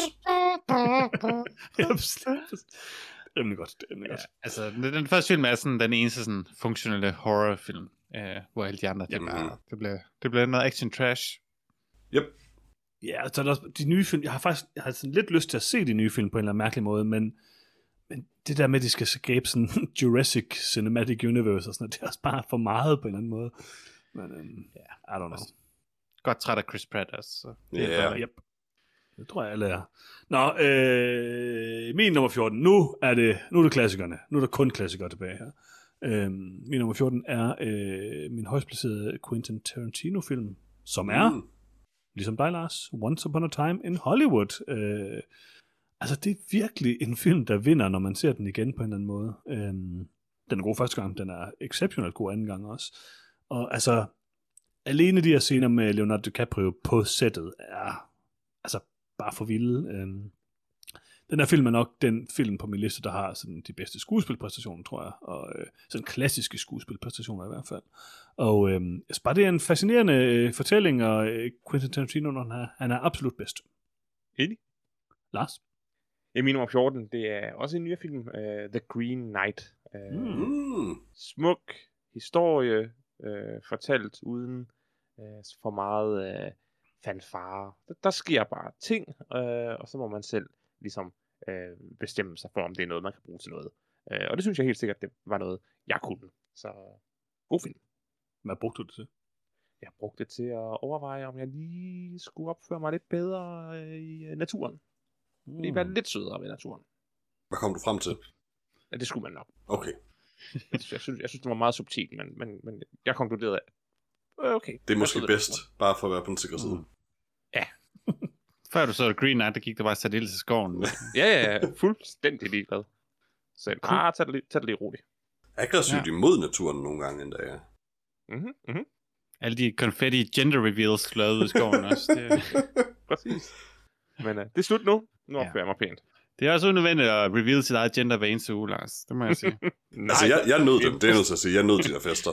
Ja, bestemt. Det er rimelig godt. Det er rimelig Ja, godt. altså den, den første film er sådan den eneste sådan funktionelle horrorfilm, øh, hvor alle de andre, det, Jamen. bare, det, bliver, det bliver noget action trash. Yep. Ja, så er der også de nye film. Jeg har faktisk jeg har sådan lidt lyst til at se de nye film på en eller anden mærkelig måde, men, men det der med, at de skal skabe sådan Jurassic Cinematic Universe og sådan noget, det er også bare for meget på en eller anden måde. Men um, ja, I don't know. Godt træt af Chris Pratt også. Så. Ja. Yeah. Yep. Det tror jeg alle er. Nå, øh, min nummer fjorten. Nu er det, nu er det klassikerne. Nu er der kun klassikere tilbage her. Øh, min nummer fjorten er øh, min højst placerede Quentin Tarantino-film, som er, Mm. ligesom dig, Lars, Once Upon a Time in Hollywood. Øh, altså, det er virkelig en film, der vinder, når man ser den igen på en eller anden måde. Øh, den er god første gang, den er exceptionelt god anden gang også. Og altså, alene de her scener med Leonardo DiCaprio på sættet er altså bare for vilde. Øhm, den her film er nok den film på min liste, der har sådan de bedste skuespilpræstationer, tror jeg, og øh, sådan klassiske skuespilpræstationer i hvert fald. Og øh, altså bare det er en fascinerende øh, fortælling, og øh, Quentin Tarantino, når han er, han er absolut bedst. Enig. Lars? Ja, min nummer fjorten, det er også en ny film, uh, The Green Knight. Uh, Mm. Mm. Smuk historie, uh, fortalt uden uh, for meget uh, fanfare. Der, der sker bare ting, uh, og så må man selv ligesom uh, bestemme sig for, om det er noget, man kan bruge til noget. Uh, og det synes jeg helt sikkert, det var noget, jeg kunne. Så god film. Hvad brugte du det til? Jeg brugte det til at overveje, om jeg lige skulle opføre mig lidt bedre uh, i uh, naturen. Mm. Lige være lidt sødere ved naturen. Hvad kom du frem til? Ja, det skulle man nok. Okay. Jeg synes, jeg synes, jeg synes det var meget subtilt, men, men, men jeg konkluderede, at øh, okay. Det er måske jeg bedst, bare for at være på den sikre side. Mm. Før du så Green Knight, der gik der bare sat ild til skoven. Ja, ja, ja. Fuldstændig ligeglad. Så Cool. ah, tag det lige, tag det lige roligt. Aggressivt Ja. imod naturen nogle gange endda, ja. Mhm, mhm. Alle de confetti gender reveals, du lavede ud i skoven også. Det, Præcis. Men uh, det er slut nu. Nu Ja. opfører jeg mig pænt. det er også unødvendigt at reveal sit eget gender hver eneste uge, Lars. Det må jeg sige. Nej, Altså, jeg, jeg nød dem, det er jeg nødt til at sige. Jeg nød de der fester.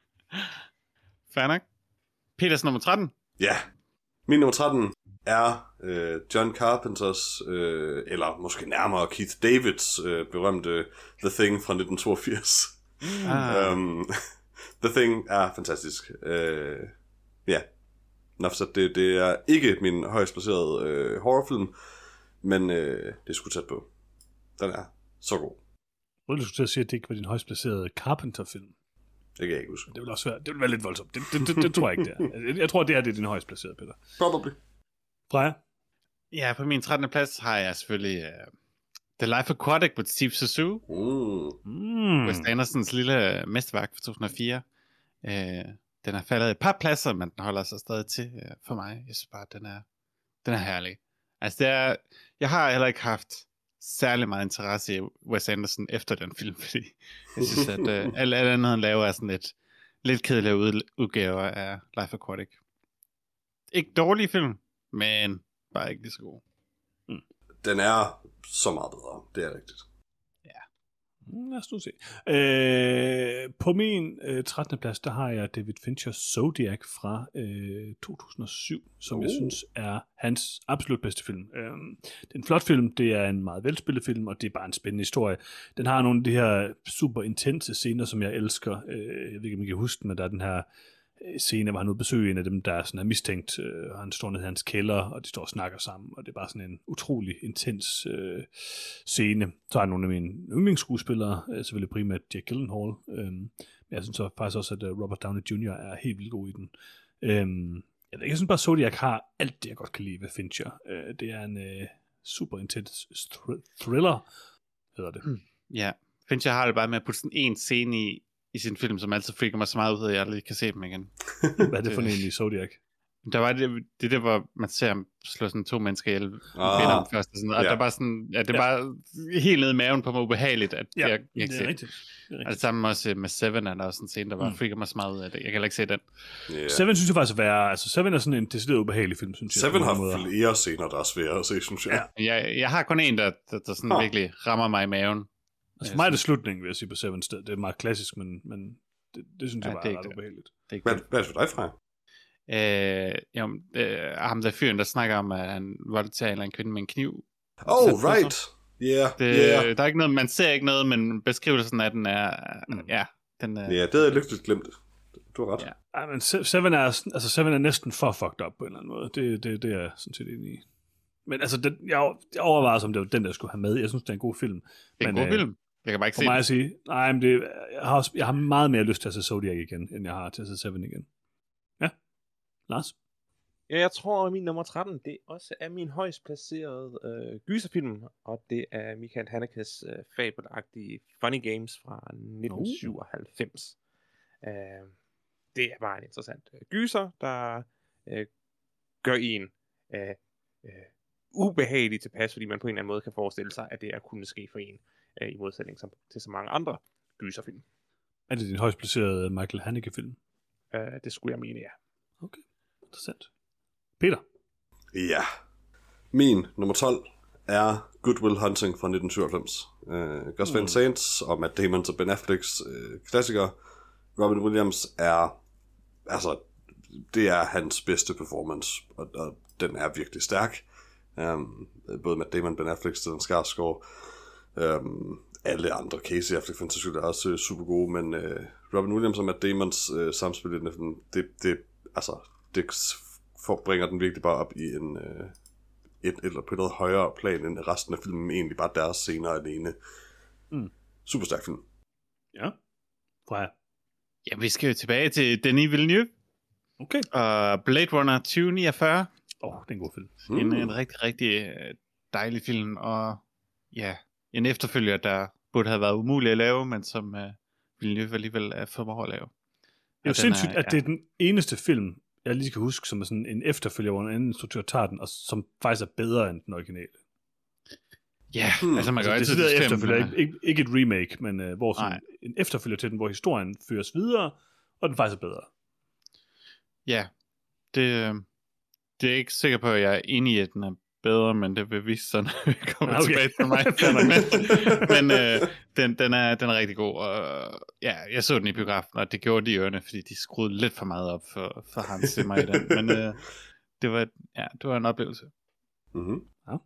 Fair nok. Peters nummer tretten. Ja. Min nummer tretten er øh, John Carpenters, øh, eller måske nærmere Keith Davids øh, berømte The Thing fra nitten toogfirs. Ah. Um, The Thing er fantastisk. Øh, ja. Nå, så det, det er ikke min højst placerede øh, horrorfilm, men øh, det er sgu tæt på. Den er så god. Jeg ville skulle til at sige, at det ikke var din højst placerede Carpenter-film. Det kan jeg ikke huske. Det vil også være, det vil være lidt voldsomt. Det, det, det, det tror jeg ikke, det er. Jeg, jeg tror, det er, det er din højst placerede, Peter. Probably. Freja? Ja, på min trettende plads har jeg selvfølgelig uh, The Life Aquatic med Steve Zissou. Mm. Mm. Wes Andersons lille mesterværk fra to tusind og fire. Uh, den har faldet et par pladser, men den holder sig stadig til uh, for mig. Jeg synes bare, den er, den er herlig. Altså, det er, jeg har heller ikke haft særlig meget interesse i Wes Anderson efter den film, fordi jeg synes, at uh, alt andet, han laver, er sådan lidt, lidt kedelige udgaver af Life Aquatic. Ikke dårlige film, men bare ikke lige så god. Mm. Den er så meget bedre, det er rigtigt. Lad os nu se. Øh, på min øh, trettende plads, der har jeg David Finchers Zodiac fra øh, to tusind og syv, som oh. jeg synes er hans absolut bedste film. Øh, det er en flot film, det er en meget velspillet film, og det er bare en spændende historie. Den har nogle af de her super intense scener, som jeg elsker. Øh, jeg ved ikke, om I kan huske den, men der er den her scene, hvor han ude besøger en af dem, der er sådan er mistænkt, øh, og han står nede i hans kælder, og de står og snakker sammen, og det er bare sådan en utrolig intens øh, scene. Så er nogle af mine yndlingsskuespillere, øh, selvfølgelig primært Jake Gyllenhaal, øh, men jeg synes så faktisk også, at uh, Robert Downey junior er helt vildt god i den. Øh, jeg, jeg synes bare, Zodiac har alt det, jeg godt kan lide ved Fincher. Øh, det er en øh, super intens thr- thriller, hedder det. Mm. Ja, Fincher har det bare med at putte sådan en scene i, i sin film, som altid freaker mig så meget ud, at jeg aldrig kan se dem igen. Hvad er det for en i Zodiac? Der var det, det der, hvor man ser ham slå sådan to mennesker ihjel, Ah, Venom først, og, sådan, og ja. der var sådan, ja, det var ja. helt nede i maven på mig ubehageligt, at Ja, jeg, jeg ikke det er se. rigtigt. Det er rigtigt. Altså sammen også med Seven, er der også en scene, der var Mm. freaker mig så meget ud af det. Jeg kan heller ikke se den. Yeah. Seven synes jeg faktisk er værre. Altså, Seven er sådan en decideret ubehagelig film, synes jeg. Seven på mange har måder. flere scener, der er svære at se, synes jeg. Ja. Jeg, jeg har kun en, der, der, der sådan Huh. virkelig rammer mig i maven. Altså, for mig er det slutningen, vil jeg sige, på Seven sted. Det er meget klassisk, men, men det, det synes jeg Ja, bare det er er ret ikke det. ubehageligt. Det er ikke Hvad, det. hvad er det for dig, Freja? Øh, jo, øh, ham der fyren, der snakker om, at han voldtager en eller anden kvinde med en kniv. Oh, Sat på sig. right. Yeah, Det, yeah. Der er ikke noget, man ser ikke noget, men beskrivelsen af den er, Mm. ja, den er, Ja, det havde jeg lykkeligt glemt. Du har ret. Ja. Ej, men Se- Seven er, sådan- altså, Seven er næsten for fucked up på en eller anden måde. Det, det, det er jeg sådan set enig i. Men altså, den, jeg, jeg overvejer, om det var den, der skulle have med. Jeg synes, det er en god film. det er en men, god øh, film. Jeg kan bare ikke For se mig den. at sige, nej, men det, jeg, har også, jeg har meget mere lyst til at se Zodiac igen, end jeg har til at se Seven igen. Ja, Lars? Ja, jeg tror, at min nummer tretten, det også er min højst placerede øh, gyserfilm, og det er Michael Hanekes øh, fabelagtige Funny Games fra nitten syvoghalvfems. Uh. Uh, det er bare en interessant øh, gyser, der øh, gør en øh, øh, ubehagelig tilpas, fordi man på en eller anden måde kan forestille sig, at det er kunne ske for en, øh, i modsætning som, til så mange andre gyserfilm. Er det din højst placerede Michael Haneke-film? Uh, det skulle jeg mene, ja. Okay, interessant. Peter? Ja. Min nummer tolv er Good Will Hunting fra nitten syvoghalvfems. Uh, Gus Van Sant og Matt Damon og Ben Afflecks uh, klassiker. Robin Williams er, altså, det er hans bedste performance, og, og den er virkelig stærk. Um, både Matt Damon, Ben Affleck, Stellan Skarsgård, um, alle andre, Casey Affleck fandt selvfølgelig også uh, super gode, men uh, Robin Williams og Matt Damons uh, samspil i den film, det, det, altså, det for, bringer den virkelig bare op i en, uh, et, eller på et noget højere plan end resten af filmen, egentlig bare deres scener alene. Mm. Super stærk film. Ja. Freja? Ja, vi skal jo tilbage til Denis Villeneuve Okay. og Blade Runner tyve niogfyrre. Åh, oh, det er en god film. Mm. En, en rigtig, rigtig øh, dejlig film, og ja, en efterfølger, der burde have været umulig at lave, men som øh, Villeneuve alligevel er formået at lave. Det er jo Og den sindssygt, er- at det er den eneste film, jeg lige kan huske, som er sådan en efterfølger, hvor en anden instruktør tager den, og som faktisk er bedre end den originale. Ja, Hmm. altså man kan Altså, jo det altid er bestemme, efterfølger, men, ikke, ikke, ikke et remake, men uh, hvor sådan Nej. en efterfølger til den, hvor historien føres videre, og den faktisk er bedre. ja, det, øh, det er ikke sikker på, at jeg er enig i, at den er bedre, men det vil vise sig, når vi kommer Okay. okay. tilbage til mig. Fair nok. men men øh, den, den, er, den er rigtig god, og ja, jeg så den i biografen, og det gjorde de i ørerne, fordi de skruede lidt for meget op for, for Hans Zimmer i den, men øh, det, var, ja, det var en oplevelse. Mm-hmm.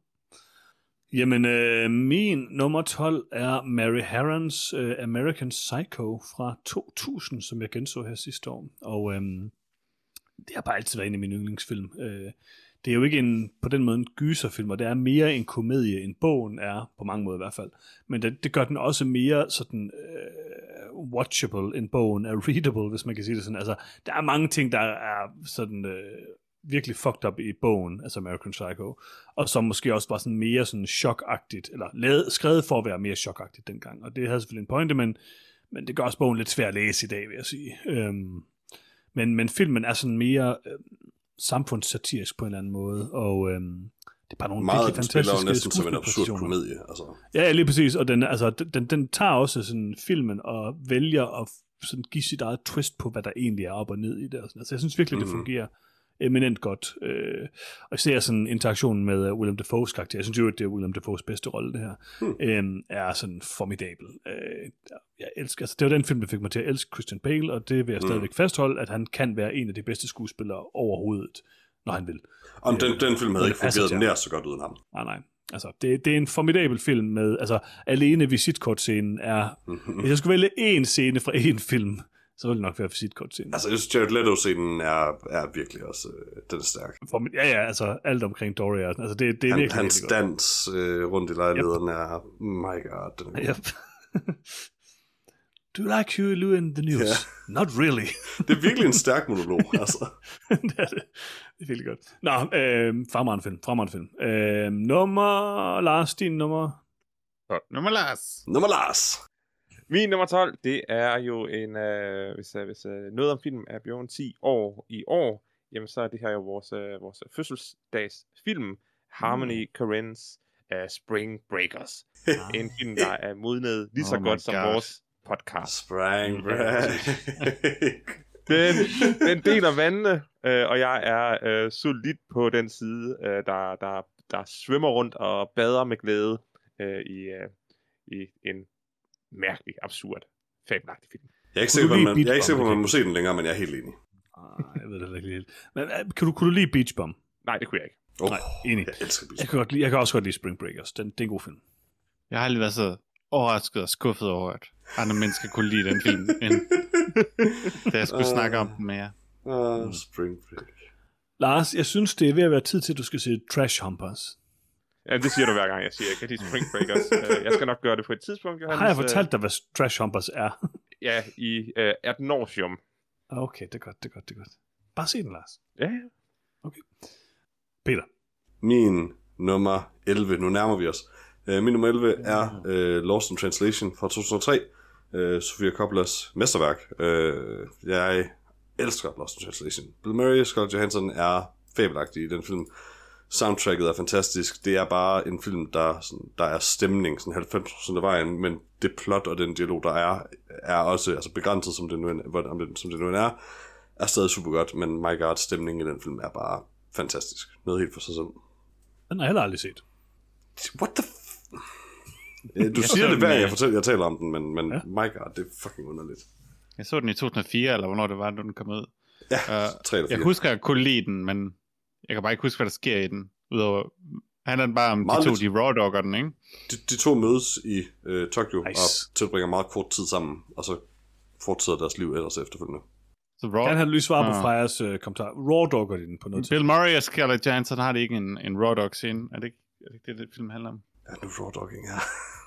Jamen, øh, min nummer tolv er Mary Harrons øh, American Psycho fra to tusind, som jeg genså her sidste år. Og øh, det har bare altid været en af mine yndlingsfilm. Øh, det er jo ikke en, på den måde en gyserfilm, og det er mere en komedie, end bogen er, på mange måder i hvert fald. Men det, det gør den også mere sådan øh, watchable end bogen er readable, hvis man kan sige det sådan. Altså, der er mange ting, der er sådan øh, virkelig fucked up i bogen, altså American Psycho, og som måske også var sådan mere sådan chokagtigt, eller lavet, skrevet for at være mere chokagtigt dengang, og det havde selvfølgelig en pointe, men, men det gør også bogen lidt svær at læse i dag, vil jeg sige. Øhm, men, men filmen er sådan mere øh, samfundssatirisk på en eller anden måde, og øhm, det er bare nogle meget, virkelig fantastiske skuespillerjoner. Meget næsten som en absurd komedie. Altså. Ja, lige præcis, og den, altså, den, den tager også sådan filmen og vælger at sådan give sit eget twist på, hvad der egentlig er op og ned i det. Og sådan. Altså, jeg synes virkelig, mm. det fungerer eminent godt. Øh, og jeg ser sådan interaktionen med uh, Willem Dafoes karakter. Jeg synes jo, at det er Willem Dafoes bedste rolle, det her. Mm. Øh, er sådan formidabel. Øh, jeg elsker, altså, det var den film, der fik mig til at elske Christian Bale, og det vil jeg stadigvæk mm. fastholde, at han kan være en af de bedste skuespillere overhovedet, når han vil. Om den, den film havde ikke fungeret nær så godt uden ham. Nej, nej. Altså, det, det er en formidabel film med, altså, alene visitkortscenen er, hvis jeg skulle vælge én scene fra én film, så ville det nok være visitkortscenen. Altså, jeg synes, Jared Leto-scenen er, er virkelig også, øh, den er stærk. For, ja, ja, altså, alt omkring Dory, altså, det, det er Han, virkelig, hans virkelig dans øh, rundt i lejligheden yep. er, my god, den er yep. Do you like Huey Lewis in the news? Yeah. Not really. Det er virkelig en stærk monolog, altså. det er det. Det er virkelig godt. Nå, øh, fremragende film, fremragende film. Øh, nummer, Lars, din nummer? Så, nummer Lars. Nummer Lars. Min nummer tolv, det er jo en, øh, hvis, øh, hvis øh, noget om film er blevet ti år i år, jamen så er det her jo vores, øh, vores fødselsdagsfilm, Harmony mm. Korine's uh, Spring Breakers. En film, der er modnet lige så oh godt som vores podcast. Spring Break. den, den deler vandene, øh, og jeg er øh, solidt på den side, øh, der, der, der svømmer rundt og bader med glæde øh, i, øh, i en mærkelig, absurd, fabelagtig film. Jeg er ikke sikker på, man, jeg er ikke sikker på, man må se den længere, men jeg er helt enig. Ah, jeg ved det ikke helt. Men kan du, kunne du lide Beach Bum? Nej, det kunne jeg ikke. Oh, nej, enig. Jeg elsker Beach Bum. Jeg kan, godt lide, jeg kan også godt lide Spring Breakers. Den, det er en god film. Jeg har aldrig været så overrasket og skuffet over, at andre mennesker kunne lide den film, end da jeg skulle uh, snakke om den med jer. Uh, Spring Break. Lars, jeg synes, det er ved at være tid til, at du skal se Trash Humpers. Ja, det siger du hver gang, jeg siger, jeg kan lide Spring Breakers. uh, jeg skal nok gøre det på et tidspunkt, Johannes. Har jeg fortalt dig, hvad Trash Humpers er? Ja, i uh, ad nauseam. Okay, det er godt, det er godt, det er godt. Bare se den, Lars. Ja, okay. Peter. Min nummer elleve, nu nærmer vi os. Uh, min nummer elleve er uh, Lost in Translation fra to tusind og tre. Uh, Sofia Coppolas mesterværk. Uh, jeg elsker Lost in Translation. Bill Murray og Scarlett Johansson er fabelagtige i den film. Soundtracket er fantastisk. Det er bare en film, der, sådan, der er stemning sådan halvfems procent af vejen, men det plot og den dialog, der er, er også altså begrænset, som det nu er, som det nu er, er stadig super godt, men my god, stemningen i den film er bare fantastisk. Noget helt for sig selv. Den har jeg heller aldrig set. What the f... Du siger det hver, jeg, fortæller, jeg taler om den, men, men ja. my god, det er fucking underligt. Jeg så den i to tusind og fire, eller hvornår det var, da den kom ud. Ja, uh, tre eller fire. Jeg husker, at jeg kunne lide den, men jeg kan bare ikke huske, hvad der sker i den. Udover, handler den bare om meget de to, lidt. De raw dogger den, ikke? De, de to mødes i øh, Tokyo nice. Og tilbringer meget kort tid sammen, og så fortsætter deres liv ellers efterfølgende. Så raw... Kan han lige svare på uh. Frejas øh, kommentar? Raw dogger de den på noget Bill Murray og Scarlett Johansson har det ikke en, en raw dog scene. Er det ikke er det, ikke det, det film handler om? Ja, nu raw dogging, ja.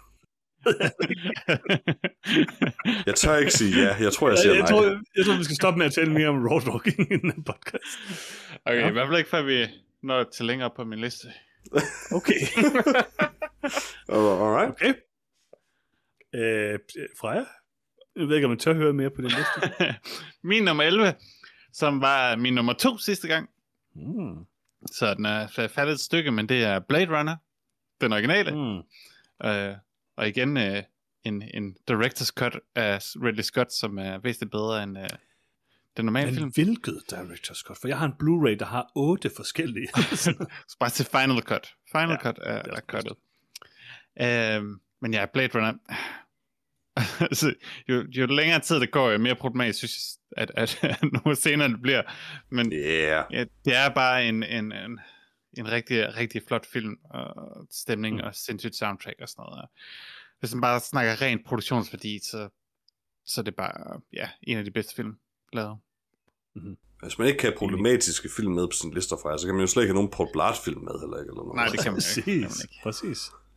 Jeg tør ikke sige ja. Jeg tror, jeg siger jeg, jeg nej. Tror, jeg tror, vi skal stoppe med at tale mere om raw dogging i den podcast. Okay, ja. I hvert fald ikke, før vi når til længere på min liste. Okay. Alright. Okay. Øh, Freja? Jeg ved ikke, om man tør høre mere på din liste. Min nummer elleve, som var min nummer to sidste gang. Mm. Så den er faldet et stykke, men det er Blade Runner. Den originale. Mm. Øh, og igen øh, en, en director's cut af Ridley Scott, som er væsentligt bedre end øh, den normale men film. Hvilket director's cut? For jeg har en Blu-ray, der har otte forskellige. Så bare til Final Cut. Final ja, Cut er, er cuttet. Øh, men ja, Blade Runner... altså, jo, jo længere tid det går, jo mere problematisk synes jeg, at, at nogle senere det bliver. Men yeah. ja, det er bare en, en, en, en rigtig, rigtig flot film, og stemning mm. og sindssygt soundtrack og sådan noget. Hvis man bare snakker rent produktionsværdi, så, så er det bare ja, en af de bedste film lavet. Mm-hmm. Hvis man ikke kan have problematiske film med på sin lister fra, så kan man jo slet ikke have nogen Paul Blart film med heller ikke. Eller noget. Nej, det kan man ikke. Præcis. Præcis.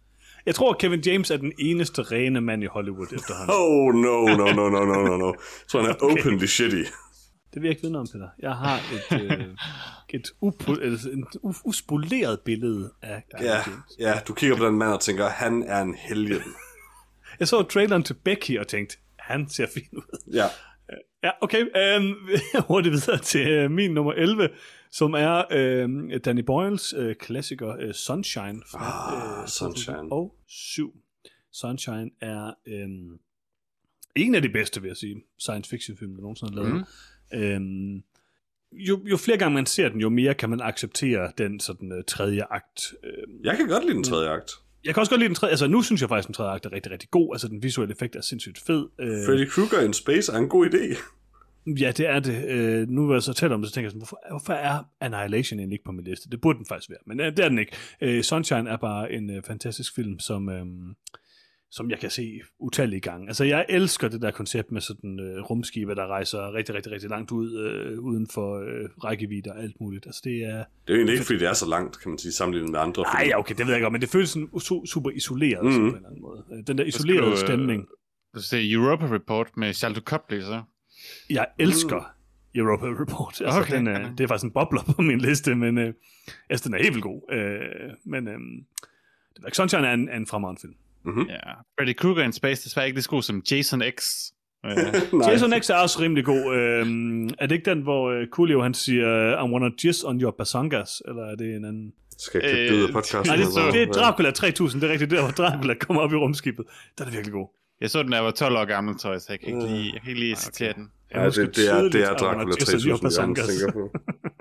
Jeg tror, Kevin James er den eneste rene mand i Hollywood efterhånden. Oh, no, no, no, no, no, no, no. Jeg tror, han er okay. Openly shitty. Det vil jeg ikke vide noget om, Peter. Jeg har et, øh, et upo- et uspoleret billede af Kevin Ja, James. ja, du kigger på den mand og tænker, han er en helgen. Jeg så traileren til Becky og tænkte, han ser fin ud. Ja. Ja, okay. Um, hurtigt videre til uh, min nummer elleve, som er uh, Danny Boyles uh, klassiker uh, Sunshine fra Ah, uh, Sunshine. to tusind og syv. Sunshine er um, en af de bedste, vil jeg sige, science fiction film, der nogensinde har lavet. Mm. Um, jo, jo flere gange man ser den, jo mere kan man acceptere den sådan uh, tredje akt. Uh, Jeg kan godt lide den tredje akt. jeg kan også godt lide den tredje, altså nu synes jeg faktisk, den tredje akt er rigtig, rigtig god. Altså den visuelle effekt er sindssygt fed. Uh, Freddy Krueger in Space er en god idé. Ja, det er det. Øh, nu vil jeg så tale om det, så tænker jeg sådan, hvorfor, hvorfor er Annihilation egentlig ikke på min liste? Det burde den faktisk være, men øh, det er den ikke. Øh, Sunshine er bare en øh, fantastisk film, som, øh, som jeg kan se utallige gange. Altså, jeg elsker det der koncept med sådan øh, rumskibe, der rejser rigtig, rigtig, rigtig langt ud, øh, uden for øh, rækkevidde og alt muligt. Altså, det er... Det er jo egentlig ikke, fordi det er så langt, kan man sige, sammenlignet med andre Nej, film. ja, okay, det ved jeg godt, men det føles sådan su- super isoleret, mm. Mhm. på en eller anden måde. Den der isolerede du, stemning. Du ser Europa Report med Charlotte Copley, så. Jeg elsker Europa Report. Altså, Okay, den, ja. øh, det er faktisk en bobler på min liste, men øh, altså, den er helt vildt god. Øh, men øh, det er, Sunshine er en, er en fremragende film. Mm-hmm. Ja. Freddy Krueger in Space, det er desværre ikke lige så god som Jason X. Øh, Jason X er også rimelig god. Øh, er det ikke den, hvor øh, Coolio han siger, I wanna jizz on your bazongas? Eller er det en anden? Skal jeg klippe det ud af Øh, podcasten? Nej, det, så- det er Dracula tre tusind. Det er rigtigt, der hvor Dracula kommer op i rumskibet. Der er det virkelig god. jeg så den, da jeg var tolv år gammel, tror jeg, så jeg kan ikke lige, jeg kan ikke lige citere den. Ja, Jeg husker det, det, er, det tydeligt, er I wanna Dracula jizz on your tre tusind, jeg bazongas. tænker på.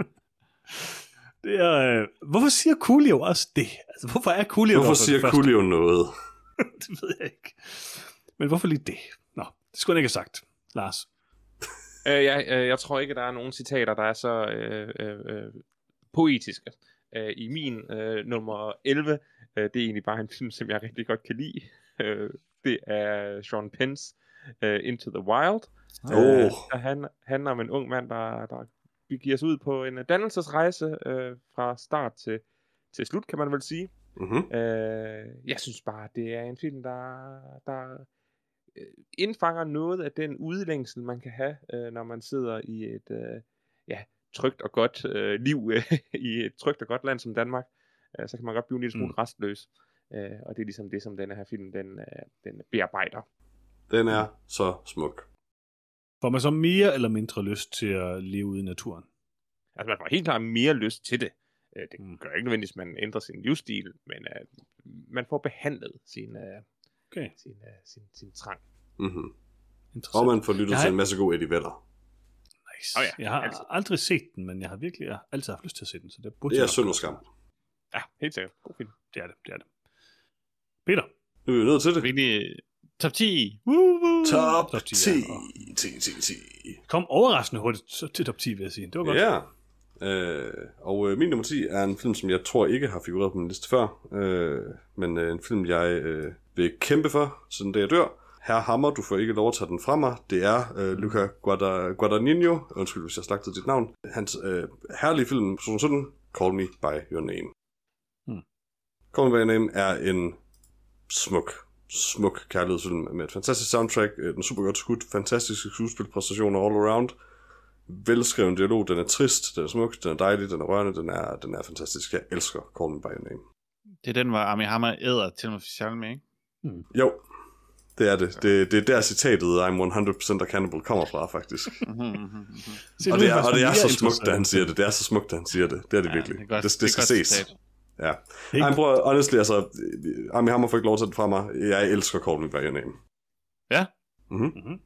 Det er, øh, hvorfor siger Coolio også det? Altså, hvorfor er Coolio Hvorfor der for siger det første? Coolio noget? Det ved jeg ikke. Men hvorfor lige det? Nå, det skulle han ikke have sagt, Lars. Øh, jeg, øh, jeg tror ikke, der er nogen citater, der er så øh, øh, øh, poetiske. Øh, I min øh, nummer elleve, øh, det er egentlig bare en film, som jeg rigtig godt kan lide. Øh, det er Sean Penns øh, Into the Wild. Åh. Øh, der han, handler om en ung mand, der, der giver sig ud på en dannelsesrejse øh, fra start til, til slut, kan man vel sige. Mm-hmm. Øh, jeg synes bare, det er en film, der, der øh, indfanger noget af den udlængsel, man kan have, øh, når man sidder i et øh, ja, trygt og godt øh, liv øh, i et trygt og godt land som Danmark. Øh, så kan man godt blive en lille smule mm. restløs. Øh, og det er ligesom det, som denne her film, den, øh, den bearbejder. Den er så smuk. Får man så mere eller mindre lyst til at leve ude i naturen? Altså, man får helt klart mere lyst til det. Øh, det Mm. gør ikke nødvendigvis, at man ændrer sin livsstil, men øh, man får behandlet sin, øh, Okay, sin, øh, sin, sin trang. Mm-hmm. interessant. Og man får lyttet Jeg til har- en masse gode Eddie Vedder. Nice. Oh ja, jeg har altid. aldrig set den, men jeg har virkelig jeg har altid haft lyst til at se den, så det burde Det jeg er nok synd gøre. og skam. Ja, helt sikkert. God film. Det er det, det er det. Peter. Nu er vi nødt til det. Virkelig top ti. Woo, woo. Top Top ti, ti. ja. ti, ti, ti. Kom overraskende hurtigt så til top ti, vil jeg sige. Det var godt. Ja. Øh, og øh, min nummer ti er en film, som jeg tror ikke har figureret på min liste før. Øh, men øh, en film, jeg øh, vil kæmpe for, sådan da jeg dør. Herre Hammer, du får ikke lov at tage den fra mig. Det er øh, Luca Guada- Guadagnino. Undskyld, hvis jeg slagtede dit navn. Hans øh, herlige film, to tusind og sytten, Call Me By Your Name. Hmm. Call Me By Your Name er en smuk, smuk kærlighedsfilm med et fantastisk soundtrack, den er super godt skudt, fantastiske skuespilpræstationer all around, velskreven dialog, den er trist, den er smuk, den er dejlig, den er rørende, den er, den er fantastisk. Jeg elsker Call Me By Your Name. Det er den, hvor Armie Hammer æder til mig for med, ikke? Jo, det er det. Det, det er der citatet I'm hundrede procent a cannibal kommer fra, faktisk. Se, Og nu det er, faktisk og det er mere så smukt, interessant. da han siger det. Det er så smukt, da han siger det. Det er det Ja, virkelig. det er godt- det, det, det er skal godt ses. citat. Ja. Ikke- Ej, bror, honestly, altså, Armie Hammer får ikke lov til det fra mig. Jeg elsker Call Me By Your Name. Ja. Mhm. Mhm.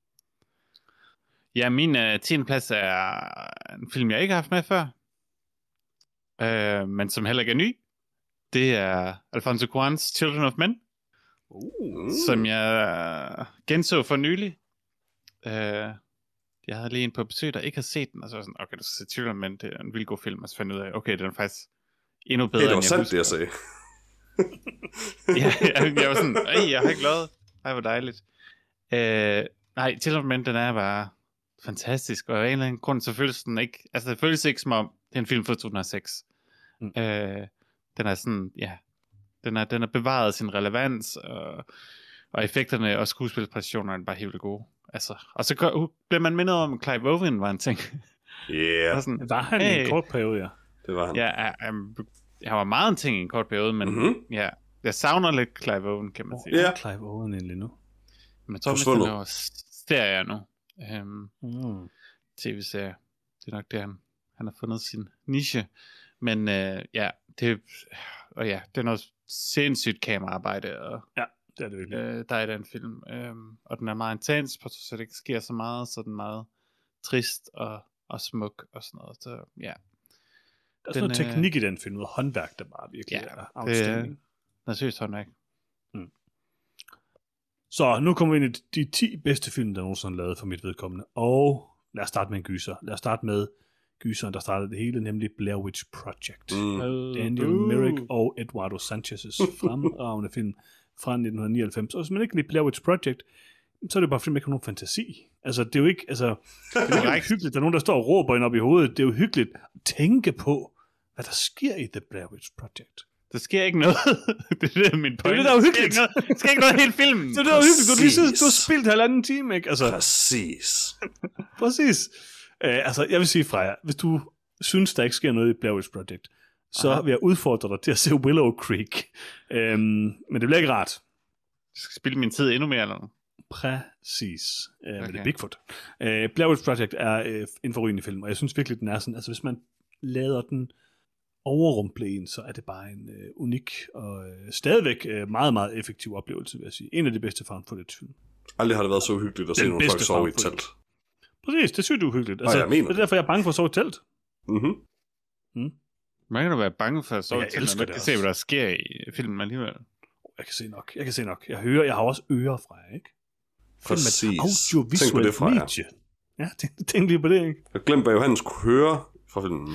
Ja, min uh, tiende plads er en film, jeg ikke har haft med før. Uh, men som heller ikke er ny. Det er Alfonso Cuarón's Children of Men, Uh, som jeg genså for nylig. Uh, jeg havde lige en på besøg, der ikke har set den, og så var jeg sådan, okay, du skal se Children of Men, det er en vildt god film, og så fandt jeg ud af, okay, den er faktisk endnu bedre, Hey, det var end jeg sandt, husker. det jeg sagde. ja, jeg, jeg var sådan, ej, jeg har ikke lovet. Ej, hvor dejligt. Øh, nej, Children of Men, den er bare fantastisk, og af en eller anden grund, så føles den ikke, altså det føles ikke som om, det er en film fra to tusind og seks. Mm. Øh, den er sådan, ja, Den er, den er bevaret sin relevans, og, og effekterne og skuespilspræstationerne er bare helt vildt gode. Altså, og så gør, bliver man mindet om, at Clive Owen var en ting. Yeah. Sådan, Var han hey. en kort periode, ja? Det var han. Ja, jeg, jeg, jeg var meget en ting i en kort periode, men mm-hmm. ja, jeg savner lidt Clive Owen, kan man sige. Ja, yeah. Clive Owen endelig nu. Men jeg tror, at han laver serier nu. Um, mm. tv-serier. Det er nok det, han, han har fundet sin niche. Men uh, ja, det, og ja, det er noget sindssygt kameraarbejde, og ja, det er det virkelig. Øh, der er den film. Um, og den er meget intens, så det ikke sker så meget, så den er meget trist og, og smuk og sådan noget. Så ja. Der er sådan noget teknik i den film, noget håndværk, der bare virkelig ja, er afstemning. Det er seriøst håndværk. Mm. Så nu kommer vi ind i de ti bedste film, der nogensinde er lavet for mit vedkommende. Og lad os starte med en gyser. Lad os starte med gyseren, der startede det hele, nemlig Blair Witch Project. Mm. Daniel uh. Myrick og Eduardo Sanchez' fremragende film fra nitten nioghalvfems. Og hvis man ikke lide Blair Witch Project, så er det bare fordi, man ikke har nogen fantasi. Altså, det er jo ikke, altså, det er jo ikke hyggeligt, der er nogen, der står og råber ind op i hovedet. Det er jo hyggeligt at tænke på, hvad der sker i The Blair Witch Project. Der sker ikke noget. Det er det, min point. Det er det, der er jo hyggeligt. Der sker ikke noget, der sker ikke noget helt filmen. Så det er jo hyggeligt. Du har lige siddet, du har spildt halvanden time, ikke? Altså, præcis. præcis. Uh, altså, jeg vil sige, Freja, hvis du synes, der ikke sker noget i Blair Witch Project, så Aha. vil jeg udfordre dig til at se Willow Creek. Um, men det bliver ikke rart. Jeg skal spille min tid endnu mere, eller noget? Præcis. Uh, okay. Med det Bigfoot. Uh, Blair Witch Project er uh, en forrygende film, og jeg synes virkelig, den er sådan, altså hvis man lader den overrumple en, så er det bare en øh, unik og øh, stadigvæk øh, meget, meget effektiv oplevelse, vil jeg sige. En af de bedste found footage-film. Aldrig har det været så uhyggeligt at se nogle folk sove i et telt. Præcis, det synes du er uhyggeligt. Altså, jeg mener det er derfor, jeg er bange for at sove i telt. Mhm. Mm. Man kan du være bange for at sove i telt, når man kan se, hvad der sker i filmen alligevel. Jeg kan se nok, jeg kan se nok. Jeg hører, jeg har også ører fra jer, ikke? Præcis. Audiovisuelt tænk på det fra jer. medie. Ja, tænk, tænk lige på det, ikke? Jeg glemte, hvad Johannes kunne høre fra filmen.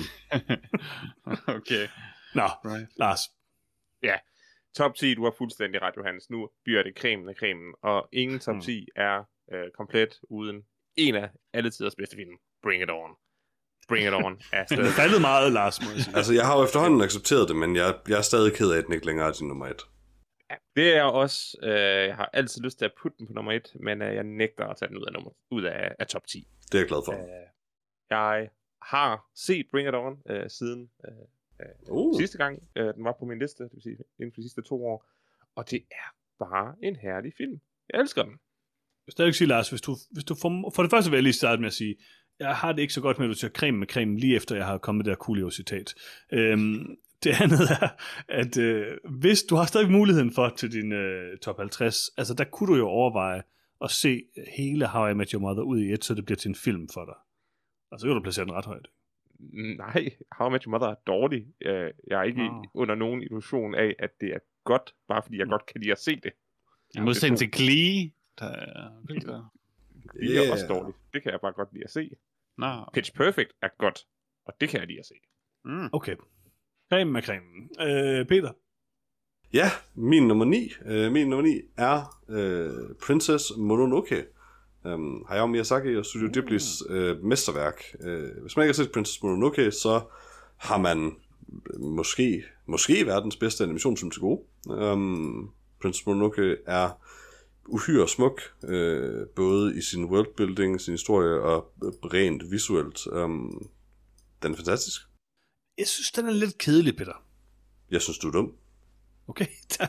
Okay. Nå, right. Lars. Ja, top ti, du har fuldstændig ret, Johannes. Nu bliver det cremen af cremen, og ingen top ti hmm. er øh, komplet uden en af alle tiders bedste film. Bring It On. Bring It On er stadig... Det er faldet meget, Lars, må jeg sige. Altså, jeg har jo efterhånden accepteret det, men jeg, jeg er stadig ked af, at den ikke længere er til nummer et. Ja, det er også... Øh, jeg har altid lyst til at putte den på nummer et, men øh, jeg nægter at tage den ud af, nummer, ud af, af top ti. Det er jeg glad for. Øh, jeg har set Bring It On øh, siden øh, uh. sidste gang. Øh, den var på min liste, det vil sige inden for de sidste to år. Og det er bare en herlig film. Jeg elsker den. Jeg vil stadig sige, Lars, hvis du, hvis du får, for det første vil jeg lige starte med at sige, jeg har det ikke så godt med, at du siger creme med creme, lige efter jeg har kommet der Coolio-citat. Øhm, det andet er, at øh, hvis du har stadig muligheden for til din øh, top halvtreds, altså der kunne du jo overveje at se hele How I Met Your Mother ud i et, så det bliver til en film for dig. Og så kan du placere den ret højt. Nej, How I Met Your Mother er dårlig. Jeg er ikke oh. under nogen illusion af, at det er godt, bare fordi jeg mm. godt kan lide at se det. I modsætning til Glee, der er vildt der. Det er yeah. også dårligt. Det kan jeg bare godt lide at se. No. Pitch Perfect er godt, og det kan jeg lide at se. Mm. Okay. Creme med cremen. Øh, Peter? Ja, min nummer ni. Øh, min nummer ni er øh, Princess Mononoke. Um, Hayao Miyazaki og Studio Ghiblis øh, mesterværk. Øh, hvis man ikke har set Princess Mononoke, så har man måske, måske verdens bedste animationsfilm til gode. Um, Princess Mononoke er uhyre smuk, øh, både i sin worldbuilding, sin historie og rent visuelt. Um, den er fantastisk. Jeg synes, den er lidt kedelig, Peter. Jeg synes, du er dum. Okay, tak.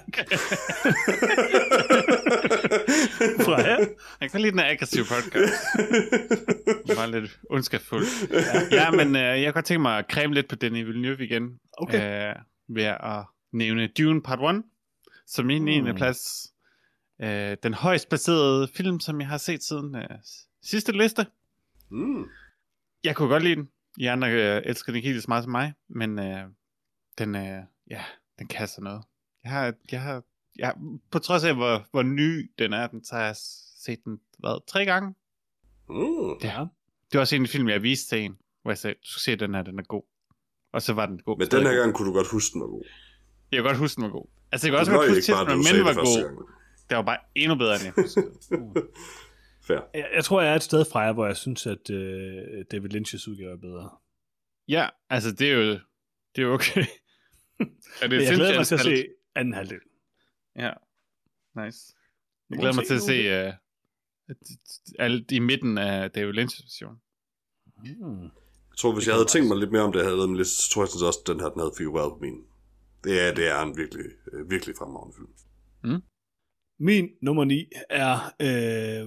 Fra her. Jeg kan lide den aggressive podcast. Det var lidt ondskabsfuld. Ja, men øh, jeg kan godt tænke mig at creme lidt på Denis Villeneuve igen. Okay. Øh, ved at nævne Dune Part et, som min niende mm. plads. Øh, den højst placerede film, som jeg har set siden øh, sidste liste. Mm. Jeg kunne godt lide den. I andre øh, elsker den ikke helt så meget som mig, men øh, den, øh, ja, den kan så noget. Jeg har, jeg har, jeg, på trods af, hvor, hvor ny den er, den, så har jeg set den, hvad, tre gange? Mm. Ja. Det var også en af de film, jeg viste til en, hvor jeg sagde, du skal se, den her, den er god. Og så var den god. Men den her gang kunne du godt huske, den var god. Jeg kunne godt huske, den var god. Altså, jeg kunne også godt huske, at den men var god. Gang. Det var bare endnu bedre, end jeg huskede. uh. Fair. Jeg, jeg tror, jeg er et sted fra jer, hvor jeg synes, at øh, David Lynch's udgave er bedre. Ja, altså, det er jo, det er jo okay. Er det jeg glæder mig til at se, anden halvdel. Ja, nice. Jeg glæder mig til at se uh, alt i midten af David Lynch's version. Hmm. Jeg tror, hvis jeg havde tænkt mig lidt mere om det, jeg havde lavet min liste, så tror jeg sådan også, at den her den havde figureret på min. Det er, det er en virkelig, virkelig fremragende film. Mm. Min nummer ni er øh,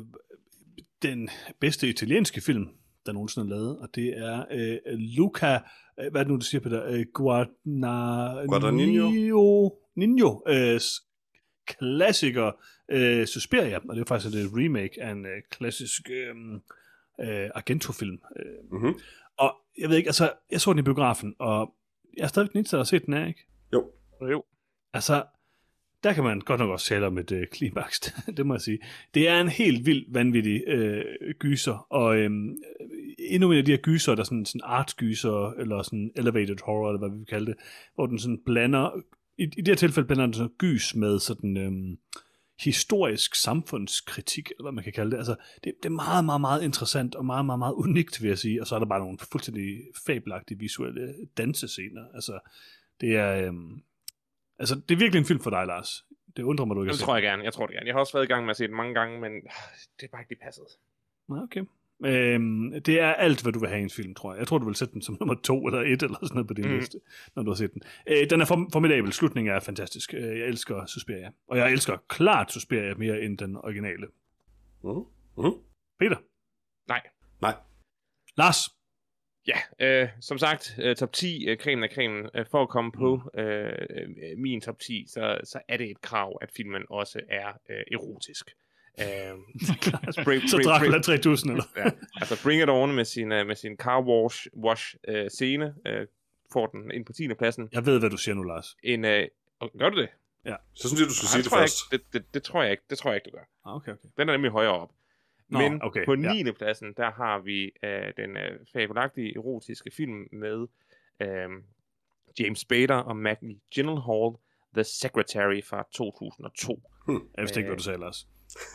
den bedste italienske film, der nogensinde er lavet, og det er øh, Luca, øh, hvad er det nu, du siger, Peter? Øh, Guadagna... Guadagnino. Nino, øh, klassiker øh, Suspiria, og det er faktisk et remake af en øh, klassisk øh, øh, Argento-film. Øh. Mm-hmm. Og jeg ved ikke, altså, jeg så den i biografen, og jeg er stadig den eneste, der har set den her, ikke? Jo. Jo. Altså, der kan man godt nok også tale om et øh, klimaks, det må jeg sige. Det er en helt vild, vanvittig øh, gyser, og øh, endnu en af de her gyser, der er sådan, sådan art-gyser, eller sådan elevated horror, eller hvad vi vil kalde det, hvor den sådan blander, i, i det her tilfælde blander den sådan gys med sådan øh, historisk samfundskritik, eller hvad man kan kalde det. Altså, det, det er meget, meget, meget interessant, og meget, meget, meget unikt, vil jeg sige, og så er der bare nogle fuldstændig fabelagtige visuelle dansescener. Altså, det er... Øh, Altså, det er virkelig en film for dig, Lars. Det undrer mig, du ikke har Det set. tror jeg gerne, jeg tror det gerne. Jeg har også været i gang med at se den mange gange, men det er bare ikke lige passet. Okay. Øhm, det er alt, hvad du vil have i en film, tror jeg. Jeg tror, du vil sætte den som nummer to eller et, eller sådan noget på din mm. liste, når du har set den. Øh, den er form- formidabel. Slutningen er fantastisk. Øh, jeg elsker Suspiria. Og jeg elsker klart Suspiria mere end den originale. Mm. Mm. Peter? Nej. Nej. Lars? Ja, øh, som sagt, øh, top ti, øh, cremen af cremen. Øh, for at komme på øh, øh, min top ti, så, så er det et krav, at filmen også er øh, erotisk. Øh, bring, så Dracula tre tusind, eller? Ja, altså Bring It On med sin, uh, med sin car wash, wash uh, scene, uh, får den ind på tiende pladsen. Jeg ved, hvad du siger nu, Lars. En, uh, gør du det? Ja. Så synes jeg, du skulle Nej, sige det, det først. Ikke, det, det, det tror jeg ikke, det tror jeg ikke, du gør. Ah, okay, okay. Den er nemlig højere op. Nå, Men okay, på ja. niende pladsen, der har vi uh, den uh, fabelagtige erotiske film med uh, James Spader og Maggie Gyllenhaal, The Secretary fra to tusind og to. Hmm. Jeg vidste ikke, hvad du sagde, Lars.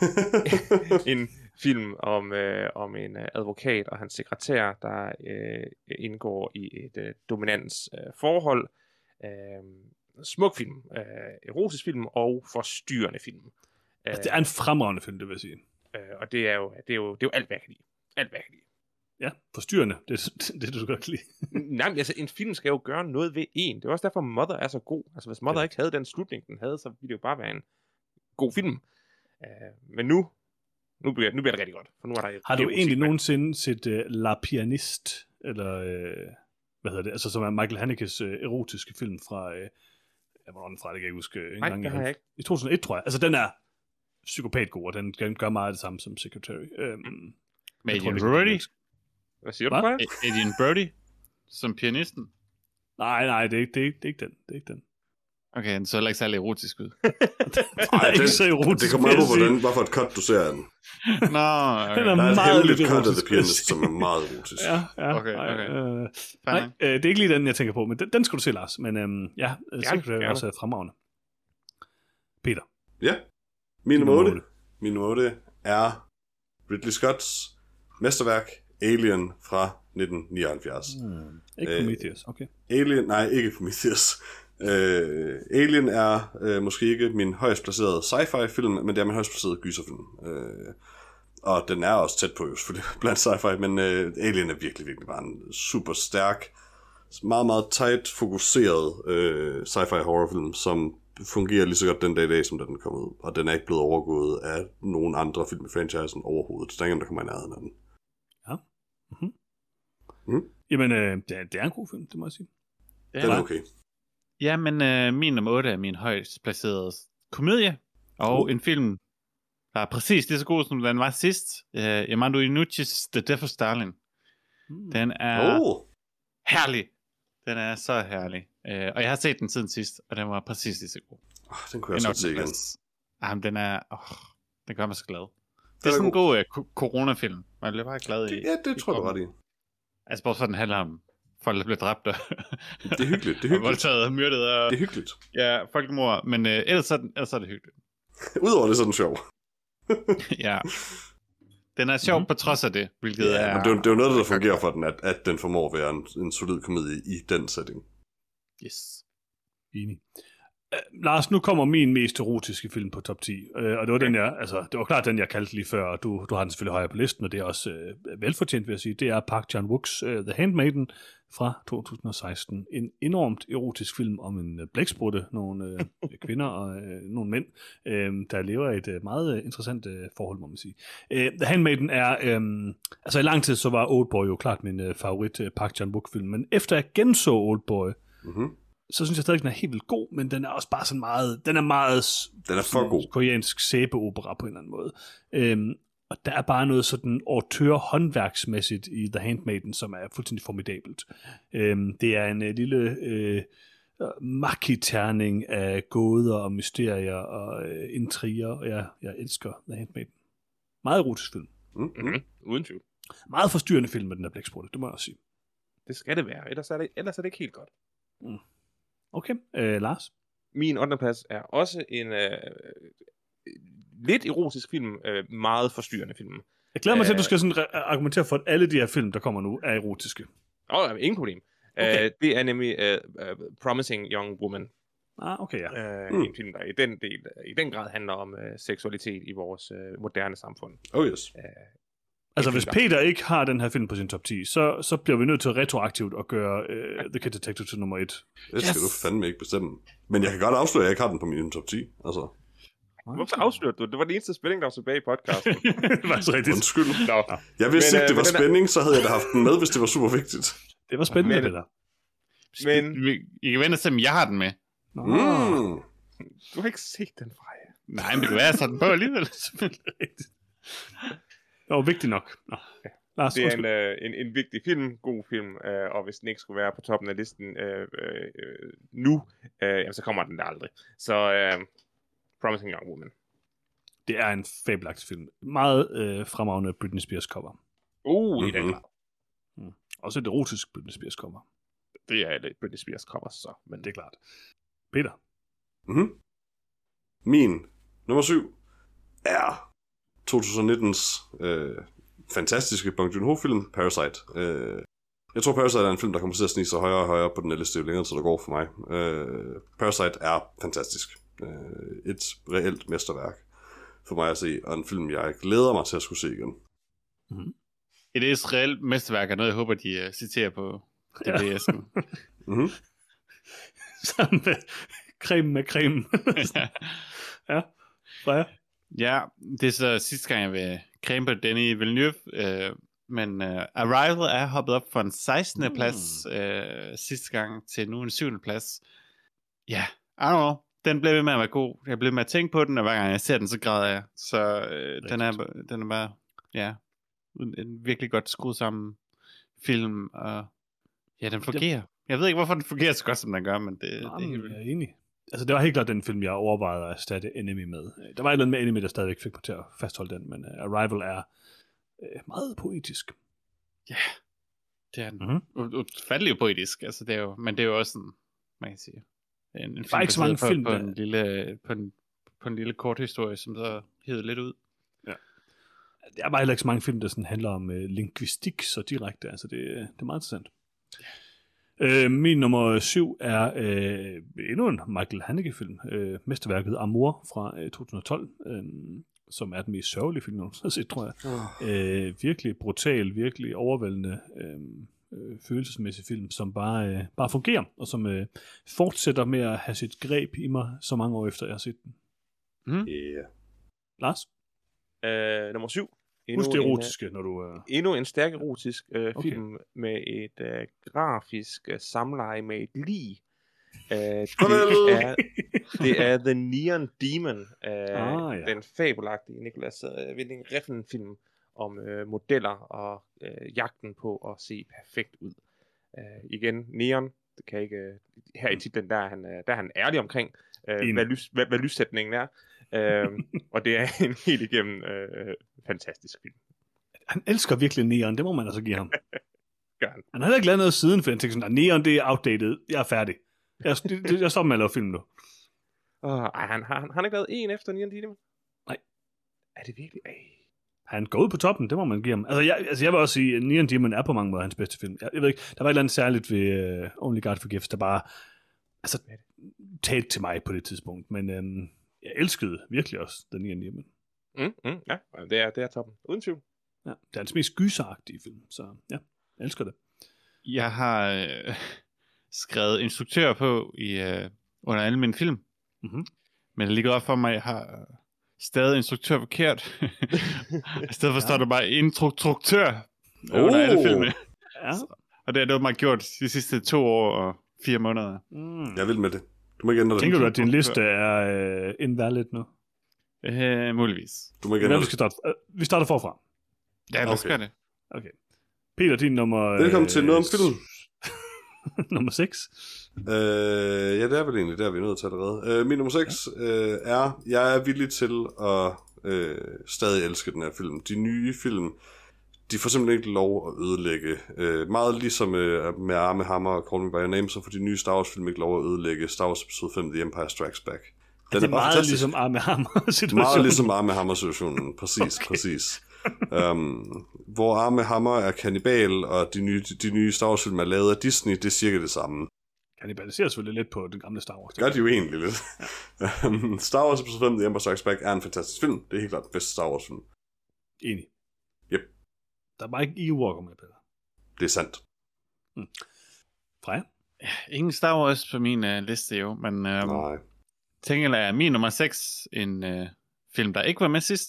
En film om, øh, om en øh, advokat og hans sekretær, der øh, indgår i et øh, dominans øh, forhold. Øh, smuk film, øh, erotisk film og forstyrrende film. Altså, det er en fremragende film, det vil jeg sige. Øh, og det er, jo, det, er jo, det er jo alt, hvad jeg kan lide. Alt, hvad jeg kan lide. Ja, forstyrrende. Det er det, det, du godt lide. Nej, men altså, en film skal jo gøre noget ved en. Det er også derfor, Mother er så god. Altså, hvis Mother ja. ikke havde den slutning, den havde, så ville det jo bare være en god film. Uh, men nu, nu bliver, nu bliver det rigtig godt. For nu er der har du egentlig nogensinde set uh, La Pianiste, eller uh, hvad hedder det, altså som er Michael Hanekes uh, erotiske film fra, uh, hvornår den fra, det kan jeg ikke huske. Nej, det har jeg ikke. I to tusind og et, tror jeg. Altså den er psykopatgod, og den, den gør meget det samme som Secretary. Um, Med Adrian Brody? Hvad siger du, Brian? Adrian Brody som pianisten? Nej, nej, det er, det, er, det er ikke den. Det er ikke den. Okay, den så heller ikke særlig erotisk ud. Nej, ikke så erotisk. Det kommer an på, hvordan, hvad for et cut du ser den. Nå, okay. Den er Der er et meget hemmeligt cut af erotisk, The Pianist, som er meget erotisk. Ja, ja. Okay, okay. Øh, nej, øh, det er ikke lige den, jeg tænker på, men den, den skal du se, Lars. Men øhm, ja, Secretary er også fremragende. Peter? Ja, min nummer otte. Min nummer otte er Ridley Scotts mesterværk Alien fra nitten nioghalvfjerds. Hmm. Ikke Prometheus, okay. Alien, nej, ikke Prometheus. Uh, Alien er uh, måske ikke min højst placerede sci-fi film, men det er min højst placerede gyserfilm. Uh, og den er også tæt på jo selvfølgelig blandt sci-fi, men uh, Alien er virkelig, virkelig bare en super stærk, meget, meget tight fokuseret uh, sci-fi horrorfilm, som fungerer lige så godt den dag i dag, som da den kom ud. Og den er ikke blevet overgået af nogen andre film i franchisen overhovedet. Der er ingen, der kommer i nærheden af den. Ja. Mm-hmm. Mm. Jamen, øh, det, er, det er en god film, det må jeg sige. Ja. Den er okay. Ja, men øh, min nummer otte er min højst placerede komedie, og uh. en film, der er præcis lige så god, som den var sidst. Uh, Armando Iannucci's The Devil's Darling. Mm. Den er oh. herlig. Den er så herlig. Uh, og jeg har set den siden sidst, og den var præcis lige så god. Oh, den kunne jeg også se igen. Jamen, den er... Oh, den gør mig så glad. Det er, er sådan en god uh, ko- coronafilm. Man bliver bare glad i. Det, ja, det tror jeg, du ret i. Altså, bare for den handler om folk, der bliver dræbt og... det er hyggeligt, det er hyggeligt. Og voldtaget og myrdet og... Det er hyggeligt. Ja, folkemord. Men uh, ellers, er den, ellers er det hyggeligt. Udover det, så er den sjov. Ja. Den er sjov mm-hmm. på trods af det, hvilket ja, er... men det er, det er jo noget, der fungerer for den, at, at den formår at være en, en solid komedie i den setting. Yes. Enig. Lars, nu kommer min mest erotiske film på top ti, øh, og det var den jeg, altså det var klart den jeg kaldte lige før, og du, du har den selvfølgelig højere på listen, og det er også øh, velfortjent, vil jeg sige. Det er Park Chan-wooks uh, The Handmaiden fra to tusind og seksten. En enormt erotisk film om en uh, blæksprutte, nogle uh, kvinder og uh, nogle mænd, øh, der lever et uh, meget uh, interessant uh, forhold, må man sige. Uh, The Handmaiden er, um, altså i lang tid så var Oldboy jo klart min uh, favorit uh, Park Chan-wook film, men efter jeg genså Oldboy, mm-hmm. så synes jeg stadig, den er helt vildt god, men den er også bare sådan meget, den er meget den er for god. Koreansk sæbeopera på en eller anden måde. Øhm, og der er bare noget sådan autør håndværksmæssigt i The Handmaiden, som er fuldstændig formidabelt. Øhm, det er en uh, lille øh, makiterning af gåder og mysterier og øh, intriger, og jeg, jeg elsker The Handmaiden. Meget erotisk film. Mm-hmm. Uden tvivl. Meget forstyrrende film med den der blæksprutte, det må jeg også sige. Det skal det være, ellers er det, ellers er det ikke helt godt. Mm. Okay, øh, Lars? Min ottendeplads er også en øh, lidt erotisk film, øh, meget forstyrrende film. Jeg glæder mig til, at du skal sådan re- argumentere for, at alle de her film, der kommer nu, er erotiske. Åh, oh, ingen problem. Okay. Uh, det er nemlig uh, uh, Promising Young Woman. Ah, okay, ja. Uh, mm. En film, der i den, del, i den grad handler om uh, seksualitet i vores uh, moderne samfund. Oh yes. Uh, Altså, hvis Peter ikke har den her film på sin top ti, så, så bliver vi nødt til retroaktivt at gøre uh, The Kid Detective til nummer et. Det skal yes. du fandme ikke bestemme. Men jeg kan godt afsløre, at jeg ikke har den på min top ti. Altså. Hvorfor afslørte du? Det var den eneste spænding, der var tilbage i podcasten. Det var så rigtigt. Undskyld. No. Jeg vidste men, ikke, det var uh, spænding, så havde jeg da haft den med, hvis det var super vigtigt. Det var spændende, men, det der. Men I kan vente og se, om jeg har den med. Nå. Mm. Du har ikke set den fra jer. Nej, men det kan være, at jeg den på alligevel. Det var vigtigt nok. Nå. Lars, det er en, øh, en, en vigtig film, god film, øh, og hvis den ikke skulle være på toppen af listen øh, øh, nu, øh, jamen, så kommer den der aldrig. Så øh, Promising Young Woman. Det er en fabelagtig film. Meget øh, fremragende Britney Spears cover. Uh, mm-hmm. i den grad. Mm. Også et erotisk Britney Spears cover. Det er et Britney Spears cover, så. Men det er klart. Peter? Mm-hmm. Min nummer syv er to tusind nittens øh, fantastiske Bong Joon-ho-film, Parasite. Øh, jeg tror, Parasite er en film, der kommer til at snige sig højere og højere på den her liste, jo længere tid der går for mig. Øh, Parasite er fantastisk. Øh, et reelt mesterværk for mig at se, og en film, jeg glæder mig til at skulle se igen. Mm-hmm. Et et reelt mesterværk er noget, jeg håber, de uh, citerer på D V S'en. mm-hmm. Sammen med creme med creme. Ja, Freja? Ja, det er så sidste gang, jeg vil creme på Denis Villeneuve, øh, men uh, Arrival er hoppet op fra en sekstende Mm. plads øh, sidste gang til nu en syvende plads. Ja, yeah, I don't know. Den blev ved med at være god. Jeg blev med at tænke på den, og hver gang jeg ser den, så græder jeg. Så øh, den, er, den er bare, ja, en, en virkelig godt skruet sammen film, og ja, den fungerer. Jeg ved ikke, hvorfor den fungerer så godt, som den gør, men det, Nå, det er helt jeg er enig. Altså, det var helt klart den film, jeg overvejede at erstatte Enemy med. Der var et eller andet med Enemy, der stadigvæk fik mig til at fastholde den, men uh, Arrival er uh, meget poetisk. Ja, det er den. Mm-hmm. Utfattelig poetisk, altså, det er jo, men det er jo også sådan, man kan sige, en, en der er ikke så mange på, film, på, der... en lille, på, en, på en lille kort historie, som så hedder lidt ud. Ja. Der er bare heller ikke så mange film, der sådan handler om uh, lingvistik så direkte, altså det, det er meget interessant. Uh, min nummer syv er uh, endnu en Michael Haneke-film, uh, mesterværket Amour fra uh, to tusind og tolv, uh, som er den mest sørgelige film, jeg har set, tror jeg. Oh. Uh, virkelig brutal, virkelig overvældende uh, uh, følelsesmæssig film, som bare, uh, bare fungerer, og som uh, fortsætter med at have sit greb i mig så mange år efter, jeg har set den. Mm. Yeah. Lars? Uh, nummer syv. Husk det erotiske, når du... Uh... Endnu en stærk erotisk uh, okay. film med et uh, grafisk uh, samleje med et lig. Uh, det, er, det er The Neon Demon, uh, ah, ja. Den fabelagtige Nicolas uh, Winding Refn film om uh, modeller og uh, jagten på at se perfekt ud. Uh, igen, Neon, det kan ikke... Uh, her i titlen, der er han, uh, der er han ærlig omkring, uh, hvad, lys, hvad, hvad lyssætningen er. Uh, og det er en helt igennem uh, fantastisk film. Han elsker virkelig Neon, det må man altså give ham. Gør han. Han har heller ikke lavet noget siden, for han tænker sådan, Neon, det er outdated, jeg er færdig. Jeg, det, jeg stopper med at lave film nu. Uh, ej, han har han, han ikke lavet en efter Neon Demon? Nej. Er det virkelig? Ej. Han går ud på toppen, det må man give ham. Altså jeg, altså, jeg vil også sige, at Neon Demon er på mange måder hans bedste film. Jeg, jeg ved ikke, der var et eller andet særligt ved uh, Only God Forgives, der bare... Altså, talt til mig på det tidspunkt, men øhm, jeg elskede virkelig også den niende Hjemmen. Mm, mm, ja, det er, det er toppen. Uden tvivl. Ja, det er hans mest gyseragtige film, så ja, jeg elsker det. Jeg har øh, skrevet instruktør på i øh, under alle mine film. Mm-hmm. Men det ligger op for mig, at jeg har stadig instruktør forkert. I stedet for står der bare instruktør Oh. under alle filmene. Ja. Og det har det åbenbart gjort de sidste to år og fire måneder. Mm. Jeg vil med det. Du må ikke ændre det. Tænker du, at din liste er øh, invalid nu? Øh, muligvis. Du må ikke Hvad ændre vi det. skal starte? Øh, vi starter forfra. Ja, lad os Okay. gøre det. Okay. Peter, din nummer... Velkommen til noget om film. nummer seks. Øh, ja, det er vel egentlig der, vi er nødt til allerede. Øh, min nummer seks øh, er, jeg er villig til at øh, stadig elske den her film. De nye film, de får simpelthen ikke lov at ødelægge. Øh, meget ligesom øh, med Arme Hammer og Call Me By Your Name, så får de nye Star Wars film ikke lov at ødelægge Star Wars Episode fem, The Empire Strikes Back. Den Det er, bare meget fantastisk. ligesom Arme Hammer-situationen. Meget ligesom Arme Hammer-situationen. Præcis, okay. præcis. Um, hvor Arme Hammer er kannibal, og de nye, de nye Star Wars-film er lavet af Disney, det er cirka det samme. Kannibaliserer selvfølgelig lidt på den gamle Star Wars. Gør de jo egentlig lidt. um, Star Wars Episode fem, The Empire Strikes Back, er en fantastisk film. Det er helt klart den bedste Star Wars-film. Enig. Yep. Der er bare ikke Ewok med, Peter. Det er sandt. Hmm. Freja? Ingen Star Wars på min uh, liste jo, men um, Nej. tænker er min nummer seks en uh, film, der ikke var med sidst,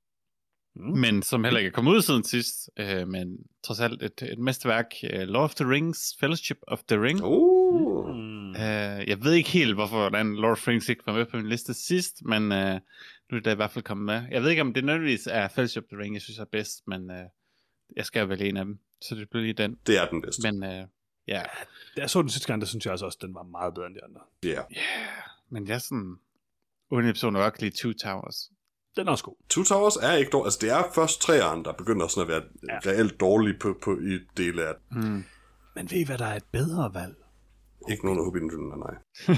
Mm. men som heller ikke er kommet ud siden sidst, uh, men trods alt et, et mesterværk, uh, Lord of the Rings, Fellowship of the Ring. Uh. Mm. Uh, jeg ved ikke helt, hvorfor hvordan Lord of the Rings ikke var med på min liste sidst, men uh, nu er det da i hvert fald kommet med. Jeg ved ikke, om det nødvendigvis er Fellowship of the Ring, jeg synes er bedst, men uh, jeg skal vælge en af dem, så det bliver lige den. Det er den bedste. Men uh, ja, Da jeg så den sidste gang, der synes jeg altså også, at den var meget bedre end de andre. Ja. Yeah. men jeg er sådan, uden episode nok lige Two Towers. Den er også god. Two Towers er ikke dårlig. Altså, det er først treeren, der begynder sådan at være Ja. reelt dårlige på, på, i dele af det. Hmm. Men ved I, hvad der er et bedre valg? Ikke nogen af Hobbiten, nej.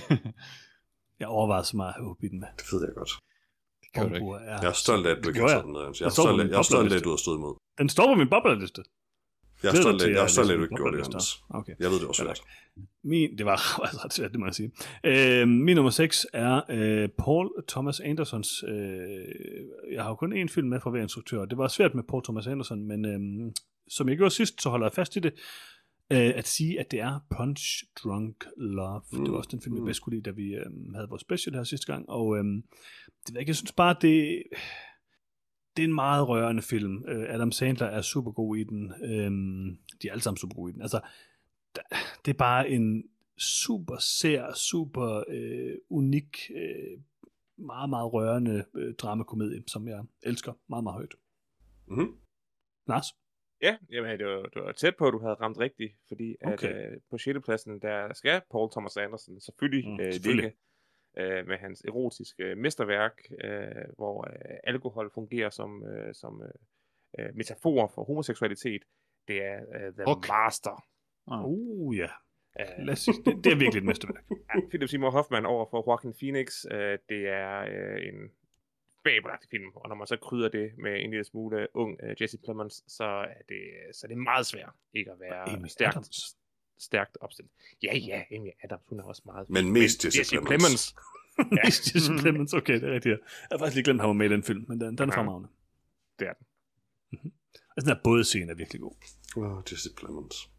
Jeg overvejer så meget at have Hobbiten med. Det ved jeg godt. Det kan du ikke. Bomber er... Jeg er stolt af, at du ikke Det har gjorde taget den med. Jeg er Den står på stolt af, min jeg er stolt af, at boblerliste. du har stået imod. Den står på min boblerliste. Jeg er Glæder stolt dig af, til jeg er at stolt af, at læse du min ikke gjorde det, boblerliste. Hans. Okay. Jeg ved det også Godt. godt. Min, det var faktisk ret svært, det må jeg sige. Øh, min nummer seks er øh, Paul Thomas Andersons... Øh, jeg har jo kun én film med fra hver instruktør. Det var svært med Paul Thomas Anderson, men øh, som jeg gjorde sidst, så holder jeg fast i det. Øh, at sige, at det er Punch Drunk Love. Mm. Det var også den film, jeg bedst kunne lide, da vi øh, havde vores special her sidste gang. Og øh, det ved jeg ikke, jeg synes bare, det... Det er en meget rørende film. Uh, Adam Sandler er super god i den. Uh, de er alle sammen super gode i den. Altså, da, det er bare en super sær, super uh, unik, uh, meget, meget rørende uh, dramakomedie, som jeg elsker meget, meget højt. Mm-hmm. Lars? Ja, jamen, det var, det var tæt på, at du havde ramt rigtigt, fordi Okay. at, øh, på sjette pladsen, der skal Paul Thomas Anderson selvfølgelig, Mm, mm, øh, selvfølgelig. ligge øh, med hans erotiske øh, mesterværk, øh, hvor øh, alkohol fungerer som, øh, som øh, øh, metafor for homoseksualitet. Det er øh, The Okay. Master. Oh. Uh, ja. Øh, Lad os sige, det, det er virkelig et mesterværk. ja, Philip Seymour Hoffman over for Joaquin Phoenix. Øh, det er øh, en fabelagtig film, og når man så krydder det med en lille smule ung uh, Jesse Plemons, så er det så er det meget svært ikke at være Amy stærkt, Adams. stærkt opstillet. Ja, ja, Amy Adams, hun er også meget... Men mest Jesse, Jesse Plemons. Plemons. Ja. Jesse Plemons, okay, det er rigtigt. Jeg har faktisk lige glemt, at han var med i den film, men den, den er Ja. fremragende. Det er den. Altså, den her bådscene er virkelig god. Åh, oh, Jesse Plemons.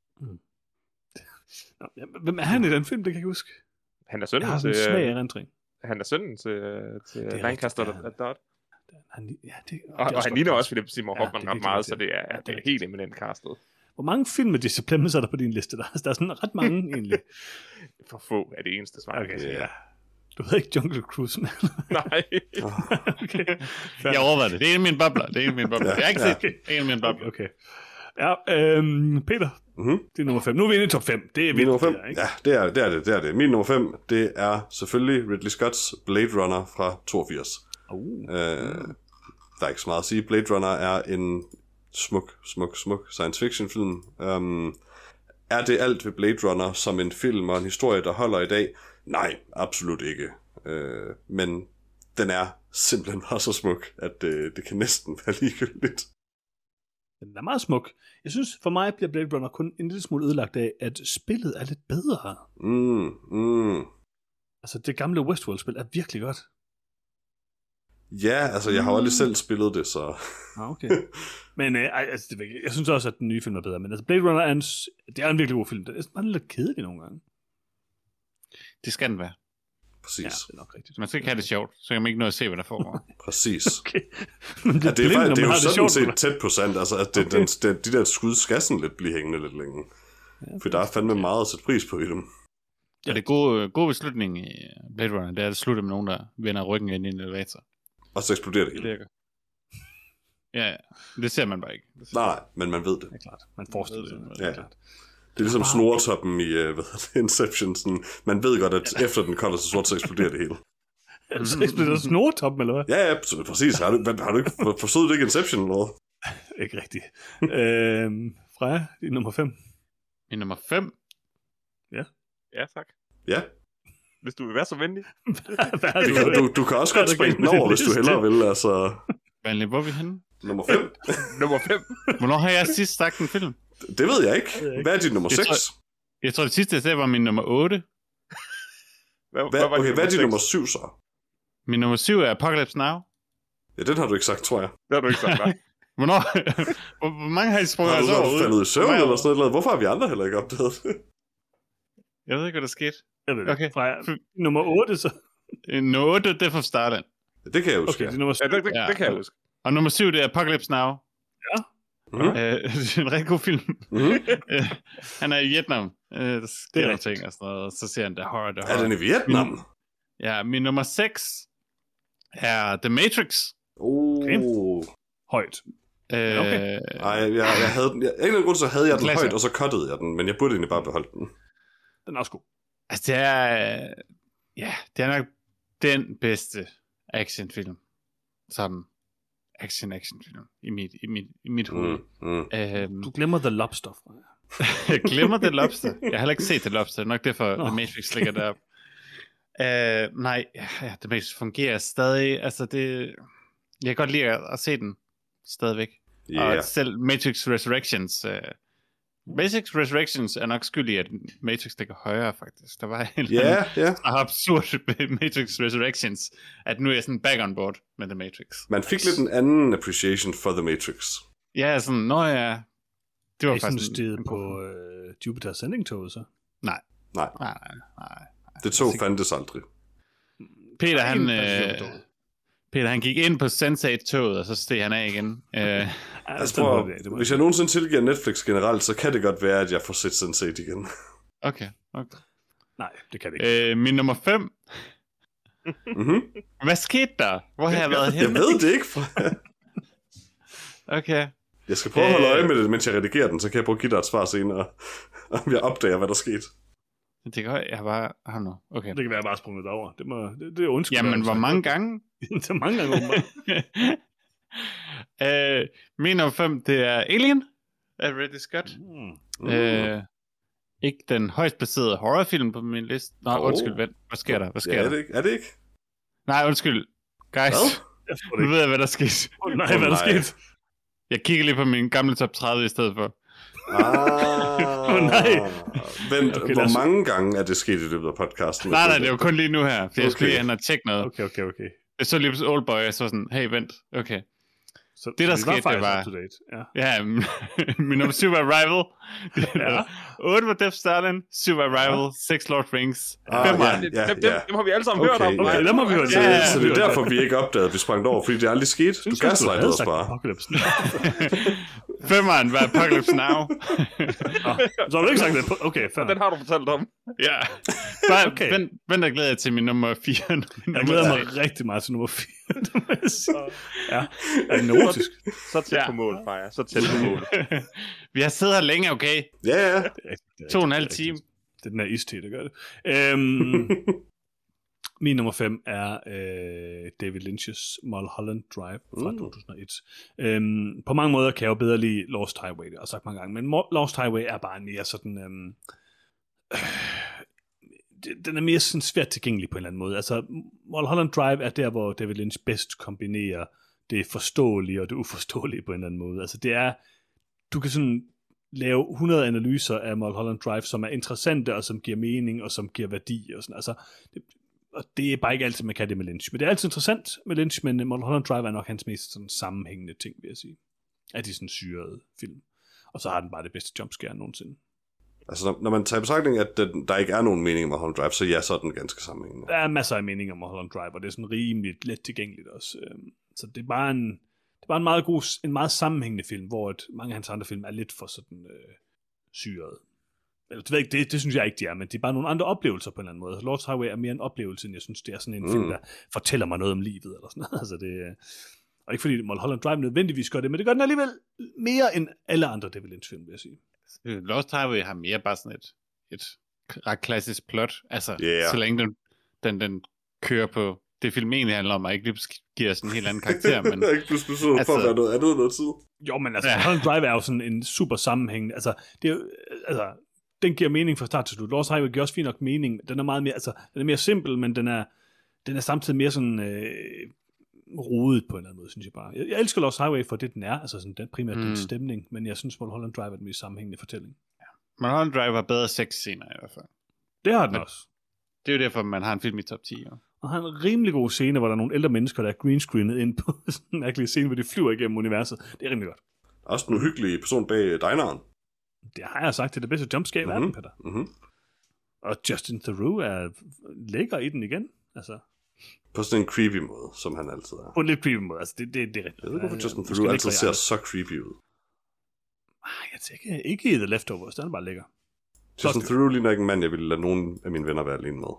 Nå, ja, hvem er han i den film? Det kan jeg ikke huske. Han er Jeg sønnen har sådan til, en svag erindring. han er sønnen til, til rigtigt, Lancaster ja. og Dodd. Han, ja, det, det er Og, og også han godt ligner cast. også Philip Seymour Ja, Hoffman det er ret virkelig meget, så rigtigt. det er, Ja, det det er er helt eminent castet. Hvor mange film med Jesse Plemons er der på din liste? Der, der er sådan ret mange, egentlig. For få er det eneste svar. Okay, Ja. ja. Du ved ikke Jungle Cruise, men... Nej. okay. Jeg overvejer det. Det er en af mine bobler. Det er en af mine bobler. Jeg har ikke set det. Det er en af mine bobler. Okay. Ja, øhm, Peter, Mm-hmm. det er nummer fem. Nu er vi inde i top fem. Det er Min nummer fem? det her, ikke? Ja, det er, det er det, det er det. Min nummer fem, det er selvfølgelig Ridley Scotts Blade Runner fra toogfirs. Uh. Øh, der er ikke så meget at sige. Blade Runner er en smuk, smuk, smuk science fiction film. Um, er det alt ved Blade Runner som en film og en historie, der holder i dag? Nej, absolut ikke. Uh, men den er simpelthen bare så smuk, at uh, det kan næsten være ligegyldigt. Den er meget smuk. Jeg synes, for mig bliver Blade Runner kun en lille smule ødelagt af, at spillet er lidt bedre. Mm, mm. Altså, det gamle Westworld-spil er virkelig godt. Ja, altså, jeg har jo aldrig selv spillet det, så... Ah, okay. Men øh, altså, det, jeg, jeg synes også, at den nye film er bedre. Men altså, Blade Runner er en, det er en virkelig god film. Det er bare lidt kedelig nogle gange. Det skal den være. Præcis. Ja, det er nok rigtigt. Man skal ikke have det sjovt, så kan man ikke nå at se, hvad der foregår. Præcis. Okay. Men det, Ja, det er, blind, faktisk, det er jo sådan sjovt, set tæt på sandt, altså, at det, Okay. den, den, de der skud skal sådan lidt blive hængende lidt længe. Ja, For der er fandme meget at sætte pris på i dem. Ja, det gode, gode beslutning i Blade Runner, det er at slutte med nogen, der vender ryggen ind i en elevator. Og så eksploderer det Det hele. virker. Ja, ja. Det ser man bare ikke. Det ser Nej, men man ved det. Det er klart. Man forestiller sig. Det Det Ja. er klart. Det er ligesom snortoppen i uh, hvad hedder det, Inception. Sådan, man ved godt, at efter den kolder så sort, så eksploderer det hele. Så eksploderer snortoppen, eller hvad? Ja, ja, så, præcis. Har du, har du ikke forstået det ikke Inception eller noget? Ikke rigtigt. øhm, Freja, det er nummer fem. Min nummer fem. Ja, tak. Ja. Hvis du vil være så venlig. Hvad er Du, det? kan- du, du kan også Hvad er godt der springe galt den med over, din hvis du liste? hellere vil. Altså, Vanlig, hvor er vi henne? nummer fem. Nummer fem. Hvornår har jeg sidst sagt en film? Det ved jeg ikke. Hvad er dit nummer Det seks? tror Jeg tror, det sidste, jeg sagde, var min nummer otte. Hvad, Hvad, var okay, hvad er dit seks? nummer syv så? Min nummer syv er Apocalypse Now. Ja, den har du ikke sagt, tror jeg. Det har du ikke sagt, nej. Hvornår? hvor, hvor mange har I sprunget Har du altså over været ude? faldet i søvn Hvor meget- eller sådan noget? Hvorfor har vi andre heller ikke opdaget det? Jeg ved ikke, hvad der skete. Jeg ved det. Okay. Freja, nummer otte, så. En otte, det er fra Starland. Det kan jeg huske. Okay, det er nummer Ja, syv. det, det, Ja. det kan jeg huske. Og nummer syv, det er Apocalypse Now. Mhm. Øh, det er en rigtig god film. Mhm. Øh, han er i Vietnam. Øh, der sker Det er nogle rigtigt. ting og sådan noget. Og så ser han, det er horror, det er Er horror. den i Vietnam? Ja, min nummer seks er The Matrix. Oh. Højt. Øh, Okay. Ej, jeg, jeg havde den. Jeg, af en eller anden grund, så havde jeg den Klasse. højt, og så cuttede jeg den. Men jeg burde egentlig bare beholde den. Den er også god. Altså, det er... Ja, det er nok den bedste actionfilm. Sådan action-actionfilm i mit, i mit, i mit hoved. Mm, mm. Øhm, Du glemmer The Lobster, Freja. jeg glemmer The Lobster. Jeg har heller ikke set The Lobster. Nok derfor Nå. The Matrix ligger deroppe. Uh, nej, ja, The Matrix fungerer stadig. Altså, det... Jeg kan godt lide at, at se den stadigvæk. Yeah. Og selv Matrix Resurrections... Uh, Matrix Resurrections er nok skyldig, at Matrix ligger højere, faktisk. Der var en eller Ja, anden ja. absurd ved Matrix Resurrections, at nu er jeg sådan back on board med The Matrix. Man fik lidt en anden appreciation for The Matrix. Ja, sådan, nå ja... Det var Er I sådan faktisk... en- stedet på uh, Jupiter Ascending-toget, så? Nej. Nej. Nej, nej, nej. Det tog fandtes aldrig. Peter, Der er han, ingen passagerer på øh, toget. Peter, han gik ind på Sense eight-toget, og så steg han af igen. Øh, Ja, Altså, den prøv, må vi- det må hvis vi- jeg nogensinde tilgiver Netflix generelt, så kan det godt være, at jeg får set sense eight igen. okay, okay. Nej, det kan vi ikke. Øh, min nummer fem. Mm-hmm. Hvad skete der? Hvor har jeg været Jeg henne? ved det ikke. For... Okay. Jeg skal prøve at holde Øh. øje med det, mens jeg redigerer den, så kan jeg prøve at give dig et svar senere, om jeg opdager, hvad der skete. Det kan godt, jeg har bare... Ah, no. Okay. Det kan være, at jeg bare sprunget over. Det, må, det, det er undskyld. Jamen, hvor mange gange? det er mange gange, åbenbart. øh, min nummer fem, det er Alien af Ridley Scott. Mm. Mm. Øh, ikke den højst baserede horrorfilm på min liste. Nej, Oh. undskyld, vent. Hvad sker der? Hvad sker Ja, er der? det ikke? Er det ikke? Nej, undskyld. Guys, Hvad? Jeg tror det nu ikke. ved jeg, hvad der skete. Oh, nej, Åh, hvad er der nej. sket? Jeg kigger lige på min gamle top tredive i stedet for. Ah, Åh, nej. Vent, Okay, lad hvor os- mange gange er det sket i løbet af podcasten? Nej, nej, det var kun lige nu her, for jeg skulle Okay. lige hen og tjekke noget. Okay, okay, okay. Jeg så lige på Oldboy, og så sådan, hey, vent, okay. Så, Det, der så vi skete, faktisk det var- up to date. Ja. Ja, min nummer syv var Arrival. Ja. otte var Death Stalin, syv var Arrival, seks Lord of Rings, Ah, fem var... ja. Dem, dem, dem har vi alle sammen hørt Okay, om. ja. Okay, dem har vi hørt. Så, Ja, ja, så det er ja. derfor, vi ikke opdagede, at vi sprang det over, fordi det aldrig skete. Du Synes, jeg, gaslightede havde os sagt bare. Apocalypse. Femmeren var Apocalypse Now. Nå, så har du ikke sagt det. på- Okay, fair. Den har du fortalt om. Ja. Bare, Okay. okay. vent, vent, jeg glæder jeg til min nummer fire. Min Jeg nummer glæder tre. mig rigtig meget til nummer fire. det må jeg sige. Ja, er det neurotisk? Så tæt Ja. på mål, Freja. Så tæt på mål. Vi har siddet her længe, okay? Ja, ja. Det er rigtigt, det er To og en rigtigt, halv det er time. rigtigt. Det er den her iste, der gør det. Øhm, min nummer fem er øh, David Lynch's Mulholland Drive fra Mm. to tusind og et. Øhm, på mange måder kan jeg jo bedre lide Lost Highway, det har jeg sagt mange gange, men Mo- Lost Highway er bare mere sådan... Øhm, øh, det- den er mere sådan svært tilgængelig på en eller anden måde. Altså, Mulholland Drive er der, hvor David Lynch bedst kombinerer det forståelige og det uforståelige på en eller anden måde. Altså, det er... Du kan sådan lave hundrede analyser af Mulholland Drive, som er interessante, og som giver mening, og som giver værdi, og sådan. Altså, det, og det er bare ikke altid, man kan det med Lynch. Men det er altid interessant med Lynch, men Mulholland Drive er nok hans mest sådan sammenhængende ting, vil jeg sige. Af de sådan syrede film. Og så har den bare det bedste jumpscare nogensinde. Altså, når, når man tager i betragtning, at den, der ikke er nogen mening om Mulholland Drive, så ja, så er den ganske sammenhængende. Der er masser af mening om Mulholland Drive, og det er sådan rimelig let tilgængeligt også. Så det er bare en, det er bare en meget god, en meget sammenhængende film, hvor et, mange af hans andre film er lidt for sådan øh, syrede. Eller, det, ved ikke, det, det synes jeg ikke, de er, men det er bare nogle andre oplevelser på en eller anden måde. Lord's Highway er mere en oplevelse, end jeg synes, det er sådan en mm. film, der fortæller mig noget om livet, eller sådan noget. Altså, det, og ikke fordi Mulholland Drive nødvendigvis gør det, men det gør den alligevel mere end alle andre David Lynch-film, vil jeg sige. Lost Highway har mere bare sådan et, et ret klassisk plot, altså yeah. så længe den, den, den kører på det film egentlig handler om, og ikke giver sådan en helt anden karakter. Men, ikke pludselig så altså, for at være noget andet noget tid. Jo, men altså, ja. Mulholland Drive er jo sådan en super sammenhængende, altså, det er jo, altså, den giver mening fra start til slut. Lost Highway giver også fint nok mening, den er meget mere, altså, den er mere simpel, men den er, den er samtidig mere sådan, øh, rodet på en eller anden måde, synes jeg bare. Jeg, jeg elsker Lost Highway for det, den er, altså sådan, den, primært mm. den stemning, men jeg synes, Mulholland Drive er den mest sammenhængende fortælling. Ja. Mulholland Drive har bedre sexscener i hvert fald. Det har den men, også. Det er jo derfor, man har en film i top ti. Ja. Og har en rimelig god scene, hvor der er nogle ældre mennesker, der er greenscreenet ind på sådan en mærkelig scene, hvor de flyver igennem universet. Det er rimelig godt. Også den uhyggelige person bag dineren. Det har jeg sagt, det er det bedste jumpscare i mm-hmm. verden, Peter. Mm-hmm. Og Justin Theroux er lækker i den igen. Altså. På sådan en creepy måde, som han altid er. På en lidt creepy måde, altså det, det, det er rigtigt. Jeg ved ikke, hvorfor Justin Theroux altid ser så creepy ud. Ah, jeg tænker ikke i The Leftovers, den er bare lækker. Justin Theroux ligner ikke en mand, jeg ville lade nogen af mine venner være alene med.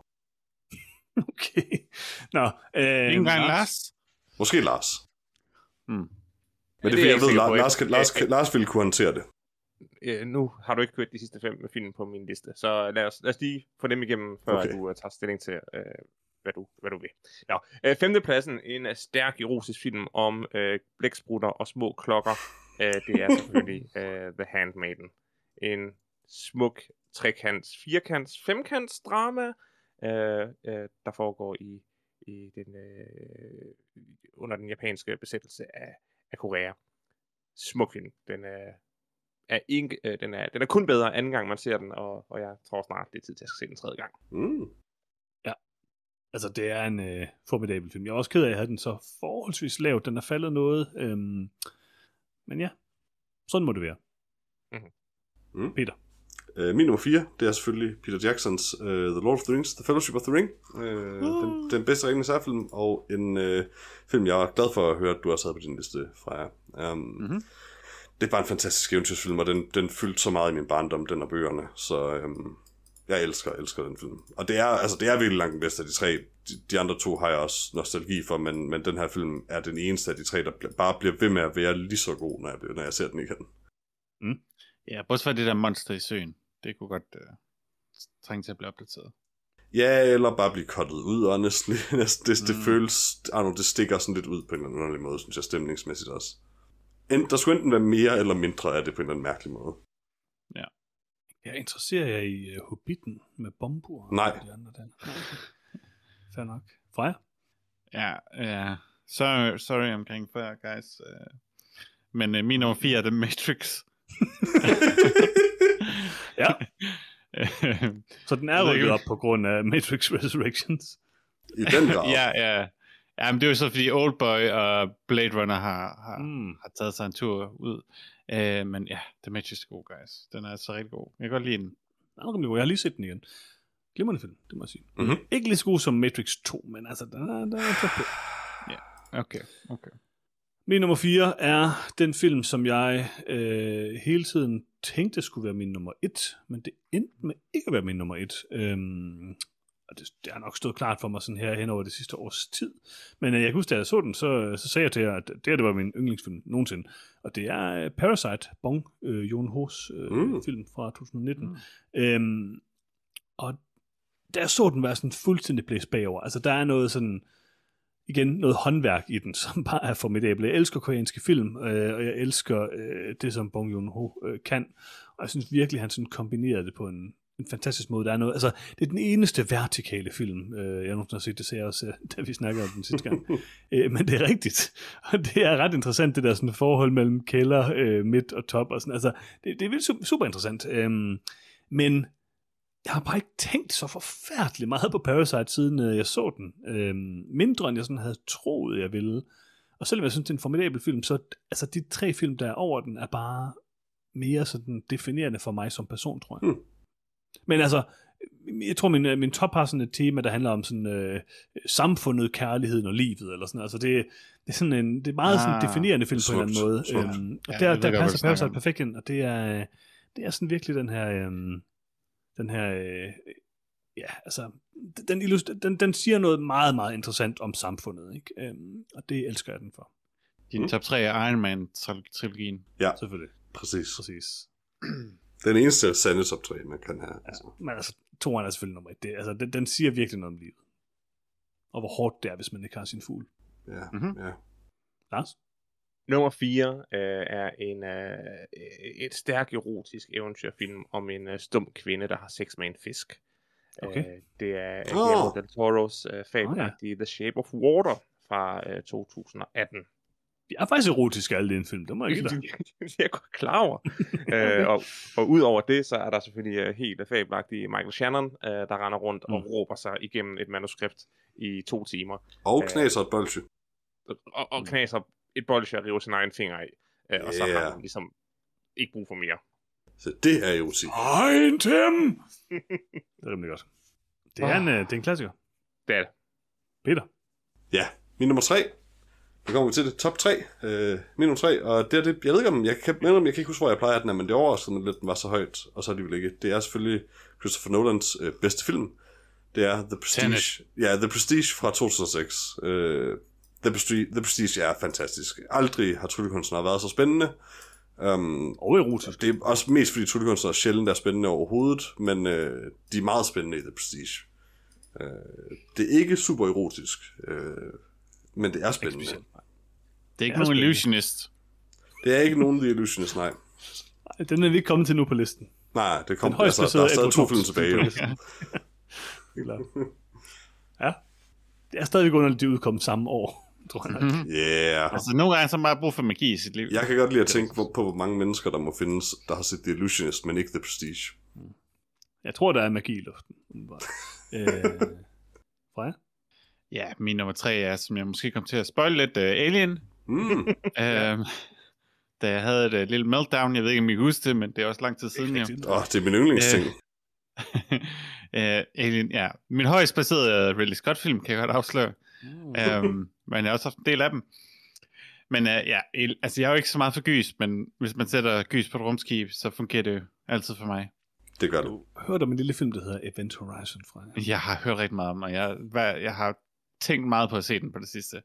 Okay. Nå. Øh, ikke engang Lars? Måske Lars. Hmm. Men det er fordi, jeg ved, Lars, Lars, Lars, Lars, Lars ville kunne håndtere det. Øh, nu har du ikke hørt de sidste fem film på min liste, så lad os, lad os lige få dem igennem, før okay. du uh, tager stilling til, uh, hvad, du, hvad du vil. Nå, uh, femtepladsen, en uh, stærk erotisk film om uh, blæksprutter og små klokker. Uh, det er selvfølgelig uh, The Handmaiden. En smuk trekants, firkants, femkants drama, uh, uh, der foregår i, i den, uh, under den japanske besættelse af, af Korea. Smuk film. Den er uh, Er ikke, øh, den, er, den er kun bedre anden gang man ser den, og, og jeg tror snart det er tid til at se den tredje gang. Mm. Ja, altså det er en øh, formidabel film. Jeg er også ked af, at jeg havde den så forholdsvis lavt. Den er faldet noget, øhm, men ja, sådan må det være. Mm-hmm. Mm. Peter? Uh, min nummer fire, det er selvfølgelig Peter Jacksons uh, The Lord of the Rings, The Fellowship of the Ring. Uh, uh. Den, den bedste Ringenes Herre-film, og en uh, film, jeg er glad for at høre, at du også havde på din liste, Freja. Um, mm-hmm. Det er bare en fantastisk eventyrsfilm, og den, den fyldte så meget i min barndom, den og bøgerne, så øhm, jeg elsker, elsker den film. Og det er, altså, det er virkelig langt den bedste af de tre. De, de andre to har jeg også nostalgi for, men, men den her film er den eneste af de tre, der bl- bare bliver ved med at være lige så god, når jeg, når jeg ser den igen. Mm. Ja, bortset fra det der monster i søen. Det kunne godt øh, trænge til at blive opdateret. Ja, eller bare blive cuttet ud, honestly. det, det, det mm. føles, I don't know, det stikker sådan lidt ud på en eller anden måde, synes jeg, stemningsmæssigt også. Der skulle enten være mere eller mindre af det på en eller anden mærkelig måde. Ja. Jeg interesserer jer i uh, Hobbiten med Bombur. Nej. De andre der. Fair nok. Freja? Ja, ja. Sorry, sorry omkring før, guys. Uh, men uh, min nummer fire er The Matrix. Ja. Så den er rykket op på grund af Matrix Resurrections. I den grad. Ja, ja. Ja, men det er jo så, fordi Oldboy og Blade Runner har, har, mm. har taget sig en tur ud. Uh, men ja, The Matrix er god, guys. Den er altså rigtig god. Jeg kan godt lide den. Den er god. Jeg har lige set den igen. Glimrende film, det må jeg sige. Mm-hmm. Ikke lige så god som Matrix to, men altså, den er, den er tæt på. Ja, okay, okay. Min nummer fire er den film, som jeg øh, hele tiden tænkte skulle være min nummer et, men det endte med ikke at være min nummer et. Øhm, og det, det har nok stået klart for mig sådan her hen over det sidste års tid. Men øh, jeg kan huske, da jeg så den, så, så sagde jeg til jer, at det her det var min yndlingsfilm nogensinde. Og det er Parasite, Bong øh, Joon-ho's øh, mm. film fra to tusind nitten. Mm. Øhm, og da jeg så den, var sådan fuldstændig blæst bagover. Altså der er noget sådan, igen, noget håndværk i den, som bare er formidabelt. Jeg elsker koreanske film, øh, og jeg elsker øh, det, som Bong Joon-ho øh, kan. Og jeg synes virkelig, han sådan kombinerede det på en, en fantastisk måde. Der er noget, altså, det er den eneste vertikale film, øh, jeg nogensinde har set, det sagde jeg også, da vi snakkede om den sidste gang. øh, men det er rigtigt. Og det er ret interessant, det der sådan forhold mellem kælder, øh, midt og top. Og sådan. Altså, det, det er virkelig super interessant. Øh, men jeg har bare ikke tænkt så forfærdeligt meget på Parasite, siden øh, jeg så den. Øhm, mindre end jeg sådan havde troet, jeg ville. Og selvom jeg synes, det er en formidabel film, så altså, de tre film, der er over den, er bare mere sådan definerende for mig som person, tror jeg. Hmm. Men altså, jeg tror, min, min top har sådan et tema, der handler om sådan, øh, samfundet, kærligheden og livet, eller sådan. Altså, det, det er sådan en, det er meget ah, sådan definerende film på en eller anden måde. Øhm, og ja, der, der passer Parasite perfekt ind, og det er, det er sådan virkelig den her, øhm, den her, øh, ja, altså, den, illustrer, den, den siger noget meget, meget interessant om samfundet, ikke? Øhm, og det elsker jeg den for. Din mm. top tre er Iron Man-trilogien. Ja, selvfølgelig. Præcis. Præcis. Den eneste sande top tre, man kan have. Altså. Ja, men altså, toeren er selvfølgelig nummer et. Det, altså, den, den siger virkelig noget om livet. Og hvor hårdt det er, hvis man ikke har sin fugl. Ja, mm-hmm. ja. Lars? Nummer fire øh, er en øh, et stærk erotisk eventyrfilm om en øh, stum kvinde, der har sex med en fisk. Okay. Øh, det er Guillermo oh. del Toros øh, fabelagtige oh, ja. The Shape of Water fra øh, to tusind atten. De er faktisk erotiske alle i en film, det må jeg give dig. Jeg er godt klar over. øh, og, og ud over det, så er der selvfølgelig uh, helt fabelagtige Michael Shannon, uh, der render rundt mm. og råber sig igennem et manuskript i to timer. Og knaser uh, et bolsje. Og, og knaser et bolsje og river sin egen finger af. Uh, yeah. Og så har han ligesom ikke brug for mere. Så det er erotik. Ej, Tim! Det er rimelig godt. Det er, oh. en, uh, det er en klassiker. Det er det. Peter? Ja, min nummer tre. Så kommer vi til det top tre, øh, minimum tre, og det er det, jeg ved ikke om, jeg kan, jeg kan ikke huske, hvor jeg plejer den her, men det overraskede mig lidt, den var så højt, og så er det vel ikke. Det er selvfølgelig Christopher Nolans øh, bedste film. Det er The Prestige. Tenet. Ja, The Prestige fra to tusind og seks. Øh, The, Prestige, The Prestige er fantastisk. Aldrig har tryllekunstnere været så spændende. Um, og erotisk. Det er også mest fordi tryllekunstnere sjældent er spændende overhovedet, men øh, de er meget spændende i The Prestige. Øh, det er ikke super erotisk, øh, men det er spændende. Det er ikke nogen Illusionist. Det er ikke nogen The Illusionist, nej. Nej, den er vi ikke kommet til nu på listen. Nej, det kom, altså, der er stadig to film tilbage. Ja. Ja, det er stadigvæk under, at de udkom samme år, tror jeg. Mm-hmm. Yeah. Altså, nogle gange så bare brug for magi i sit liv. Jeg kan godt lide at tænke på, på, hvor mange mennesker, der må findes, der har set The Illusionist, men ikke The Prestige. Jeg tror, der er magi i luften. øh, Freja? Ja, min nummer tre er, som jeg måske kom til at spoil lidt, uh, Alien. Mm. uh, da jeg havde et uh, lille meltdown, jeg ved ikke, om I kan huske det, men det er også lang tid siden. Åh, oh, det er min yndlingsting. Uh, uh, Alien, ja. Min højst baserede Ridley Scott-film, kan jeg godt afsløre. Mm. um, men jeg har også haft en del af dem. Men uh, ja, altså jeg er jo ikke så meget for gys, men hvis man sætter gys på et rumskib, så fungerer det jo altid for mig. Det gør det. Du hørte om en lille film, der hedder Event Horizon fra jer. Jeg har hørt rigtig meget om, og jeg, jeg har tænkt meget på at se den på det sidste.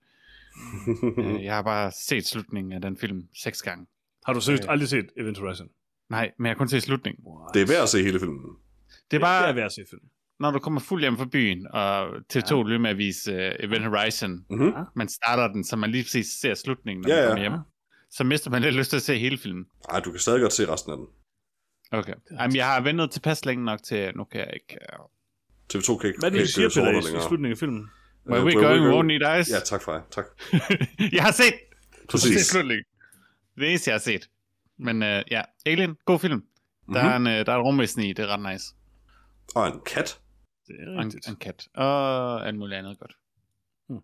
Jeg har bare set slutningen af den film seks gange. Har du seriøst øh, aldrig set Event Horizon? Nej, men jeg har kun set slutningen. What? Det er værd at se hele filmen. Det er bare, det er værd at se filmen. Når du kommer fuld hjem fra byen, og T V to ja. løber med at vise uh, Event Horizon, mm-hmm. man starter den, så man lige præcis ser slutningen, når ja, man kommer ja. hjem. Så mister man lidt lyst til at se hele filmen. Nej, du kan stadig godt se resten af den. Okay. Jamen, jeg har ventet tilpas længe nok til, nu kan jeg ikke... Uh... T V to kan ikke... Hvad er det, du siger, Peter, i slutningen af filmen? Where we going, we won't need eyes. Ja, tak for jer. Tak. Jeg har set. Præcis. Det er slutningen. Det eneste, jeg har set. Men uh, ja, Alien, god film. Mm-hmm. Der er en, uh, der er en rumvæsen i, det er ret nice. Og en kat. Det er rigtigt. En, en kat. Og alt muligt andet godt. Hmm.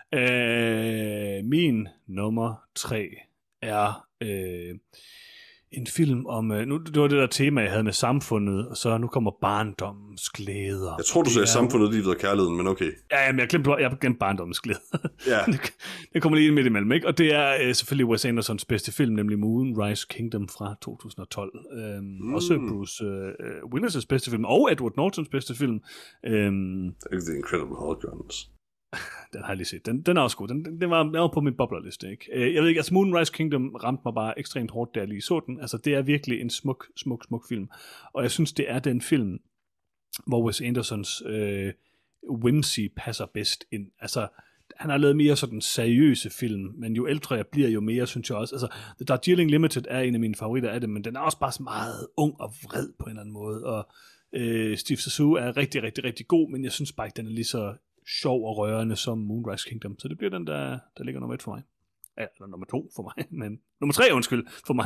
Øh, min nummer tre er øh, en film om, øh, nu det var det der tema, jeg havde med samfundet, og så nu kommer barndommens glæder. Jeg tror, du sagde er... samfundet, livet og kærligheden, men okay. Ja, jamen, jeg glemte, jeg glemte barndommens glæder. Ja. Det kommer lige ind midt imellem, ikke? Og det er øh, selvfølgelig Wes Andersons bedste film, nemlig Moonrise Kingdom fra to tusind og tolv. Øhm, mm. Også Bruce øh, Willis' bedste film, og Edward Nortons bedste film. Øhm, The Incredible Hulk Guns. Den har jeg lige set. Den, den er også god. Den, den, den, var, den var på min boblerliste, ikke? Jeg ved ikke, altså Moonrise Kingdom ramte mig bare ekstremt hårdt, da jeg lige så den. Altså, det er virkelig en smuk, smuk, smuk film. Og jeg synes, det er den film, hvor Wes Andersons øh, whimsy passer bedst ind. Altså, han har lavet mere sådan seriøse film, men jo ældre jeg bliver, jo mere, synes jeg også. Altså, The Darjeeling Limited er en af mine favoritter af det, men den er også bare så meget ung og vred på en eller anden måde. Og øh, Steve Zissou er rigtig, rigtig, rigtig god, men jeg synes bare ikke, den er lige så sjov og rørende som Moonrise Kingdom. Så det bliver den, der, der ligger nummer et for mig. Ja, eller nummer to for mig, men nummer tre, undskyld, for mig.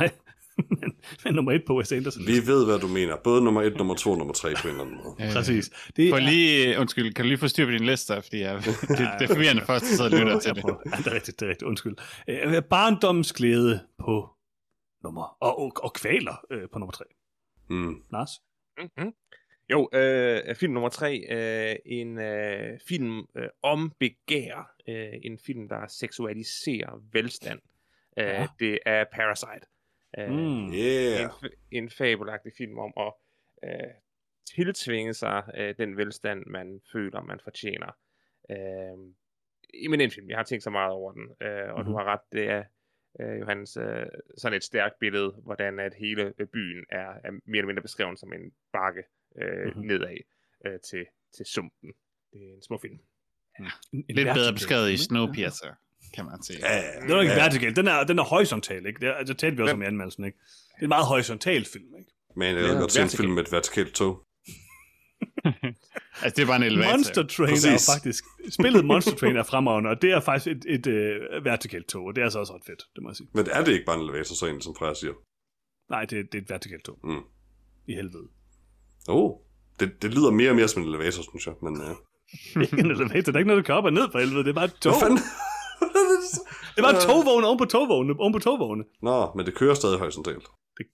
men, men nummer et på Wes Anderson. Vi ved, hvad du mener. Både nummer et, nummer to og nummer tre på en eller anden måde. Øh, Præcis. Det For er- lige, undskyld, kan du lige få styr på dine lister, fordi jeg, det, det er forvirrende først, at sidde og lytter til Jeg det. prøver. Ja, det er rigtigt, det er rigtigt. Undskyld. Øh, barndommens glæde på nummer, og, og, og kvaler øh, på nummer tre. Mm. Lars? Mm-hmm. Jo, øh, film nummer tre, øh, en øh, film øh, om begær, øh, en film, der seksualiserer velstand. Øh, Ja. Det er Parasite. Øh, Mm. Yeah. en, f- en fabelagtig film om at øh, tiltvinge sig øh, den velstand, man føler, man fortjener. Øh, eminent film. Jeg har tænkt så meget over den, øh, og mm-hmm. du har ret, det er øh, Johannes, øh, sådan et stærkt billede, hvordan at hele øh, byen er, er mere eller mindre beskrevet som en bakke øh, mm-hmm. nedad øh, til, til sumpen. Det er en små film. En, en Lidt bedre vertikal beskrevet i film, ikke? Snowpiercer, kan man sige. Ja, Det er nok ikke vertikal. Den er, den er horisontal, ikke? Det, er, det talte vi også om i anmeldelsen, ikke? Det er en meget horisontal film, ikke? Men jeg Ja, har godt se en vertikal. film med et vertikalt tog. Altså, det er bare en elevator. Monster Train Præcis. er jo faktisk... Spillet Monster Train er fremragende, og det er faktisk et, et, et vertikalt tog, og det er altså også ret fedt, det må jeg sige. Men er det ikke bare en elevator, så egentlig, som Freja siger? Nej, det, det er et vertikalt tog. Mm. I helvede. Oh, det, det lyder mere og mere som en elevator, synes jeg. Men, uh... Ikke en elevator, der er ikke noget, der kan op og ned for helvede, det er bare et tog. Hvad fanden? Det er bare et togvogn oven på togvogne, oven på togvogne. Nå, men det kører stadig horisontalt.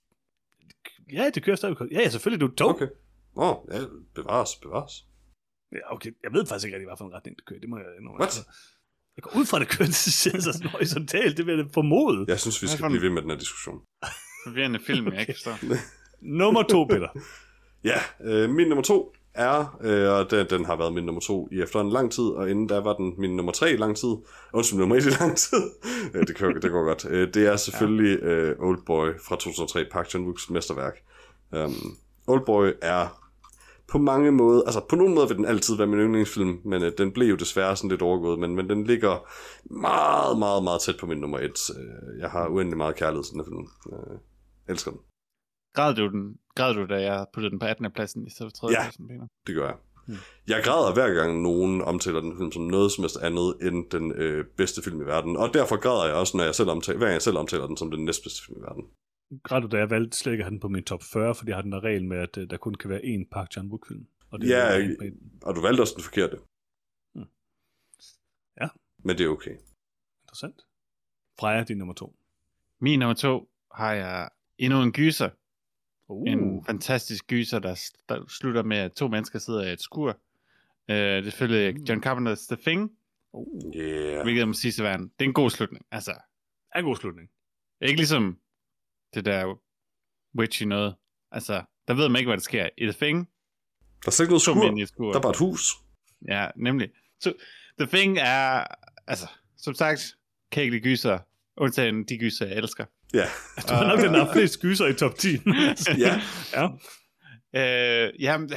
Ja, det kører stadig. Ja, ja, selvfølgelig, du er et tog. Okay. Nå, ja, bevares, bevares. Ja, okay. Jeg ved faktisk ikke rigtig, hvad for en retning det kører. Det må jeg indrømme. What? Jeg går ud fra, at det kører til sådan horisontalt. Det vil jeg formode. Jeg synes, vi Hvad skal for en- blive ved med den her diskussion. Forvirrende film, jeg ikke forstår. Nummer to, Peter. Ja, øh, min nummer to er, øh, og den, den har været min nummer to i efter en lang tid, og inden der var den min nummer tre i lang tid, undskyld, nummer et i lang tid. Øh, det, kan, det går godt. Øh, det er selvfølgelig øh, Oldboy fra to tusind og tre, Park Chan-wooks mesterværk. Um, Oldboy er på mange måder, altså på nogle måder vil den altid være min yndlingsfilm, men øh, den blev jo desværre sådan lidt overgået, men, men den ligger meget, meget, meget tæt på min nummer et. Øh, jeg har uendelig meget kærlighed til den her film. Øh, elsker den. Græd du, den, græd du, da jeg puttede den på attende pladsen i stedet for tredje Ja. pladsen, Peter? Det gør jeg. Hmm. Jeg græder hver gang nogen omtaler den film som noget som helst andet end den øh, bedste film i verden. Og derfor græder jeg også, når jeg selv omtaler, hver gang jeg selv omtaler den som den næstbedste film i verden. Græd du, da jeg valgte slet ikke at have den på min top fyrre, fordi jeg har den der regel med, at uh, der kun kan være én Park Chan-wook film. Og det Ja, er en på en. og du valgte også den forkerte. Hmm. Ja. Men det er okay. Interessant. Freja, din nummer to. Min nummer to har jeg endnu en gyser. Uh. En fantastisk gyser, der, der slutter med, at to mennesker sidder i et skur. Uh, det er selvfølgelig John Carpenter's The Thing, Uh. Yeah. hvilket jeg må sige til verden. Det er en god slutning. Altså, Er en god slutning. ikke ligesom det der witchy noget. Altså, der ved man ikke, hvad der sker. I The Thing, Der er slet ikke noget to skur. mænd i et skur. Der er bare et hus. Ja, nemlig. Så The Thing er, altså, som sagt, kan ikke lide gyser, undtagen de gyser, jeg elsker. Ja. Du har nok den, der har flest gyser i top ti. Ja. Ja. Øh, jamen, det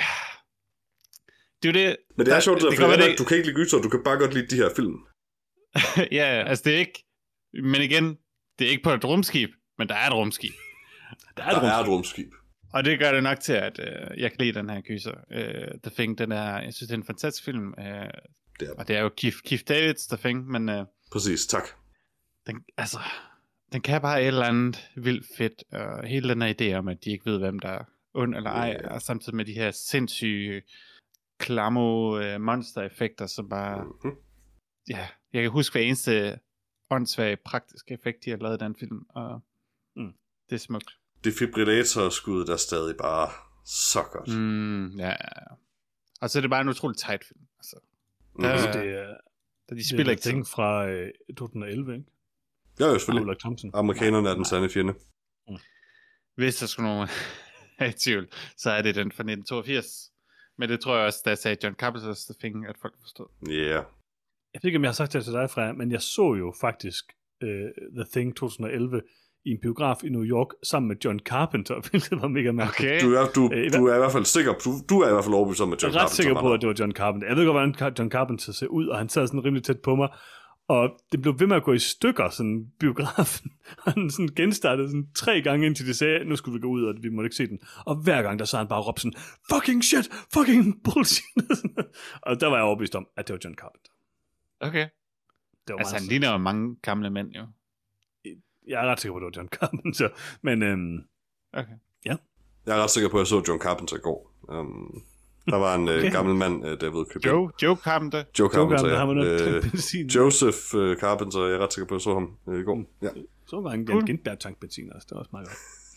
er jo det. Men det er der- sjovt, det for kan godt være, det... du kan ikke lide gyser, du kan bare godt lide de her film. Ja, altså det er ikke, men igen, det er ikke på et rumskib, men der er et rumskib. Der Der er et er rum. et rumskib. Og det gør det nok til, at øh, jeg kan lide den her gyser. Øh, The Thing, den er, jeg synes, det er en fantastisk film. Øh, Det er og det er jo Keith, Keith Davids The Thing, men øh, Præcis, tak. den, altså, den kan bare et eller andet vildt fedt. Og hele den her idé om, at de ikke ved, hvem der er ond eller ej, Ja. og samtidig med de her sindssyge klamo øh, monster-effekter, som bare, Mm-hmm. ja, jeg kan huske hver eneste åndssvage praktiske effekt, de har lavet i den film, og Mm. det er smukt. Defibrillator-skud, der er stadig bare så godt. Mm. Mm, ja, ja, ja. Og så er det bare en utrolig tight film. Altså, Mm. Ja. Altså, Øh, det er, de det spiller er ikke ting fra øh, to tusind og elleve, ikke? Ja, jo, Af selvfølgelig. Ulrik Thomsen. Amerikanerne er den sande fjende. Hvis der skulle nogen have i tvivl, så er det den fra nitten toogfirs. Men det tror jeg også, da jeg sagde John Carpenter's The Thing, at folk forstod. Ja. Yeah. Jeg ved ikke, om jeg har sagt det til dig, Freja, men jeg så jo faktisk uh, The Thing to tusind og elleve i en biograf i New York sammen med John Carpenter, hvilket var mega mærkeligt. Okay. Du er, du, Øh, i du er i hvert fald sikker, du, du er i hvert fald overbevist om, at John Jeg er ret Carpenter sikker var på, der. at det var John Carpenter. Jeg ved godt, hvordan Car- John Carpenter ser ud, og han sad sådan rimelig tæt på mig, og det blev ved med at gå i stykker, sådan biografen, og han sådan genstartede sådan tre gange, indtil de sagde, nu skulle vi gå ud, og vi måtte ikke se den. Og hver gang, der så han bare råbt sådan, fucking shit, fucking bullshit. Og der var jeg overbevist om, at det var John Carpenter. Okay. Det var Altså, meget han ligner jo mange gamle mænd, jo. Jeg er ret sikker på, at det var John Carpenter, men øhm, Okay. ja. Jeg er ret sikker på, at jeg så John Carpenter i går. Um, der var en okay. uh, gammel mand, uh, David købte. Joe, Joe Carpenter. Joe Joe Carpenter, Carpenter, ja. ham, Uh, benzin. Joseph uh, Carpenter, jeg er ret sikker på, at jeg så ham uh, i går. Mm. Ja. Så var en cool. Gindberg tank benzin også, det var også meget godt.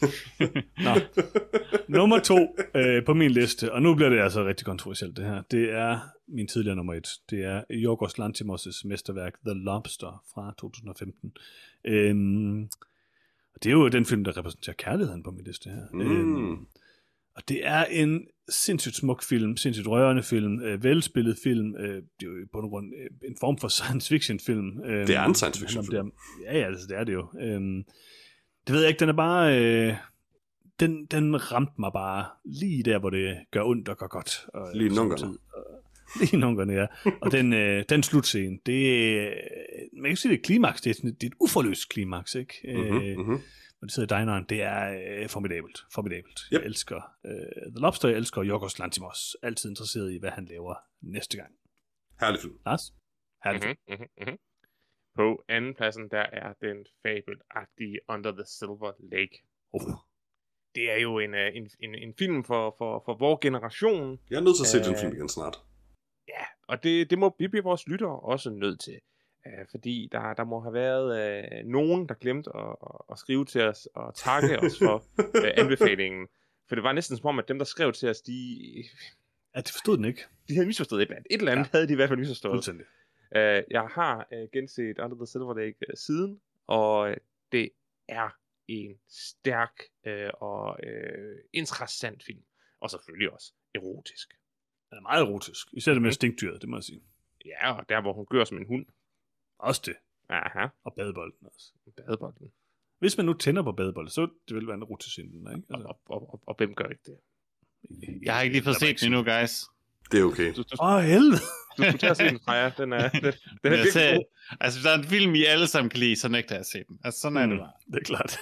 Nå. Nummer to øh, på min liste, og nu bliver det altså rigtig kontroversielt det her, det er min tidligere nummer et. Det er Yorgos Lanthimos' mesterværk The Lobster fra to tusind og femten. Øhm, og det er jo den film, der repræsenterer kærligheden på min liste her. Mm. Øhm, og det er en sindssygt smuk film, sindssygt rørende film, øh, velspillet film. Øh, det er jo på en grund øh, en form for science fiction film. Øh, Det er en science fiction film. Ja, ja, altså, det er det jo. Øh, det ved jeg ikke, den er bare... Øh, den, den ramte mig bare lige der, hvor det gør ondt og gør godt. Og, lige nungerne. Lige nungerne, ja. Og den, øh, den slutscene, det er... Man kan sige, det er klimaks. Det er, sådan, det er et uforløst klimaks, ikke? Mm-hmm, øh, mm-hmm. Hvor det sidder i dineren, det er øh, formidabelt. Formidabelt. Yep. Jeg elsker øh, The Lobster, jeg elsker Yorgos Lanthimos. Altid interesseret i, hvad han laver næste gang. Herlig film. Lars? Herlig film. Mm-hmm, mm-hmm, mm-hmm. På anden pladsen, der er den fabelagtige Under the Silver Lake. Oh. Det er jo en, en, en, en film for, for, for vores generation. Jeg er nødt til at se uh, den film igen snart. Ja, og det, det må vi blive vores lyttere også nødt til. Uh, fordi der, der må have været uh, nogen, der glemte at, at skrive til os og takke os for uh, anbefalingen. For det var næsten som om, at dem, der skrev til os, de... Ja, de forstod den ikke. De havde misforstået et eller andet. Et eller andet ja. havde de i hvert fald misforstået. Fuldstændig. Uh, jeg har uh, genset Under the Silver Lake uh, siden, og uh, det er en stærk øh, og øh, interessant film. Og selvfølgelig også erotisk. Den er meget erotisk. Især det med stinkdyret, det må jeg sige. Ja, og der hvor hun gør som en hund. Også det. Aha. Og badebolden også. Badebolden. Hvis man nu tænder på badebolden, så det vil være en erotisk scene, ikke? Altså. Og, og, og, og hvem gør ikke det? Jeg har ikke lige fået set den endnu, guys. Det er okay. Åh, oh, helvede! Du skulle tage at se den, Freja. Den er, den, den er ser, altså, hvis der er en film, I alle sammen kan lide, så nægter jeg at se den. Altså, sådan er mm, det bare. Det er klart.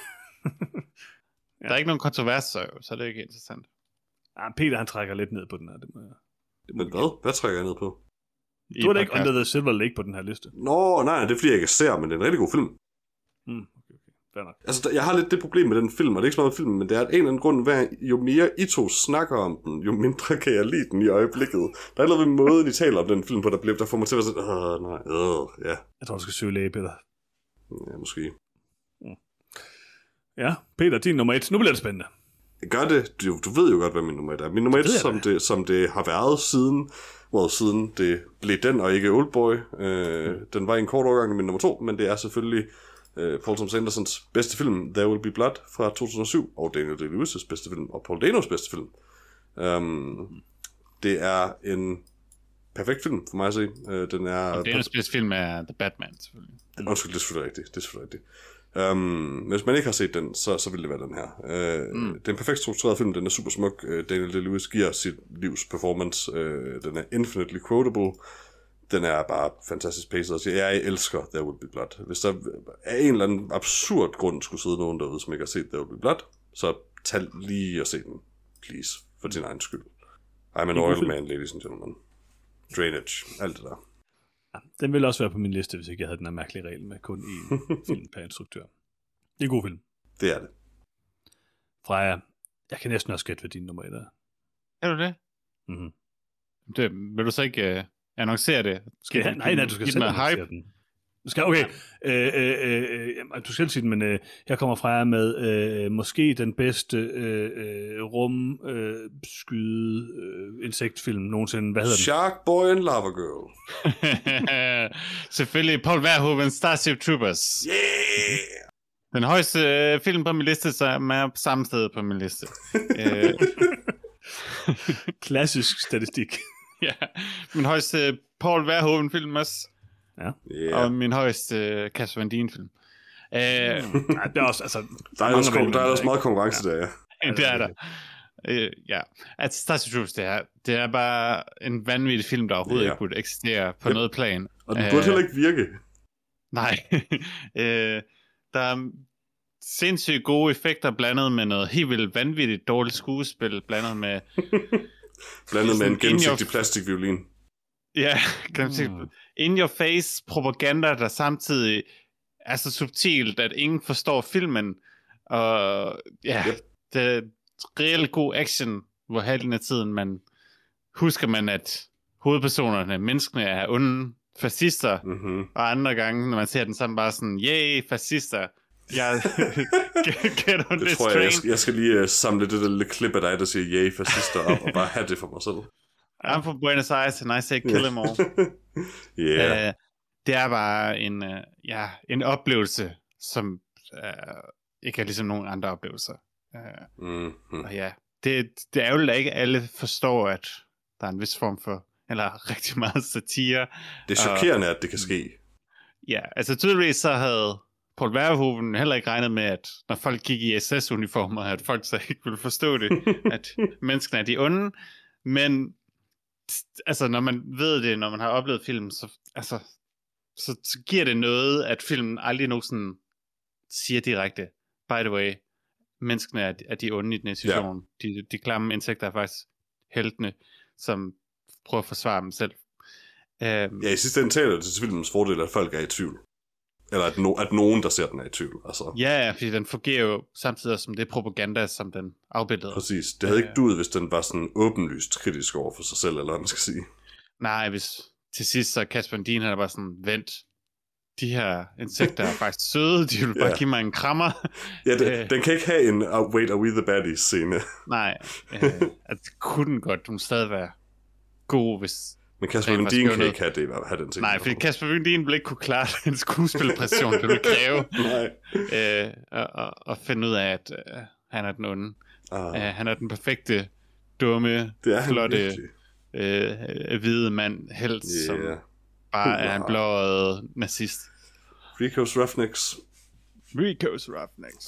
Ja. Der er ikke nogen kontrovers, så, så er det ikke interessant. Ja, Peter, han trækker lidt ned på den her. Det må jeg, det må Men hvad? Hvad trækker jeg ned på? Du er da ikke Under the Silver Lake på den her liste. Nå, nej, det er fordi, jeg ikke ser, men det er en rigtig god film. Mm, okay, okay. Fair nok. Altså, jeg har lidt det problem med den film, og det er ikke så meget film, men det er at en eller anden grund, hver, jo mere I to snakker om den, jo mindre kan jeg lide den i øjeblikket. Der er noget ved måden, I taler om den film på, der, bliver, der får mig til at være sådan, åh, nej, øh, ja. Jeg tror, du skal søge læge, Peter. Ja, måske. Mm. Ja, Peter, din nummer et. Nu bliver det spændende. Gør det. Du, du ved jo godt, hvad min nummer et er. Min nummer et, som det, som det har været siden, hvor siden det blev den, og ikke Oldboy. Øh, mm. Den var i en kort overgang min nummer to, men det er selvfølgelig øh, Paul Thomas Andersons bedste film, There Will Be Blood, fra to tusind og syv, og Daniel Day-Lewis' bedste film, og Paul Danos bedste film. Um, mm. Det er en perfekt film, for mig at se. Øh, den er... Og Danos bedste film er The Batman, selvfølgelig. Undskyld, det er selvfølgelig rigtigt. Det er selvfølgelig rigtigt. Um, hvis man ikke har set den, så, så vil det være den her. Uh, mm. Det er en perfekt struktureret film, den er super smuk. Uh, Daniel Day-Lewis giver sit livs performance. Uh, den er infinitely quotable. Den er bare fantastisk paced. Jeg elsker There Will Be Blood. Hvis der er en eller anden absurd grund skulle sidde nogen derude, som ikke har set There Will Be Blood, så tag lige og se den, please, for din egen skyld. I'm an oil man, ladies and gentlemen. Drainage, alt det der. Ja, den ville også være på min liste, hvis ikke jeg havde den her mærkelige regel med kun én film per instruktør. Det er en god film. Det er det. Freja, jeg kan næsten også gætte, hvad din nummer et er. Er du det? Mm-hmm. det vil du så ikke uh, annoncere det? Skal jeg? Nej, nej, du skal selv annoncere den. Du skal, okay, øh, øh, øh, du skal sige den, men øh, her kommer Freja med øh, måske den bedste øh, øh, rumskyde øh, insektfilm nogensinde. Hvad hedder den? Shark Boy and Lava Girl. Selvfølgelig Paul Verhoeven, Starship Troopers. Yeah! Den højeste øh, film på min liste, som er på samme sted på min liste. øh. Klassisk statistik. Ja, min højeste Paul Verhoeven film også. Ja. Yeah. Og min højeste Casper Van Dien film. Øh, mm. Nej, det er også, altså, der er, også, der er også meget konkurrence ja. der, ja. Det er der. Øh, ja, at Starship Troopers, det er, det er bare en vanvittig film, der overhovedet yeah. ikke burde eksistere på yep. noget plan. Og den burde øh, heller ikke virke. Nej. øh, der er sindssygt gode effekter blandet med noget helt vildt vanvittigt dårligt skuespil, blandet med... blandet med en gennemsigtig plastikviolin. Ja, gennemsigtig. Mm. In your face propaganda, der samtidig er så subtilt, at ingen forstår filmen, og ja, yep. det er reelt god action, hvor halvdelen af tiden man husker man, at hovedpersonerne, menneskene, er onde fascister, mm-hmm. og andre gange, når man ser den sammen, bare sådan, yay, fascister. Jeg get on det this tror jeg, train. jeg skal, jeg skal lige uh, samle det der lille klip af dig, der siger yay, fascister op, og bare have det for mig selv. I'm from Buenos Aires, and I say kill them all. yeah. uh, det er bare en, uh, ja, en oplevelse, som uh, ikke er ligesom nogen andre oplevelser. Uh, mm-hmm. Og ja, det, det er jo ikke alle forstår, at der er en vis form for, eller rigtig meget satire. Det er chokerende, og, at det kan ske. Ja, altså tydeligvis så havde Paul Verhoeven heller ikke regnet med, at når folk gik i S S-uniformer, at folk så ikke ville forstå det, at menneskene er de onde. Men altså, når man ved det, når man har oplevet film, så, altså, så, så giver det noget, at filmen aldrig nogensinde siger direkte, by the way, menneskene er, er de onde i den her situation. Ja. De, de klamme insekter er faktisk heltene, som prøver at forsvare dem selv. Um, ja, i sidste ende taler det til filmens fordel, at folk er i tvivl. Eller at, no- at nogen, der ser den, er i tvivl. Altså. Ja, fordi den fungerer jo samtidig som det propaganda, som den afbildede. Præcis. Det havde ja. ikke duet, hvis den var sådan åbenlyst kritisk over for sig selv, eller hvad man skal sige. Nej, hvis til sidst så Kasper Lundin, han er bare sådan, vent, de her insekter er faktisk søde, de vil bare ja. give mig en krammer. Ja, den, øh, den kan ikke have en uh, wait, are we the baddies scene. Nej, øh, at det kunne den godt, hun stadig være god, hvis... Men Kasper Lundin kan ikke have, det, have den ting. Nej, fordi Kasper Lundin ville ikke kunne klare den skuespilpræstation, det ville kræve øh, at, at finde ud af, at øh, han er den onde. Ah. Uh, han er den perfekte, dumme, flotte, øh, hvide mand, helt yeah. som bare er en blåøjet nazist. Rico's Roughnecks. Rico's Roughnecks.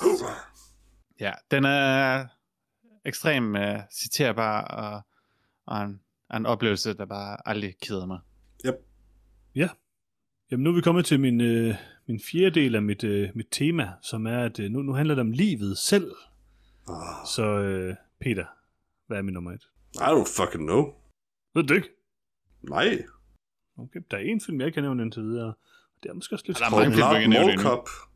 Ja, den er ekstremt uh, citerbar og, og en en oplevelse, der bare aldrig keder mig. Yep. Ja. Jamen nu er vi kommet til min, øh, min fjerde del af mit, øh, mit tema, som er, at øh, nu, nu handler det om livet selv. Oh. Så øh, Peter, hvad er min nummer et? I don't fucking know. Ved du ikke? Nej. Okay, der er en film, jeg kan nævne indtil videre. Det er måske også lidt... Der er mange film, jeg kan nævne endnu.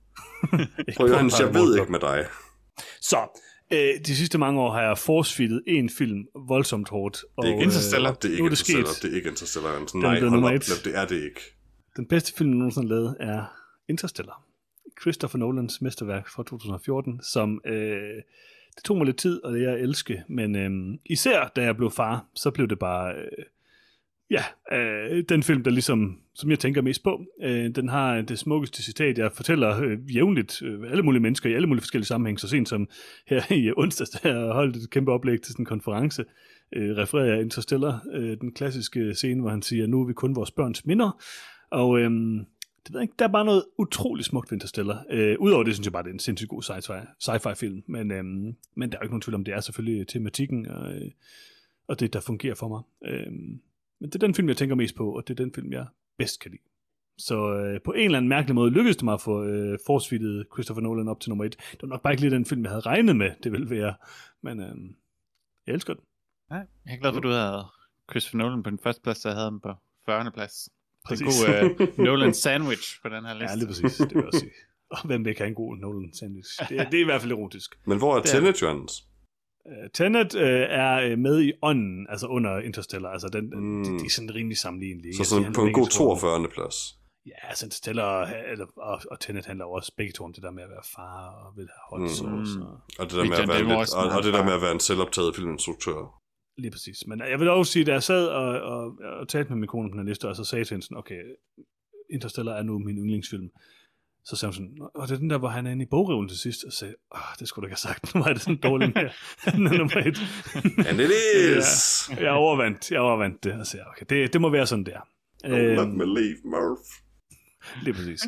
Prøv Johannes, jeg ved ikke med dig. Så... Øh, de sidste mange år har jeg force-feedet en film voldsomt hårdt. Og, det er ikke Interstellar. Det er ikke Interstellar. Det, det er ikke Interstellar. Den Nej, hold op, det er det ikke. Den bedste film, jeg nogensinde har lavet, er Interstellar. Christopher Nolans mesterværk fra to tusind og fjorten, som øh, det tog mig lidt tid, og det er jeg elske. Men øh, især da jeg blev far, så blev det bare... Øh, ja, øh, den film, der ligesom, som jeg tænker mest på, øh, den har det smukkeste citat, jeg fortæller øh, jævnligt øh, alle mulige mennesker i alle mulige forskellige sammenhæng, så sent som her i onsdags, der jeg holdt et kæmpe oplæg til sådan en konference, øh, refererer jeg Interstellar, øh, den klassiske scene, hvor han siger, nu er vi kun vores børns minder, og øh, det ved jeg ikke, der er bare noget utroligt smukt ved Interstellar. Øh, Udover det, synes jeg bare, det er en sindssygt god sci-fi, sci-fi film, men, øh, men der er jo ikke nogen tvivl om, det er selvfølgelig tematikken, og, øh, og det, der fungerer for mig. Øh, Men det er den film, jeg tænker mest på, og det er den film, jeg bedst kan lide. Så øh, på en eller anden mærkelig måde lykkedes det mig at få øh, force-feedet Christopher Nolan op til nummer et. Det var nok bare ikke lige den film, jeg havde regnet med, det ville være. Men øh, jeg elsker den. Ja, jeg er glad for, at du havde Christopher Nolan på den første plads, så jeg havde ham på fyrrende plads. Det er en god øh, Nolan sandwich på den her liste. Ja, lige præcis. Det vil jeg også sige. Og hvem vil ikke have en god Nolan sandwich? Det, det er i hvert fald erotisk. Men hvor er Tenet, Johannes? Uh, Tenet uh, er uh, med i ånden, altså under Interstellar, altså den, mm. de, de er sådan rimelig sammenlignelige. Så sådan på en god toogfyrrende plads. Ja, altså Interstellar eller, og, og Tenet handler også begge to om det der med at være far og vil have hot sauce. Mm. Og, og det der med at være, lidt, og, og det der med at være en selvoptaget filminstruktør. Lige præcis. Men jeg vil også sige, da jeg sad og, og, og talte med min kone på den her liste, og så sagde til hende sådan, okay, Interstellar er nu min yndlingsfilm. Så sagde hun sådan, og det er den der, hvor han er inde i bogreven til sidst, og sagde, åh, det skulle du ikke have sagt, nu var det sådan dårligt med, nummer et. And it is! Ja, jeg overvandt, jeg overvandt det, og sagde, okay, det, det må være sådan der. Don't øhm, let me leave, Murph. Lige præcis.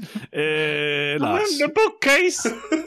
Øh, Lars. I'm the bookcase!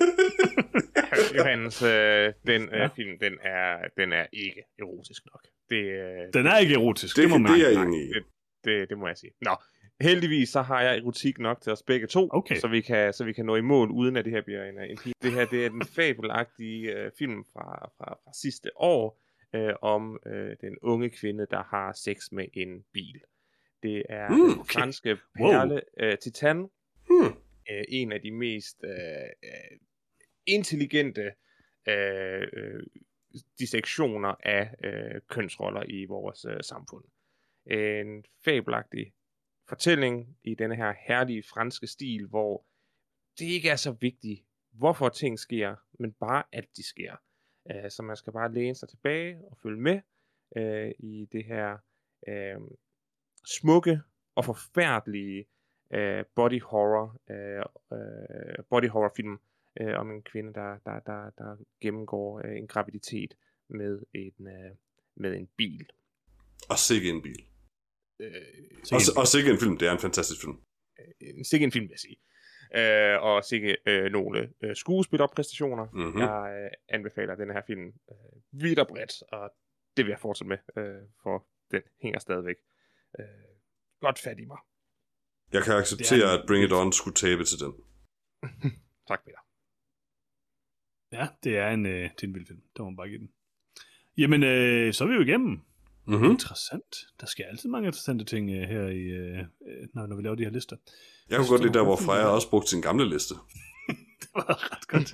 Johannes, øh, den øh, ja. film, den er, den er ikke erotisk nok. Det, øh, den er ikke erotisk, det, det må man ikke. Det, det, det må jeg sige. Nå. Heldigvis så har jeg erotik nok til os begge to, okay. så, vi kan, så vi kan nå i mål, uden at det her bliver en, en pige. Det her det er den fabelagtige øh, film fra, fra, fra sidste år, øh, om øh, den unge kvinde, der har sex med en bil. Det er mm, okay. den franske perle wow. øh, Titan, mm. øh, en af de mest øh, intelligente øh, øh, dissektioner af øh, kønsroller i vores øh, samfund. En fabelagtig fortælling i denne her herlige franske stil, hvor det ikke er så vigtigt, hvorfor ting sker, men bare at de sker. Uh, så man skal bare læne sig tilbage og følge med uh, i det her uh, smukke og forfærdelige uh, body horror uh, uh, body horror film uh, om en kvinde, der, der, der, der gennemgår uh, en graviditet med en, uh, med en bil. Og sikke en bil. Uh, og, og sikke en film, det er en fantastisk film. Uh, sikke en film, vil jeg sige. Uh, og sikke uh, nogle uh, skuespillerpræstationer. Mm-hmm. Jeg uh, anbefaler den her film uh, vidt og bredt, og det vil jeg fortsætte med, uh, for den hænger stadigvæk uh, godt fat i mig. Jeg kan acceptere, en... at Bring It On skulle tabe til den. Tak, Peter. Ja, det er en, øh, det er en vild film. Der må man bare give den. Jamen, øh, så er vi jo igennem. Mm-hmm. Interessant. Der sker altid mange interessante ting øh, her, i, øh, når, når vi laver de her lister. Jeg kunne godt lide der, hvor Freja også brugte sin gamle liste. Det var ret godt.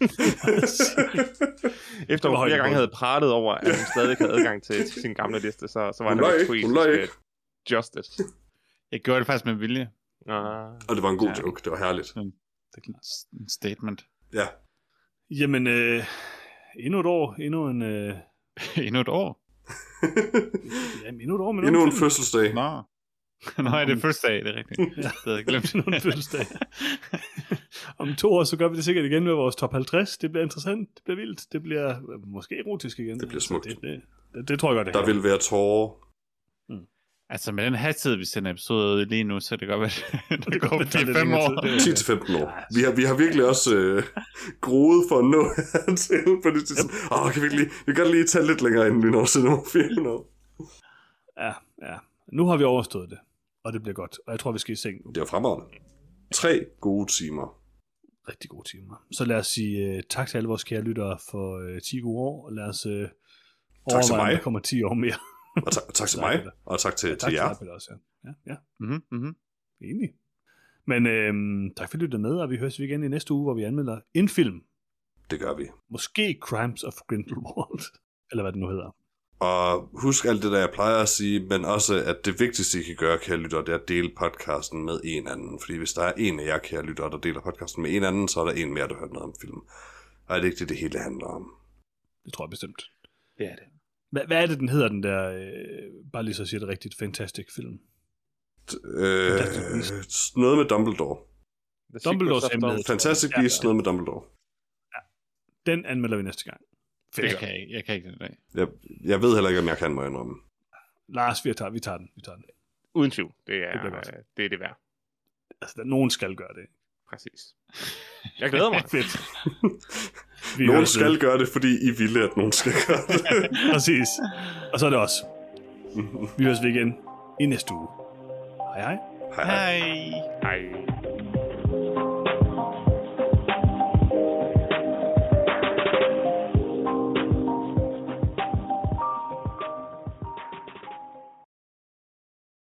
Efter hun flere gange havde pratet over, at hun stadig havde adgang til, til sin gamle liste, så, så var det et tweet. Just it. Jeg gjorde det faktisk med vilje. Ah. Og det var en god ja. joke. Det var herligt. En statement. Ja. Jamen, øh, endnu et år. Endnu en... Øh... endnu et år? Ja, endnu et år. Med endnu en fødselsdag. Nå. Nå, er det fødselsdag, det er rigtigt. Ja. Det havde jeg glemt. Endnu en fødselsdag. Om to år, så gør vi det sikkert igen med vores top halvtreds. Det bliver interessant. Det bliver vildt. Det bliver måske erotisk igen. Det bliver smukt. Det, det, det, det tror jeg godt, det Der her. Vil være tårer. Mm. Altså med den hastighed, vi sender episoder lige nu, så det går godt, det, det går til fem år. ti til femten år. Vi har, vi har virkelig også øh, groet for at nå hertil på det tidspunkt. Åh, oh, kan vi ikke lige, vi kan godt lige tage lidt længere, inden vi når til nummer fire år. Ja, ja. Nu har vi overstået det, og det bliver godt. Og jeg tror, vi skal i seng nu. Det er fremragende. Tre gode timer. Rigtig gode timer. Så lad os sige uh, tak til alle vores kære lyttere for uh, ti gode år, og lad os uh, overveje, om der kommer ti år mere. Og ta- tak til mig, og tak til, ja, tak til jer. Til dig, også, ja. Ja, ja. Mm-hmm, mm-hmm. Enig. Men øhm, tak for at lytte med, og vi høres igen i næste uge, hvor vi anmelder en film. Det gør vi. Måske Crimes of Grindelwald, eller hvad det nu hedder. Og husk alt det, der jeg plejer at sige, men også, at det vigtigste, I kan gøre, kære lyttere, det er at dele podcasten med en anden. Fordi hvis der er en af jer, kære lyttere, der deler podcasten med en anden, så er der en mere, der hører noget om film. Og er det ikke det, det hele handler om? Det tror jeg bestemt. Det er det. Hvad, hvad er det, den hedder, den der, øh, bare lige så siger det rigtigt, Fantastic film? Øh, Fantastic noget med Dumbledore. Dumbledores hemmelighed. Fantastic Beasts, ja, ja. Noget med Dumbledore. Ja. Den anmelder vi næste gang. Jeg kan, ikke, jeg kan ikke den dag. Jeg, jeg ved heller ikke, om jeg kan, må jeg indrømme. Lars, vi tager, vi tager den. Vi tager den. Uden tvivl. Det er det, det, er det værd. Altså, der, nogen skal gøre det. Præcis. Jeg glæder mig. Fedt. Nogen skal det. gøre det, fordi I ville, at nogen skal gøre det. Præcis. Og så er det også. Vi høres vi igen i næste uge. Hej hej. Hej hej. Hej. Hej.